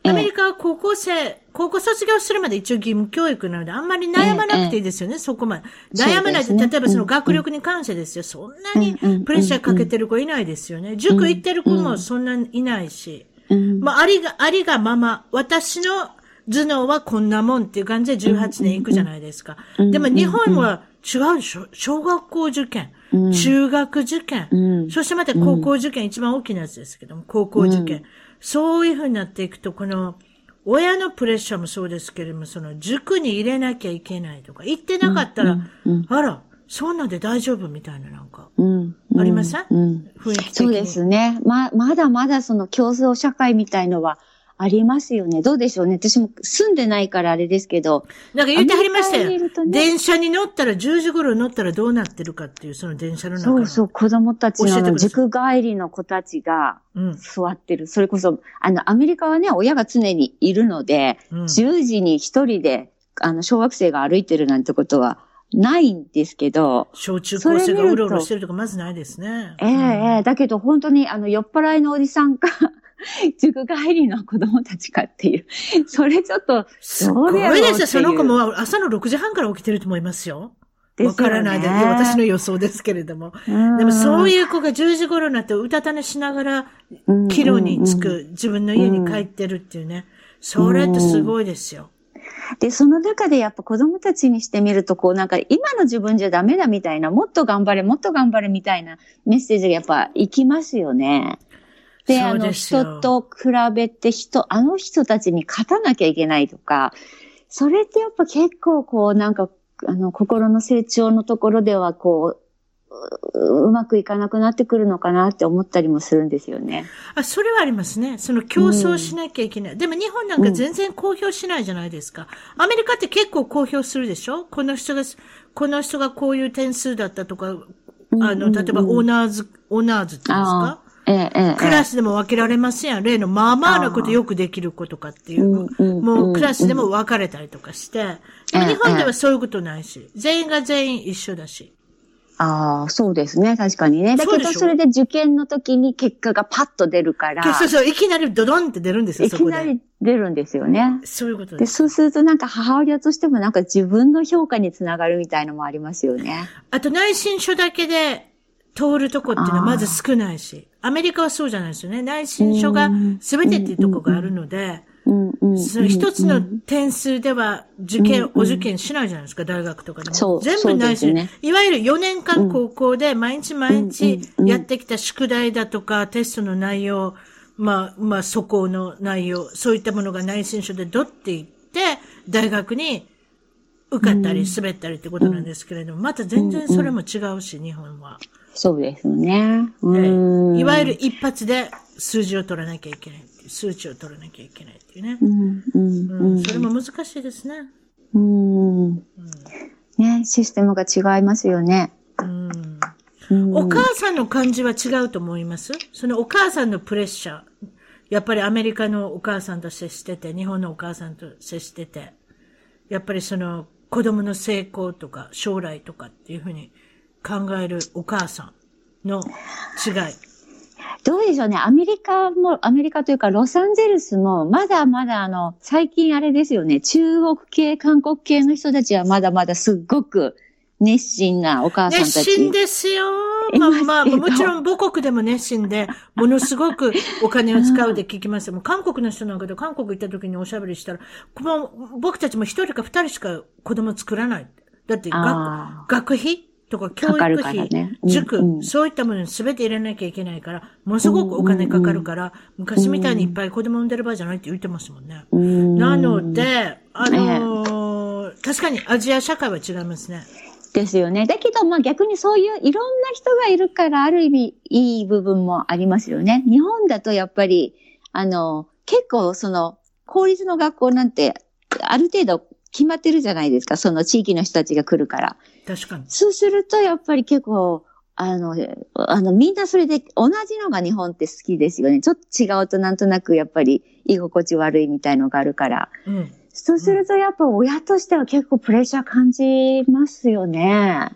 アメリカは高校生、高校卒業するまで一応義務教育なので、あんまり悩まなくていいですよね、そこまで。悩まないで、例えばその学力に関してですよ。そんなにプレッシャーかけてる子いないですよね。塾行ってる子もそんなにいないし。まあ、ありが、ありがまま、私の頭脳はこんなもんっていう感じでじゅうはちねん行くじゃないですか。でも日本は違うでしょ。小学校受験、中学受験、そしてまた高校受験、一番大きなやつですけども、高校受験。そういう風になっていくと、この、親のプレッシャーもそうですけれども、その塾に入れなきゃいけないとか、行ってなかったら、あら、そんなんで大丈夫みたいななんか、ありません？雰囲気的に。 そうですね。ま、まだまだその競争社会みたいのは、ありますよね。どうでしょうね。私も住んでないからあれですけど。 なんか言ってはりましたよ。ね、電車に乗ったら、じゅうじ頃乗ったらどうなってるかっていう、その電車の中の。 そうそう、子供たちの塾帰りの子たちが座ってる。うん、それこそ、あの、アメリカはね、親が常にいるので、うん、じゅうじに一人で、あの、小学生が歩いてるなんてことは、ないんですけど。 小中高生がうろうろしてるとかまずないですね。 ええ、ええ、だけど本当に、あの、酔っ払いのおじさんか、塾帰りの子供たちかっていう。それちょっと、 すごいですよ。その子も朝のろくじはんから起きてると思いますよ。わからないで、私の予想ですけれども。でもそういう子がじゅうじ頃になってうたた寝しながら、帰路に着く、自分の家に帰ってるっていうね。それってすごいですよ。 で、その中でやっぱ子供たちにしてみると、こうなんか今の自分じゃダメだみたいな、もっと頑張れ、もっと頑張れみたいなメッセージがやっぱ行きますよね。で、あの、人と比べて人、あの人たちに勝たなきゃいけないとか、それってやっぱ結構こう、なんか、あの、心の成長のところではこう、うまくいかなくなってくるのかなって思ったりもするんですよね。 あ、それはありますね。その競争しなきゃいけない。うん、でも日本なんか全然公表しないじゃないですか。うん、アメリカって結構公表するでしょ？この人が、この人がこういう点数だったとか、あの、例えばオーナーズ、オーナーズって言うんですか？ ええええ、 クラスでも分けられますやん。例のまあまあなことよくできる子とかっていう。もうクラスでも分かれたりとかして。でも日本ではそういうことないし。全員が全員一緒だし。 ああ、そうですね。確かにね。だけどそれで受験の時に結果がパッと出るから。 そうそう。いきなりドドンって出るんですよ、そこで。 いきなり出るんですよね。 そういうことです。で、そうするとなんか母親としてもなんか自分の評価につながるみたいのもありますよね。 あと内申書だけで通るとこっていうのはまず少ないし。アメリカはそうじゃないですよね。内申書が全てっていうところがあるので、その一つの点数では受験、お受験しないじゃないですか、大学とかでも。全部内申、ね、いわゆるよねんかん高校で毎日毎日やってきた宿題だとか、テストの内容、まあ、まあ、素行の内容、そういったものが内申書でドっていって、大学に受かったり滑ったりってことなんですけれども、また全然それも違うし、日本は。 そうですね。うん、いわゆる一発で数字を取らなきゃいけないっていう、数値を取らなきゃいけないっていうね。うんうんうん、それも難しいですね。 うん、うん、ね、システムが違いますよね。 うんうん、お母さんの感じは違うと思います？そのお母さんのプレッシャー。やっぱりアメリカのお母さんと接してて、日本のお母さんと接してて、やっぱりその子供の成功とか将来とかっていうふうに考えるお母さんの違い。 どうでしょうね。アメリカも、アメリカというかロサンゼルスも、まだまだあの、最近あれですよね。中国系、韓国系の人たちはまだまだすっごく熱心なお母さんたち。 熱心ですよ。まあまあ、もちろん母国でも熱心で、ものすごくお金を使うで聞きますよ。もう韓国の人なんかで韓国行った時におしゃべりしたら、もう僕たちも一人か二人しか子供作らない。だって学、学費とか教育費、ねうん、塾、うん、そういったものに全て入れなきゃいけないから、ものすごくお金かかるから、うん、昔みたいにいっぱい子供産んでる場合じゃないって言ってますもんね。うん、なので、あのーえー、確かにアジア社会は違いますね。 ですよね。だけど、まあ逆にそういういろんな人がいるから、ある意味いい部分もありますよね。日本だとやっぱり、あの、結構その、公立の学校なんて、ある程度決まってるじゃないですか。その地域の人たちが来るから。 確かに。 そうすると、やっぱり結構、あの、あの、みんなそれで同じのが日本って好きですよね。ちょっと違うとなんとなくやっぱり居心地悪いみたいのがあるから。うん。そうするとやっぱ親としては結構プレッシャー感じますよね。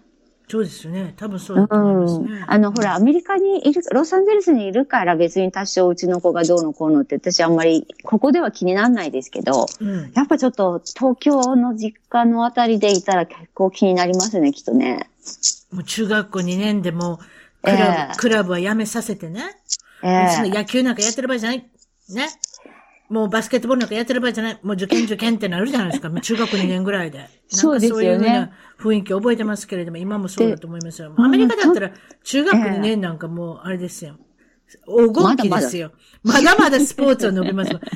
そうですよね。多分そうだと思いますね。 うん、あの、ほら、アメリカにいる、ロサンゼルスにいるから別に多少うちの子がどうのこうのって私あんまり、ここでは気にならないですけど、うん、やっぱちょっと東京の実家のあたりでいたら結構気になりますね、きっとね。 もう中学校にねんでもクラブ、えー、クラブはやめさせてね。えー、野球なんかやってる場合じゃない。ね。もうバスケットボールなんかやってる場合じゃない。もう受験受験ってなるじゃないですか。中学にねんぐらいで。 そうですよね。そういうような雰囲気覚えてますけれども、今もそうだと思いますよ。アメリカだったら中学にねんなんかもうあれですよ。黄金期ですよ。まだまだ、まだまだスポーツは伸びます。だって、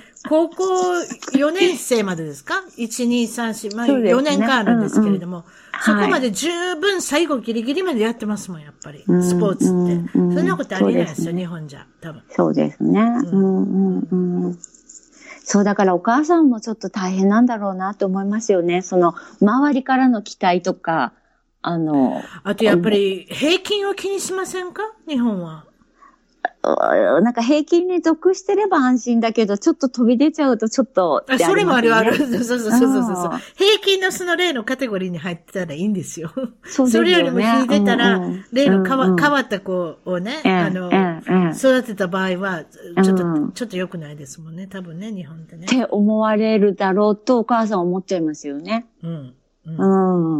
高校よねん生までですか ?いち、に、さん、よん、まあよねんかんあるんですけれども、そこまで十分最後ギリギリまでやってますもん、やっぱり。スポーツって。そんなことありえないですよ、日本じゃ。多分。 そうですね。うんうんうん、そう、だからお母さんもちょっと大変なんだろうなと思いますよね。その、周りからの期待とか、あの。 あとやっぱり、平均を気にしませんか日本は。 なんか平均に属してれば安心だけど、ちょっと飛び出ちゃうとちょっと、 ね。あ、それもあるある。そうそうそうそうそう。平均のその例のカテゴリーに入ってたらいいんですよ。そうですよね。それよりも引いてたら、うんうん、例の変わ、うんうん、変わった子をね、うん、あの、うんうん、育てた場合は、ちょっと、うん、ちょっと良くないですもんね。多分ね、日本ってね。 って思われるだろうとお母さん思っちゃいますよね。うん。うん。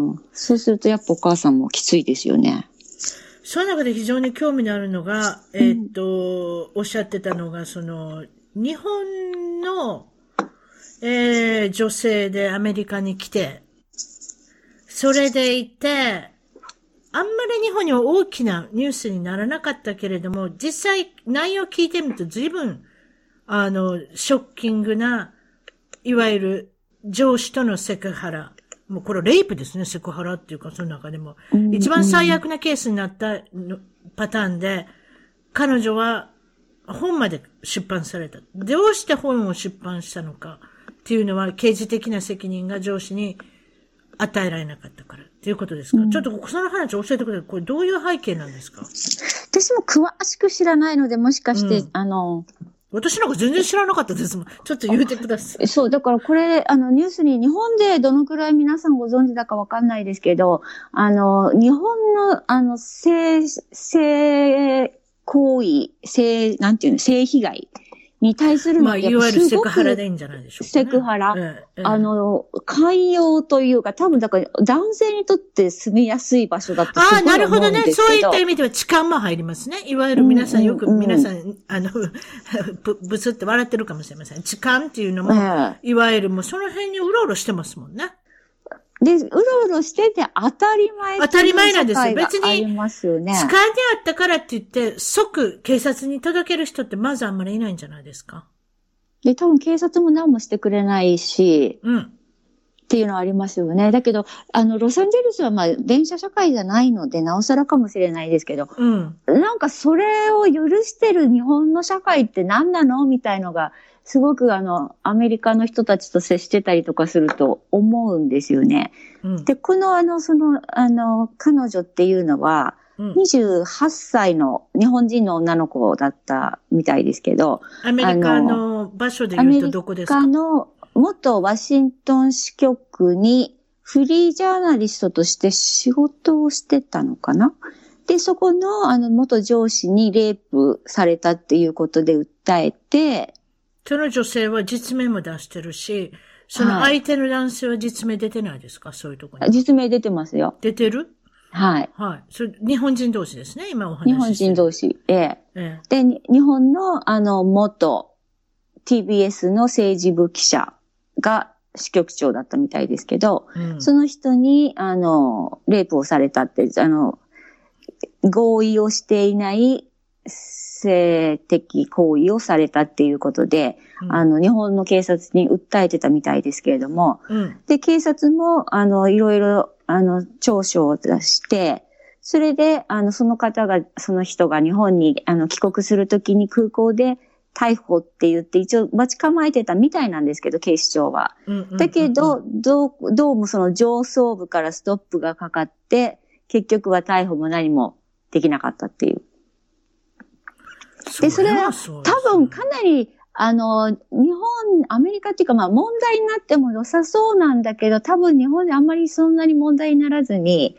うん、そうするとやっぱお母さんもきついですよね。 その中で非常に興味のあるのが、えー、っと、うん、おっしゃってたのが、その、日本の、えー、女性でアメリカに来て、それでいて、あんまり日本には大きなニュースにならなかったけれども、実際内容を聞いてみると随分、あの、ショッキングな、いわゆる上司とのセクハラ。もうこれレイプですね、セクハラっていうか、その中でも。うんうん、一番最悪なケースになったパターンで、彼女は本まで出版された。どうして本を出版したのかっていうのは、刑事的な責任が上司に与えられなかったからっていうことですか、うん、ちょっとその話教えてください。これどういう背景なんですか？ 私も詳しく知らないので、もしかして、うん、あの、 私なんか全然知らなかったですもん。ちょっと言うてください。 そう、だからこれ、あの、ニュースに日本でどのくらい皆さんご存知だかわかんないですけど、あの、日本の、あの、性、性行為、性、なんていうの、性被害に対するのまあ、いわゆるセクハラでいいんじゃないでしょうか、 ね。セクハラ。ええ、あの、寛容というか、多分だから男性にとって住みやすい場所だとすごい思うんですけど。ああ、なるほどね。 そういった意味では痴漢も入りますね。いわゆる皆さんよく、うんうん、皆さん、あの、ぶ、ぶつって笑ってるかもしれません。痴漢っていうのも、ええ、いわゆるもうその辺にうろうろしてますもんね。 で、うろうろしてて当たり前当たり前なんですよ。別に、 ありますよね。 痴漢であったからって言って、即警察に届ける人ってまずあんまりいないんじゃないですか。 で、多分警察も何もしてくれないし、うん。っていうのはありますよね。だけど、あの、ロサンゼルスはまあ、電車社会じゃないので、なおさらかもしれないですけど、うん。なんかそれを許してる日本の社会って何なのみたいのが、すごくあの、アメリカの人たちと接してたりとかすると思うんですよね。うん、で、このあの、その、あの、彼女っていうのは、にじゅうはっさいの日本人の女の子だったみたいですけど。 アメリカの場所で言うとどこですか？ アメリカの元ワシントン支局にフリージャーナリストとして仕事をしてたのかな？で、そこのあの元上司にレイプされたっていうことで訴えて、 その女性は実名も出してるし、その相手の男性は実名出てないですか？はい、そういうところに。 実名出てますよ。 出てる？ はい。 はい。それ、日本人同士ですね、今お話ししてる。 日本人同士。ええ。ええ、で、日本の、あの、元 ティービーエス の政治部記者が支局長だったみたいですけど、うん、その人に、あの、レイプをされたって、あの、合意をしていない性的行為をされたっていうことで、うん、あの、日本の警察に訴えてたみたいですけれども、うん、で、警察も、あの、いろいろ、あの、調書を出して、それで、あの、その方が、その人が日本に、あの、帰国するときに空港で逮捕って言って一応待ち構えてたみたいなんですけど、警視庁は。うんうんうんうん、だけど、どう、どうもその上層部からストップがかかって、結局は逮捕も何もできなかったっていう。で、それは多分かなり、あの、日本、アメリカっていうかまあ問題になっても良さそうなんだけど、多分日本であんまりそんなに問題にならずに、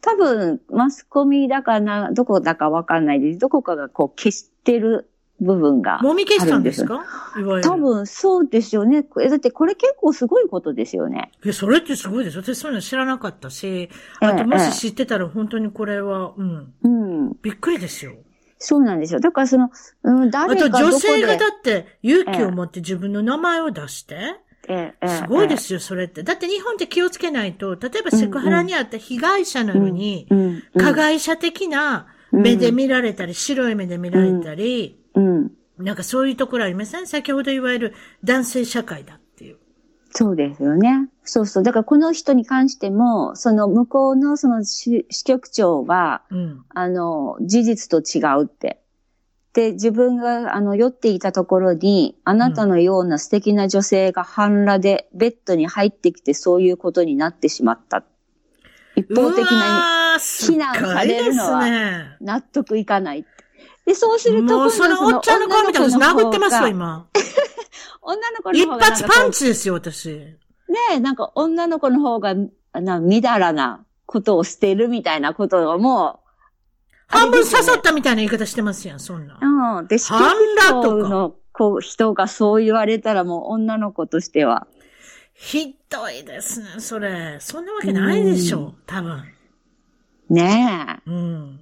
多分、マスコミだかな、どこだかわかんないです。どこかがこう消してる部分があるんです。 もみ消したんですか？いわゆる。 多分、そうですよね。だってこれ結構すごいことですよね。 いや、それってすごいです。私そういうの知らなかったし、あともし知ってたら本当にこれは、うん。うん。びっくりですよ。 そうなんですよ。だからその、うん、誰かどこで。 あと女性がだって勇気を持って自分の名前を出して、ええ、すごいですよ、それって。だって日本って気をつけないと、例えばセクハラにあった被害者なのに、うんうん、加害者的な目で見られたり、うん、白い目で見られたり、うんうん、なんかそういうところありません？先ほど言われる男性社会だっていう。 そうですよね。そうそう。だからこの人に関しても、その向こうのその支局長は、うん、あの、事実と違うって。で、自分が、あの、酔っていたところに、あなたのような素敵な女性が半裸でベッドに入ってきてそういうことになってしまった。一方的な非難されるのは納得いかない。で、そうすると、 もうそのおっちゃんの顔見たら私殴ってますよ、今。 女の子の方が。一発パンチですよ、私。 ねえ、なんか女の子の方が、な、みだらなことをしてるみたいなことをもう、 半分刺さったみたいな言い方してますやん、そんな。 うん。で、半裸とかのこう人がそう言われたらもう女の子としては。 ひどいですね、それ。そんなわけないでしょ、うん、多分。 ねえ。 うん。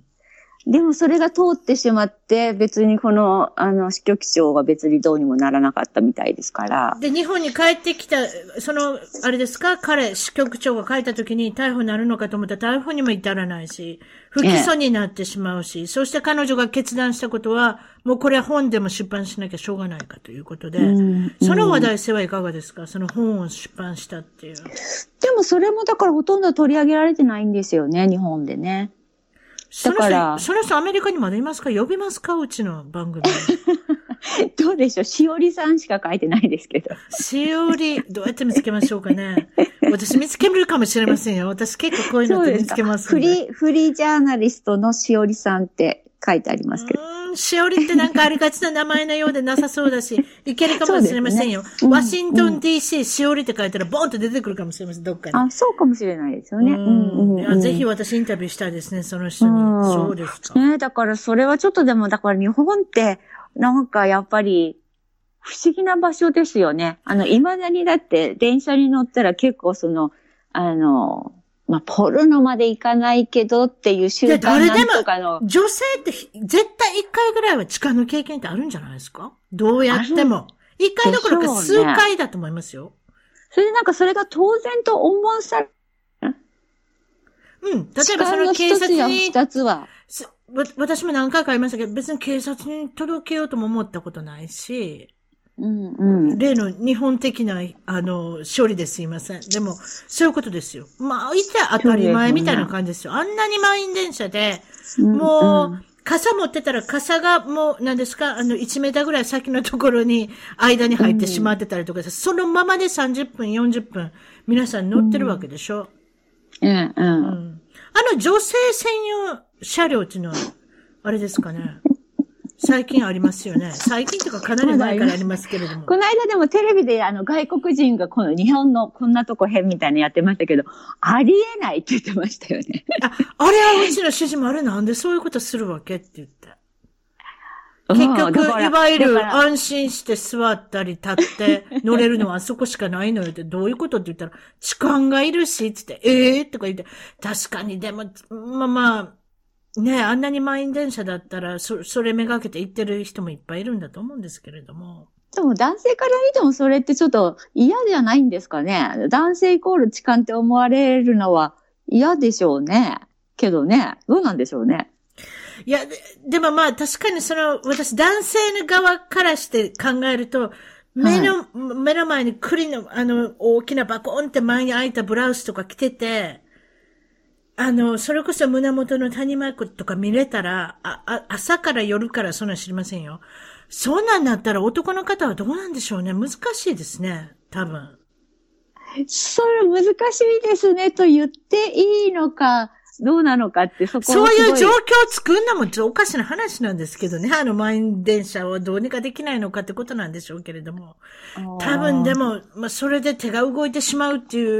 でもそれが通ってしまって、別にこの、あの、支局長は別にどうにもならなかったみたいですから。 で、日本に帰ってきた、その、あれですか、彼、支局長が帰った時に逮捕になるのかと思ったら逮捕にも至らないし、不起訴になってしまうし、ええ、そして彼女が決断したことは、もうこれは本でも出版しなきゃしょうがないかということで、うん、その話題性はいかがですか？その本を出版したっていう。 でもそれもだからほとんど取り上げられてないんですよね、日本でね。 だから。その人アメリカにまだいますか？呼びますか？うちの番組。 どうでしょう？しおりさんしか書いてないですけど。 しおり、どうやって見つけましょうかね。私見つけるかもしれませんよ。私結構こういうのって見つけますんで。 フリー、フリージャーナリストのしおりさんって書いてありますけど。 うん、しおりってなんかありがちな名前のようでなさそうだし、いけるかもしれませんよ。ね、うん、ワシントン ディーシー しおりって書いたらボーンと出てくるかもしれません、どっかに。 あ、そうかもしれないですよね。うんうんうん、いやぜひ私インタビューしたいですね、その人に。うん、そうですか。 ね、だからそれはちょっとでも、だから日本って、なんかやっぱり、不思議な場所ですよね。あの、未だにだって電車に乗ったら結構その、あの、まあ、ポルノまでいかないけどっていう習慣なんとかの。 女性って絶対一回ぐらいは痴漢の経験ってあるんじゃないですか？どうやっても。一回どころか数回だと思いますよ。 それでなんかそれが当然と思わされる。 うん。例えばその警察に。 二つは。 私も何回かありましたけど、別に警察に届けようとも思ったことないし。 うんうん、 例の日本的な、あの、処理ですいません。でも、そういうことですよ。まあ、いて当たり前みたいな感じですよ。あんなに満員電車で、もう、うん、傘持ってたら傘がもう、何ですか、あの、いちメーターぐらい先のところに、間に入ってしまってたりとか、うん、そのままでさんじゅっぷん、よんじゅっぷん、皆さん乗ってるわけでしょ。 うん、うん。うん、あの、女性専用車両っていうのは、あれですかね。最近ありますよね。最近とかかなり前からありますけれども。 この間でもテレビであの外国人がこの日本のこんなとこ変みたいなのやってましたけど、ありえないって言ってましたよね。 あ、あれはうちの主人もあれなんでそういうことするわけって言って。結局、いわゆる安心して座ったり立って乗れるのはあそこしかないのよって、どういうことって言ったら、痴漢がいるし、って言って、ええー、とか言って、確かにでも、まあまあ、ねえ、あんなに満員電車だったら、そ、それめがけて行ってる人もいっぱいいるんだと思うんですけれども。 でも男性から見てもそれってちょっと嫌じゃないんですかね。男性イコール痴漢って思われるのは嫌でしょうね。けどね、どうなんでしょうね。 いや、で、でもまあ確かにその、私男性の側からして考えると、目の、はい、目の前に栗の、あの、大きなバコンって前に開いたブラウスとか着てて、あの、それこそ胸元の谷間とか見れたら、あ、あ、朝から夜からそんな知りませんよ。そんなんなったら男の方はどうなんでしょうね。難しいですね。多分。 それ難しいですねと言っていいのか、どうなのかってそこそういう状況を作るのもおかしな話なんですけどね。あの満員電車をどうにかできないのかってことなんでしょうけれども。多分でも、まあ、それで手が動いてしまうっていう、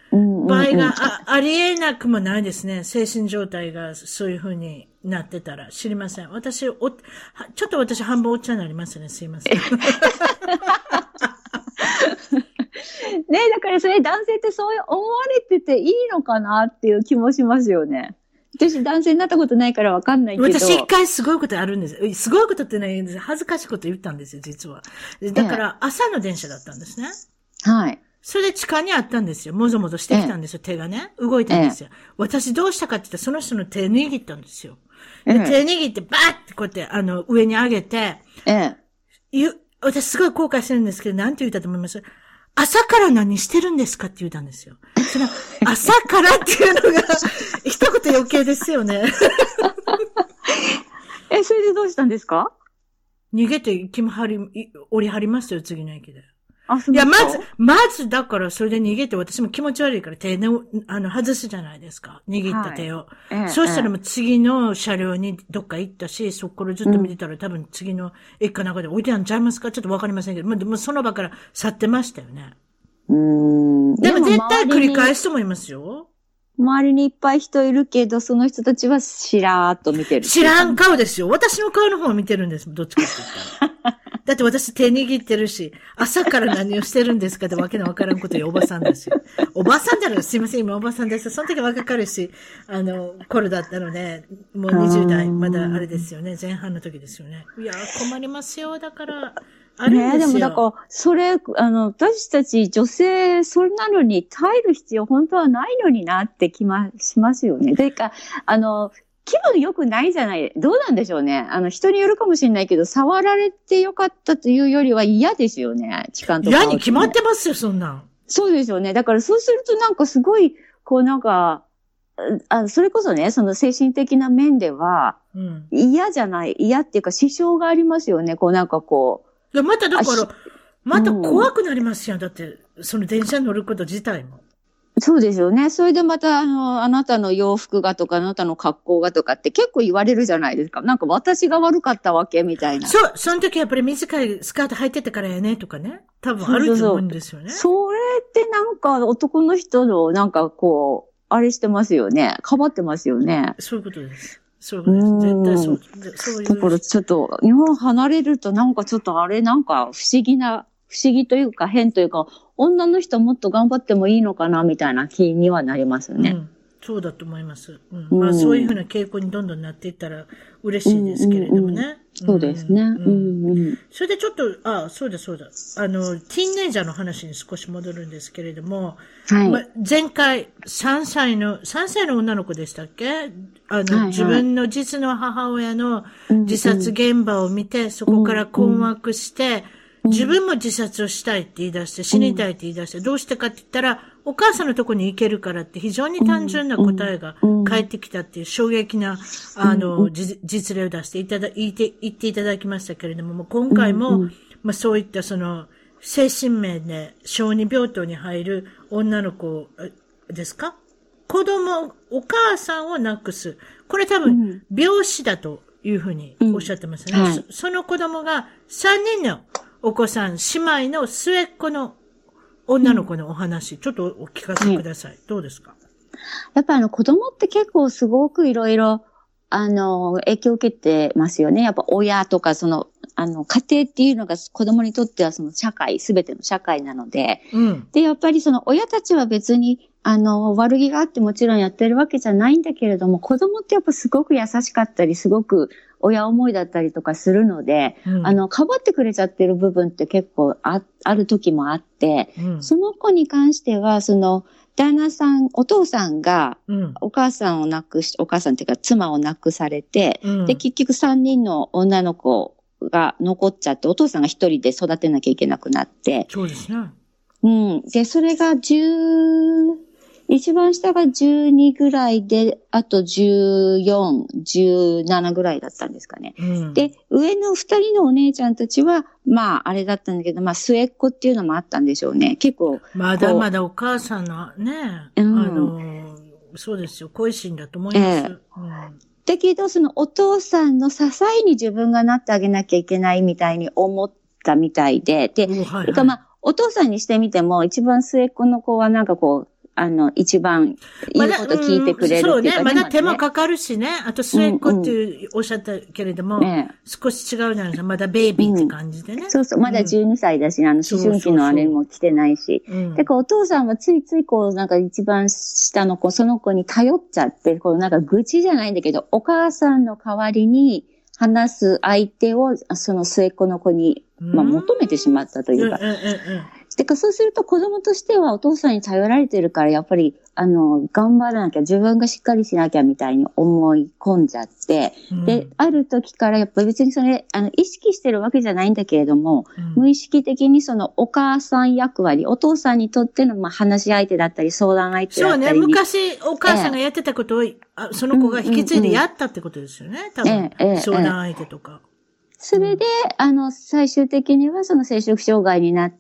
場合が あ, ありえなくもないですね。精神状態がそういう風になってたら知りません。私、お、ちょっと私半分おっちゃんになりますね。すいません。ねだからそれ男性ってそう思われてていいのかなっていう気もしますよね。私男性になったことないからわかんないけど。 私一回すごいことあるんです。すごいことってないんです。恥ずかしいこと言ったんですよ、実は。だから朝の電車だったんですね。 はい。 それで地下にあったんですよ。もぞもぞしてきたんですよ、手がね。動いたんですよ。私どうしたかって言ったらその人の手握ったんですよ。で手握ってバーってこうやってあの上に上げて、 ええ、私すごい後悔してるんですけど、なんて言ったと思います？朝から何してるんですかって言ったんですよ。その朝からっていうのが一言余計ですよね。 え、それでどうしたんですか？ 逃げて、気も張り、折り張りますよ、次の駅で。 あ、そういや、まず、まず、だから、それで逃げて、私も気持ち悪いから手の、あの、外すじゃないですか。握った手を。はい、そうしたらもう次の車両にどっか行ったし、そこからずっと見てたら、うん、多分次の駅かなんかで置いてあるんちゃいますか？ちょっとわかりませんけど、もう、でもその場から去ってましたよね。 うーん。 でも絶対繰り返すと思いますよ。 周りにいっぱい人いるけど、その人たちはしらーっと見てる。 知らん顔ですよ。私の顔の方を見てるんです。どっちかって言ったら。だって私手握ってるし、朝から何をしてるんですかってわけのわからんこと言うおばさんですよ。おばさんじゃないすいません、今おばさんです。その時若かるし、あの、頃だったので、もうにじゅう代、まだあれですよね。前半の時ですよね。いや、困りますよ。だから、あるんですよ。 ねえ、でもだから、それ、あの、私たち女性、それなのに耐える必要本当はないのになって気ま、しますよね。てか、あの、気分良くないじゃない。どうなんでしょうね。あの、人によるかもしれないけど、触られてよかったというよりは嫌ですよね。痴漢とか、ね。 嫌に決まってますよ、そんなん。 そうですよね。だからそうするとなんかすごい、こうなんか、あそれこそね、その精神的な面では、嫌じゃない、嫌っていうか支障がありますよね。こうなんかこう。 いや、まただから、また怖くなりますよ。だって、その電車に乗ること自体も。 そうですよね。それでまた、あの、あなたの洋服がとか、あなたの格好がとかって結構言われるじゃないですか。なんか私が悪かったわけみたいな。 そう、その時やっぱり短いスカート履いてたからやねとかね。多分あると思うんですよね。 そうそうそう。それってなんか男の人のなんかこう、あれしてますよね。かばってますよね。 そういうことです。そういうことです。絶対そう。そういう。 だからちょっと、日本離れるとなんかちょっとあれなんか不思議な、不思議というか変というか、女の人もっと頑張ってもいいのかなみたいな気にはなりますよね。うん、 そうだと思います。うんうん、まあそういうふうな傾向にどんどんなっていったら嬉しいですけれどもね。うんうんうん、 そうですね。うんうん、 それでちょっと、あ、そうだそうだ。あの、ティーンネイジャーの話に少し戻るんですけれども、 はい。 ま、前回さんさいの、さんさいの女の子でしたっけ？あの、はいはい、自分の実の母親の自殺現場を見て、うんうん、そこから困惑して、うんうん自分も自殺をしたいって言い出して、死にたいって言い出して、うん、どうしてかって言ったら、お母さんのとこに行けるからって非常に単純な答えが返ってきたっていう衝撃な、あの、実例を出していただ、言って、言っていただきましたけれども、もう今回も、まあそういったその、精神面で小児病棟に入る女の子ですか？子供、お母さんを亡くす。これ多分、病死だというふうにおっしゃってますね。うんはい、そ, その子供がさんにんのお子さん、姉妹の末っ子の女の子のお話、うん、ちょっとお聞かせください。はい、どうですか？ やっぱりあの子供って結構すごくいろいろ、あの、影響を受けてますよね。やっぱ親とかその、あの、家庭っていうのが子供にとってはその社会、すべての社会なので、うん、で、やっぱりその親たちは別に、あの、悪気があってもちろんやってるわけじゃないんだけれども、子供ってやっぱすごく優しかったり、すごく親思いだったりとかするので、うん、あの、かばってくれちゃってる部分って結構あ、ある時もあって、うん、その子に関しては、その、旦那さん、お父さんが、お母さんを亡くし、お母さんっていうか妻を亡くされて、うん、で、結局さんにんの女の子が残っちゃって、お父さんが一人で育てなきゃいけなくなって、 そうですね。 うん。で、それがじゅう、一番下がじゅうにぐらいで、あとじゅうよん、じゅうななぐらいだったんですかね。うん、で、上の二人のお姉ちゃんたちは、まあ、あれだったんだけど、まあ、末っ子っていうのもあったんでしょうね。結構。 まだまだお母さんのね、うん、あの、そうですよ、恋心だと思います。えーうんだけど、そのお父さんの支えに自分がなってあげなきゃいけないみたいに思ったみたいで、で、はいはい、まあ、お父さんにしてみても、一番末っ子の子はなんかこう、 あの、一番言うこと聞いてくれるっていうか、 ま、そうね。まだ手間かかるしね。あと末っ子っていうおっしゃったけれども、うんうん、少し違うじゃないですか。まだベイビーって感じでね。 うん、そうそう。まだじゅうにさいだし、あの、思春期のあれも来てないし。そうそうそう、だからお父さんはついついこう、なんか一番下の子、その子に頼っちゃって、こうなんか愚痴じゃないんだけど、お母さんの代わりに話す相手を、その末っ子の子に、まあ、求めてしまったというか。うんうんうんうん、てかそうすると子供としてはお父さんに頼られてるから、やっぱり、あの、頑張らなきゃ、自分がしっかりしなきゃみたいに思い込んじゃって、うん、で、ある時からやっぱり別にそれ、あの、意識してるわけじゃないんだけれども、うん、無意識的にそのお母さん役割、お父さんにとっての、まあ、話し相手だったり、相談相手だったり。 そうね、昔お母さんがやってたことを、えー、その子が引き継いでやったってことですよね、多分。えーえー、相談相手とか。 それで、あの、最終的にはその摂食障害になって、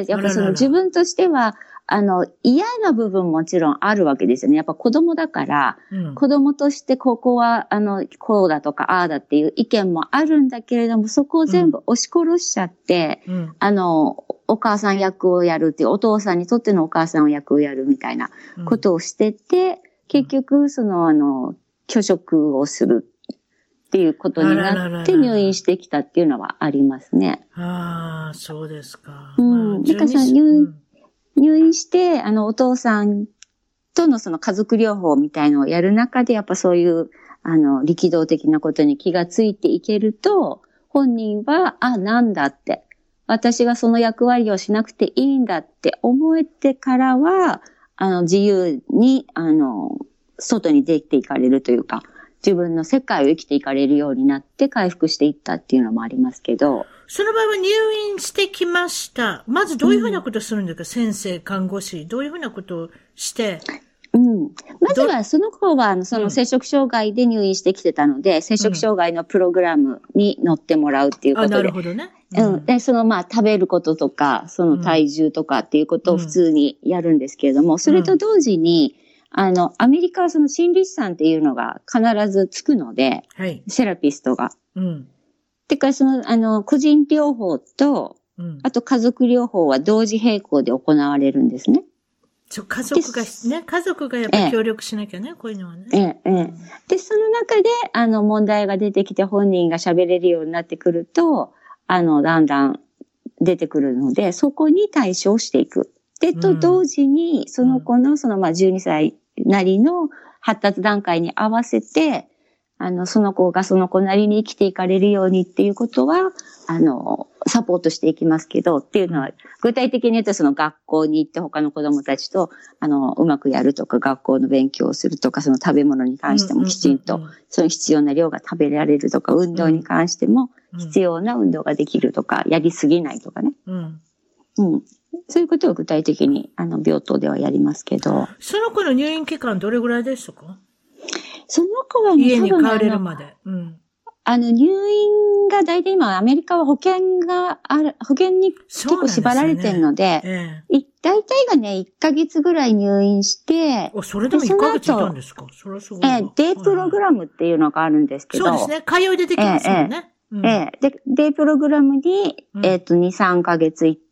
やっぱその自分としては、あの、嫌な部分もちろんあるわけですよね。やっぱ子供だから、うん、子供としてここは、あの、こうだとか、ああだっていう意見もあるんだけれども、そこを全部押し殺しちゃって、うん、あの、お母さん役をやるっていう、お父さんにとってのお母さん役をやるみたいなことをしてて、うん、結局、その、あの、拒食をする。っていうことになって入院してきたっていうのはありますね。 ああ、そうですか。 うん。だからさ、入、うん、入院して、あの、お父さんとのその家族療法みたいのをやる中で、やっぱそういう、あの、力道的なことに気がついていけると、本人は、あ、なんだって、私がその役割をしなくていいんだって思えてからは、あの、自由に、あの、外に出ていかれるというか、自分の世界を生きていかれるようになって回復していったっていうのもありますけど。 その場合は入院してきました。まずどういうふうなことをするんですか、うん、先生、看護師。どういうふうなことをして。 うん。まずはその子は、あの、その摂食障害で入院してきてたので、うん、摂食障害のプログラムに乗ってもらうっていうことで。 あ、なるほどね。 うん。うん、で、そのまあ食べることとか、その体重とかっていうことを普通にやるんですけれども、うん、それと同時に、あの、アメリカはその心理師さんっていうのが必ずつくので、はい、セラピストが。うん。てか、その、あの、個人療法と、うん、あと家族療法は同時並行で行われるんですね。 そう、家族が、ね、家族がやっぱり協力しなきゃね、ええ、こういうのはね。 ええ、ええ。で、その中で、あの、問題が出てきて本人が喋れるようになってくると、あの、だんだん出てくるので、そこに対処していく。で、と同時に、その子の、その、まあ、じゅうにさいなりの発達段階に合わせて、あの、その子がその子なりに生きていかれるようにっていうことは、あの、サポートしていきますけど、っていうのは、具体的に言うとその学校に行って他の子供たちと、あの、うまくやるとか、学校の勉強をするとか、その食べ物に関してもきちんと、その必要な量が食べられるとか、運動に関しても必要な運動ができるとか、やりすぎないとかね。うん。うん。そういうことを具体的に、あの、病棟ではやりますけど。 その子の入院期間どれぐらいでしたか？ その子はね、 家に帰れるまで。うん。 あの、入院が大体今、アメリカは保険がある、保険に結構縛られてるので、でねええ、大体がね、いっかげつぐらい入院して、 あ、それでもいっかげついたんですか？それはすごい。 ええ、デイプログラムっていうのがあるんですけど。 そうですね。通いでできますよね。 ええ、うん、ええ、で、デイプログラムに、うん、えっと、に、さんかげつ行って、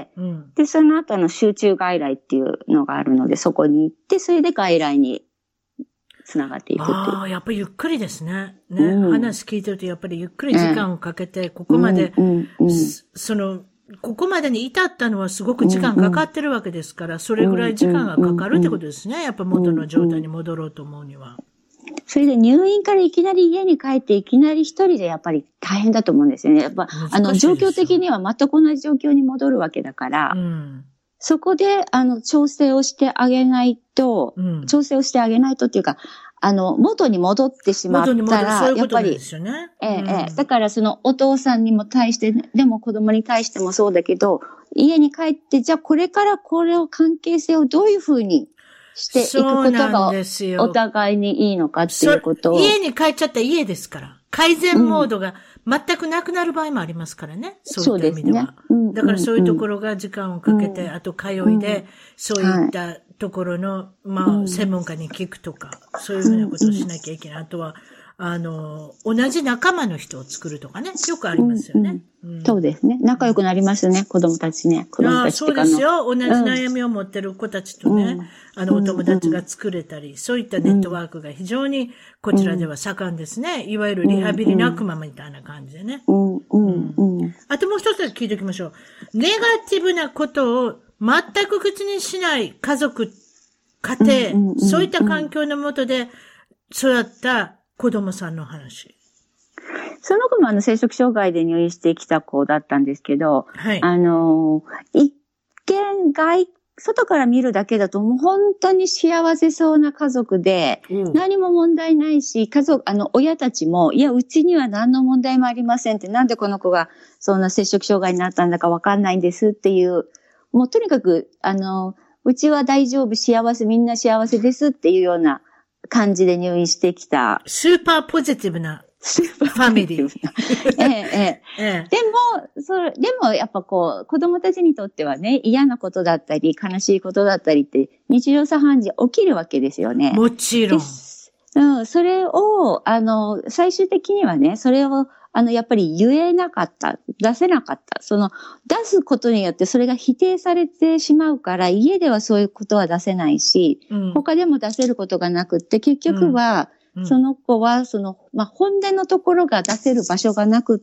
うん、で、その後の集中外来っていうのがあるので、そこに行って、それで外来につながっていくっていう。 ああ、やっぱりゆっくりですね。ね、うん、話聞いてるとやっぱりゆっくり時間をかけて、ここまで、うんうんうん、その、ここまでに至ったのはすごく時間かかってるわけですから、うんうん、それぐらい時間がかかるってことですね。やっぱ元の状態に戻ろうと思うには。 それで入院からいきなり家に帰っていきなり一人でやっぱり大変だと思うんですよね。やっぱ、あの、状況的には全く同じ状況に戻るわけだから、うん、そこで、あの、調整をしてあげないと、うん、調整をしてあげないとっていうか、あの、元に戻ってしまったら、やっぱり、ええ、ええ、だからそのお父さんにも対して、でも子供に対してもそうだけど、家に帰って、じゃあこれからこれを関係性をどういうふうにしていくことがお互いにいいのかっていうことを。 家に帰っちゃったら家ですから。改善モードが全くなくなる場合もありますからね。うん、そういった意味では。そうですね。うん、だからそういうところが時間をかけて、うん、あと通いで、うん、そういったところの、まあ、専門家に聞くとか、そういうふうなことをしなきゃいけない。あとは、 あの、同じ仲間の人を作るとかね、よくありますよね。 うんうんうん、そうですね。仲良くなりますね、子供たちね。子供たちそうですよ。同じ悩みを持ってる子たちとね、うん、あの、お友達が作れたり、うん、そういったネットワークが非常にこちらでは盛んですね。いわゆるリハビリ仲間みたいな感じでね。うんうんうん、あともう一つ聞いておきましょう。ネガティブなことを全く口にしない家族、家庭、うんうんうん、そういった環境の下で育った子供さんの話。 その子もあの、生殖障害で入院してきた子だったんですけど、はい、あの、一見外、外から見るだけだともう本当に幸せそうな家族で、うん、何も問題ないし、家族、あの、親たちも、いや、うちには何の問題もありませんって、なんでこの子がそんな生殖障害になったんだかわかんないんですっていう、もうとにかく、あの、うちは大丈夫、幸せ、みんな幸せですっていうような感じで入院してきた。 スーパーポジティブなファミリー。 ええ、ええ。でも、それ、でもやっぱこう、子供たちにとってはね、嫌なことだったり、悲しいことだったりって、日常茶飯事起きるわけですよね。 もちろん。 うん、それを、あの、最終的にはね、それを、あの、やっぱり言えなかった、出せなかった。その、出すことによってそれが否定されてしまうから、家ではそういうことは出せないし、うん、他でも出せることがなくって、結局は、うん、その子は、その、まあ、本音のところが出せる場所がなくって、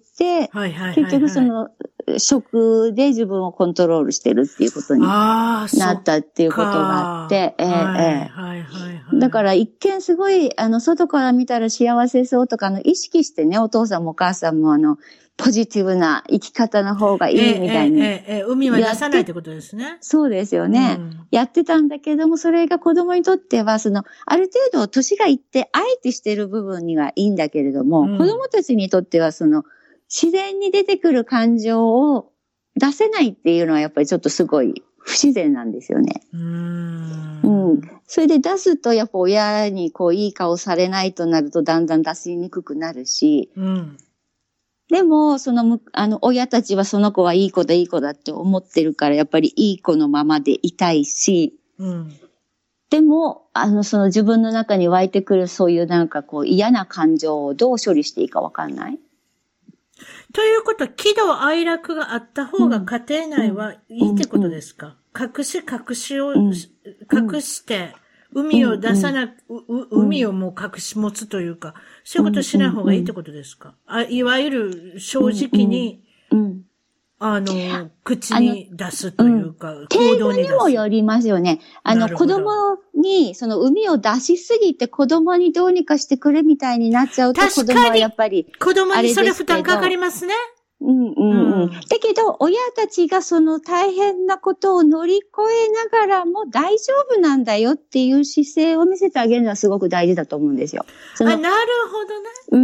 はいはいはいはい、結局その、食で自分をコントロールしてるっていうことになったっていうことがあって、ええ、ええ。だから一見すごい、あの、外から見たら幸せそうとか、あの、意識してね、お父さんもお母さんもあの、ポジティブな生き方の方がいいみたいに。ええ、ええ、ええ、 海は出さないってことですね。 そうですよね、うん。やってたんだけども、それが子供にとっては、その、ある程度年がいって、あえてしてる部分にはいいんだけれども、うん、子供たちにとっては、その、自然に出てくる感情を出せないっていうのはやっぱりちょっとすごい不自然なんですよね。うーん。うん。それで出すとやっぱ親にこういい顔されないとなるとだんだん出しにくくなるし、うん。でも、その、あの、親たちはその子はいい子だいい子だって思ってるからやっぱりいい子のままでいたいし、うん。でも、あの、その自分の中に湧いてくるそういうなんかこう嫌な感情をどう処理していいかわかんない。 ということは、喜怒哀楽があった方が家庭内はいいってことですか、うんうん、隠し隠しを、うん、隠して、海を出さな、うん、海をもう隠し持つというか、そういうことしない方がいいってことですか、あいわゆる正直に、うんうん、あの、口に出すというか、 うん、行動に出す。程度にもよりますよね。あの、子供に、その海を出しすぎて子供にどうにかしてくれみたいになっちゃうと、子供はやっぱり。 子供にそれ負担かかりますね。 うんうんうん。うん、だけど、親たちがその大変なことを乗り越えながらも大丈夫なんだよっていう姿勢を見せてあげるのはすごく大事だと思うんですよ。 あ、なるほどね。 うん。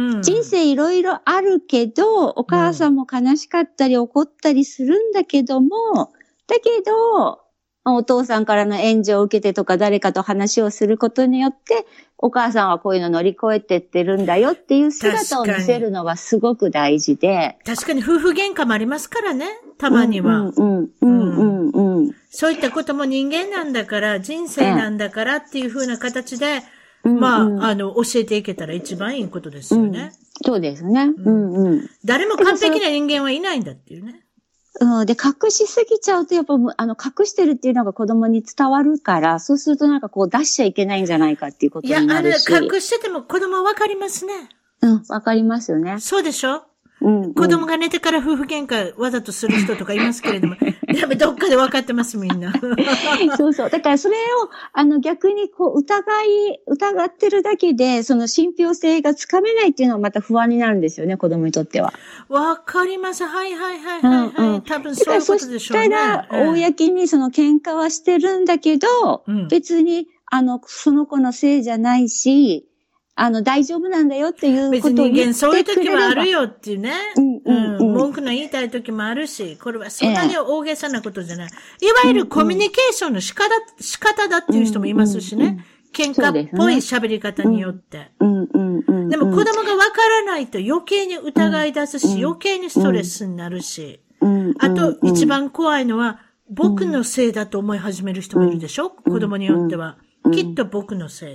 うん、人生いろいろあるけど、お母さんも悲しかったり怒ったりするんだけども、だけど、お父さんからの援助を受けてとか誰かと話をすることによって、お母さんはこういうの乗り越えてってるんだよっていう姿を見せるのがすごく大事で。 確かに夫婦喧嘩もありますからね、たまには。うんうんうんうんうん、そういったことも人間なんだから、人生なんだからっていう風な形で、うん、まあ、うん、あの、教えていけたら一番いいことですよね。 うん、そうですね、うんうん。 誰も完璧な人間はいないんだっていうね。 うん、で、隠しすぎちゃうと、やっぱ、あの、隠してるっていうのが子供に伝わるから、そうするとなんかこう出しちゃいけないんじゃないかっていうことになるし。 いや、あれ、隠してても子供はわかりますね。 うん、わかりますよね。 そうでしょうん、うん、子供が寝てから夫婦喧嘩わざとする人とかいますけれども、やっぱどっかで分かってます、みんな。 そうそう。だからそれを、あの逆にこう疑い、疑ってるだけで、その信憑性がつかめないっていうのはまた不安になるんですよね、子供にとっては。 わかります。はいはいはいはい、はいうんうん。多分そういうことでしょうね。 だからそしたら、公にその喧嘩はしてるんだけど、うん、別に、あの、その子のせいじゃないし、あの、大丈夫なんだよっていうことを言ってくれれば。別にそういう時もあるよっていうね。うんうんうん、文句の言いたい時もあるし、これはそんなに大げさなことじゃない。えー、いわゆるコミュニケーションの仕方、仕方だっていう人もいますしね。うんうんうん、喧嘩っぽい喋り方によって。うんうんうん、でも子供がわからないと余計に疑い出すし、余計にストレスになるし。あと、一番怖いのは、僕のせいだと思い始める人もいるでしょ、子供によっては。きっと僕のせいだ。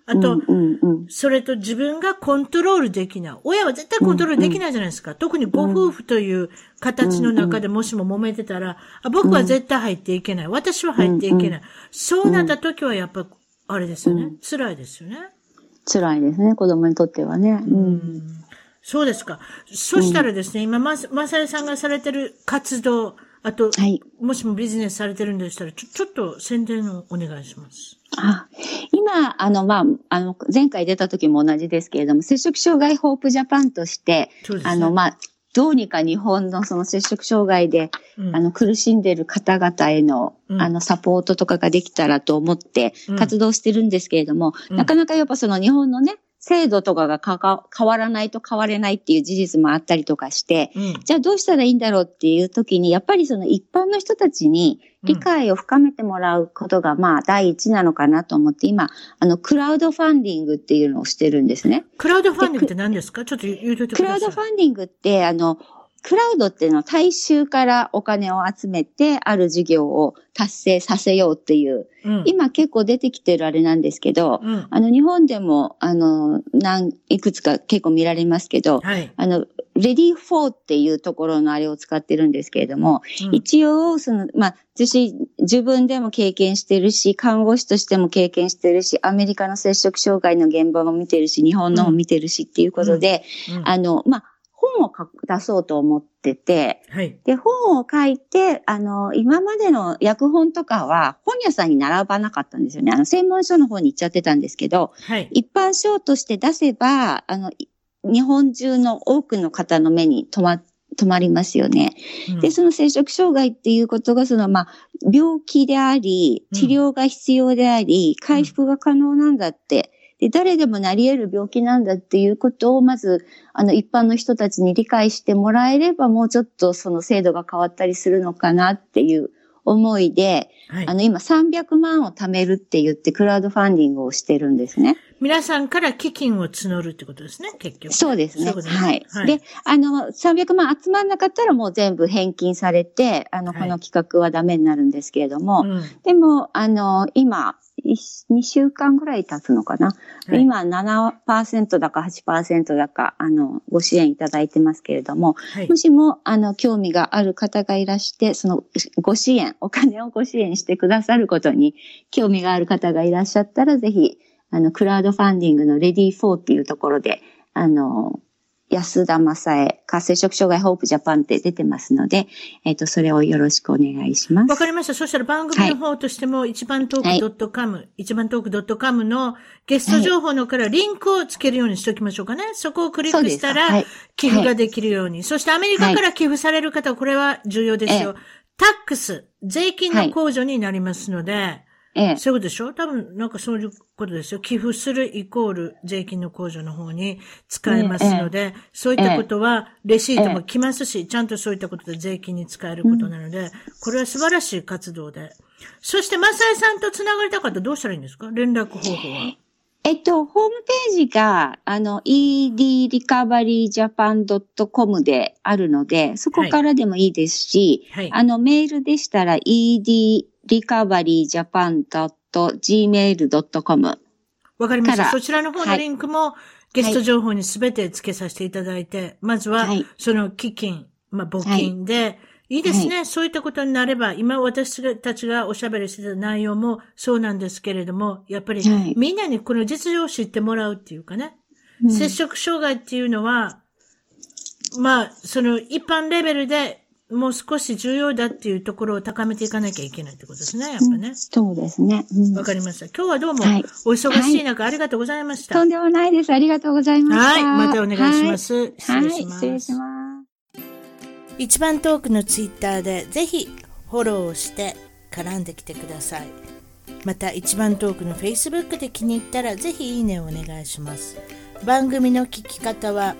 あと、 うんうんうん、 それと自分がコントロールできない。親は絶対コントロールできないじゃないですか。うんうん、特にご夫婦という形の中でもしも揉めてたら、あ、僕は絶対入っていけない。私は入っていけない。うんうん、そうなった時はやっぱ、あれですよね。うん、辛いですよね。 辛いですね。子供にとってはね。うんうんそうですか。そしたらですね、うん、今、ま、まさえさんがされてる活動、あと、はい、もしもビジネスされてるんでしたら、ちょ、ちょっと宣伝をお願いします。 あ今、あの、まあ、あの、前回出た時も同じですけれども、摂食障害ホープジャパンとして、ね、あの、まあ、どうにか日本のその摂食障害で、うん、あの、苦しんでいる方々への、うん、あの、サポートとかができたらと思って活動してるんですけれども、うん、なかなかやっぱその日本のね、制度とかがかか変わらないと変われないっていう事実もあったりとかして、うん、じゃあどうしたらいいんだろうっていう時に、やっぱりその一般の人たちに理解を深めてもらうことがまあ第一なのかなと思って、今、あの、クラウドファンディングっていうのをしてるんですね。 クラウドファンディングって何ですか？ちょっと言うといてください。 クラウドファンディングって、あの、クラウドっていうのは大衆からお金を集めてある事業を達成させようっていう、うん、今結構出てきてるあれなんですけど、うん、あの日本でもあの何いくつか結構見られますけど、はい、あのレディーフォーっていうところのあれを使ってるんですけれども、うん、一応そのまあ私自分でも経験してるし、看護師としても経験してるし、アメリカの摂食障害の現場も見てるし、日本のも見てるしっていうことで、うんうん、あのまあ本を出そうと思ってて、はい、で、本を書いて、あの、今までの訳本とかは本屋さんに並ばなかったんですよね。あの、専門書の方に行っちゃってたんですけど、はい、一般書として出せば、あの、日本中の多くの方の目に留ま、止まりますよね。うん、で、その摂食障害っていうことが、その、まあ、病気であり、治療が必要であり、うん、回復が可能なんだって、で、誰でもなり得る病気なんだっていうことを、まず、あの、一般の人たちに理解してもらえれば、もうちょっとその制度が変わったりするのかなっていう思いで、はい、あの、今さんびゃくまんを貯めるって言って、クラウドファンディングをしてるんですね。 皆さんから基金を募るってことですね、結局。 そうですね。そうですね。はい。はい。で、あの、さんびゃくまん集まんなかったらもう全部返金されて、あの、はい、この企画はダメになるんですけれども、うん、でも、あの、今、にしゅうかんぐらい経つのかな。はい、今 ななパーセント だか はちパーセント だか、あの、ご支援いただいてますけれども、はい、もしも、あの、興味がある方がいらして、その、ご支援、お金をご支援してくださることに興味がある方がいらっしゃったら、ぜひ、あの、クラウドファンディングのレディーフォーっていうところで、あの、安田正恵、摂食障害ホープジャパンって出てますので、えっと、それをよろしくお願いします。 わかりました。そしたら番組の方としても、はい、一番トーク .com、はい、一番トーク .com のゲスト情報のからリンクをつけるようにしておきましょうかね。そこをクリックしたら、寄付ができるように。そしてアメリカから寄付される方、これは重要ですよ。タックス、税金の控除になりますので、ええ、そういうことでしょ？多分、なんかそういうことですよ。寄付するイコール税金の控除の方に使えますので、ええ、そういったことは、レシートも来ますし、ええ、ちゃんとそういったことで税金に使えることなので、うん、これは素晴らしい活動で。そして、マサイさんとつながりたかったらどうしたらいいんですか？連絡方法は。 えっと、ホームページが、あの、イーディーリカバリージャパンドットコム であるので、そこからでもいいですし、はいはい、あの、メールでしたら、イーディーリカバリージャパンドットジーメールドットコム。 わかりました。そちらの方のリンクも、はい、ゲスト情報にすべて付けさせていただいて、はい、まずは、その基金、まあ、募金で、はい、いいですね、はい。そういったことになれば、今私たちがおしゃべりしてた内容もそうなんですけれども、やっぱり、はい、みんなにこの実情を知ってもらうっていうかね、うん、摂食障害っていうのは、まあ、その一般レベルで、もう少し重要だっていうところを高めていかなきゃいけないってことですね、やっぱね。うん、 そうですね。 わ、うん、かりました。今日はどうも、お忙しい中、はい、ありがとうございました。 とんでもないです。ありがとうございました。 はい、またお願いします。はい、失礼します。 はい、失礼します。 一番トークのツイッターでぜひフォローをして絡んできてください。また一番トークの Facebook で気に入ったらぜひいいねをお願いします。番組の聞き方は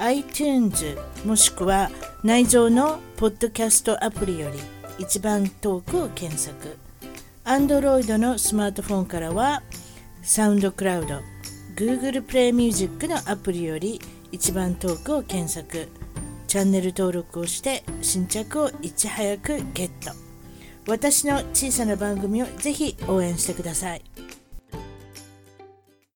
iTunes もしくは内蔵のポッドキャストアプリより一番トークを検索。Android のスマートフォンからはサウンドクラウド、Google プレイミュージックのアプリより一番トークを検索。チャンネル登録をして新着をいち早くゲット。私の小さな番組をぜひ応援してください。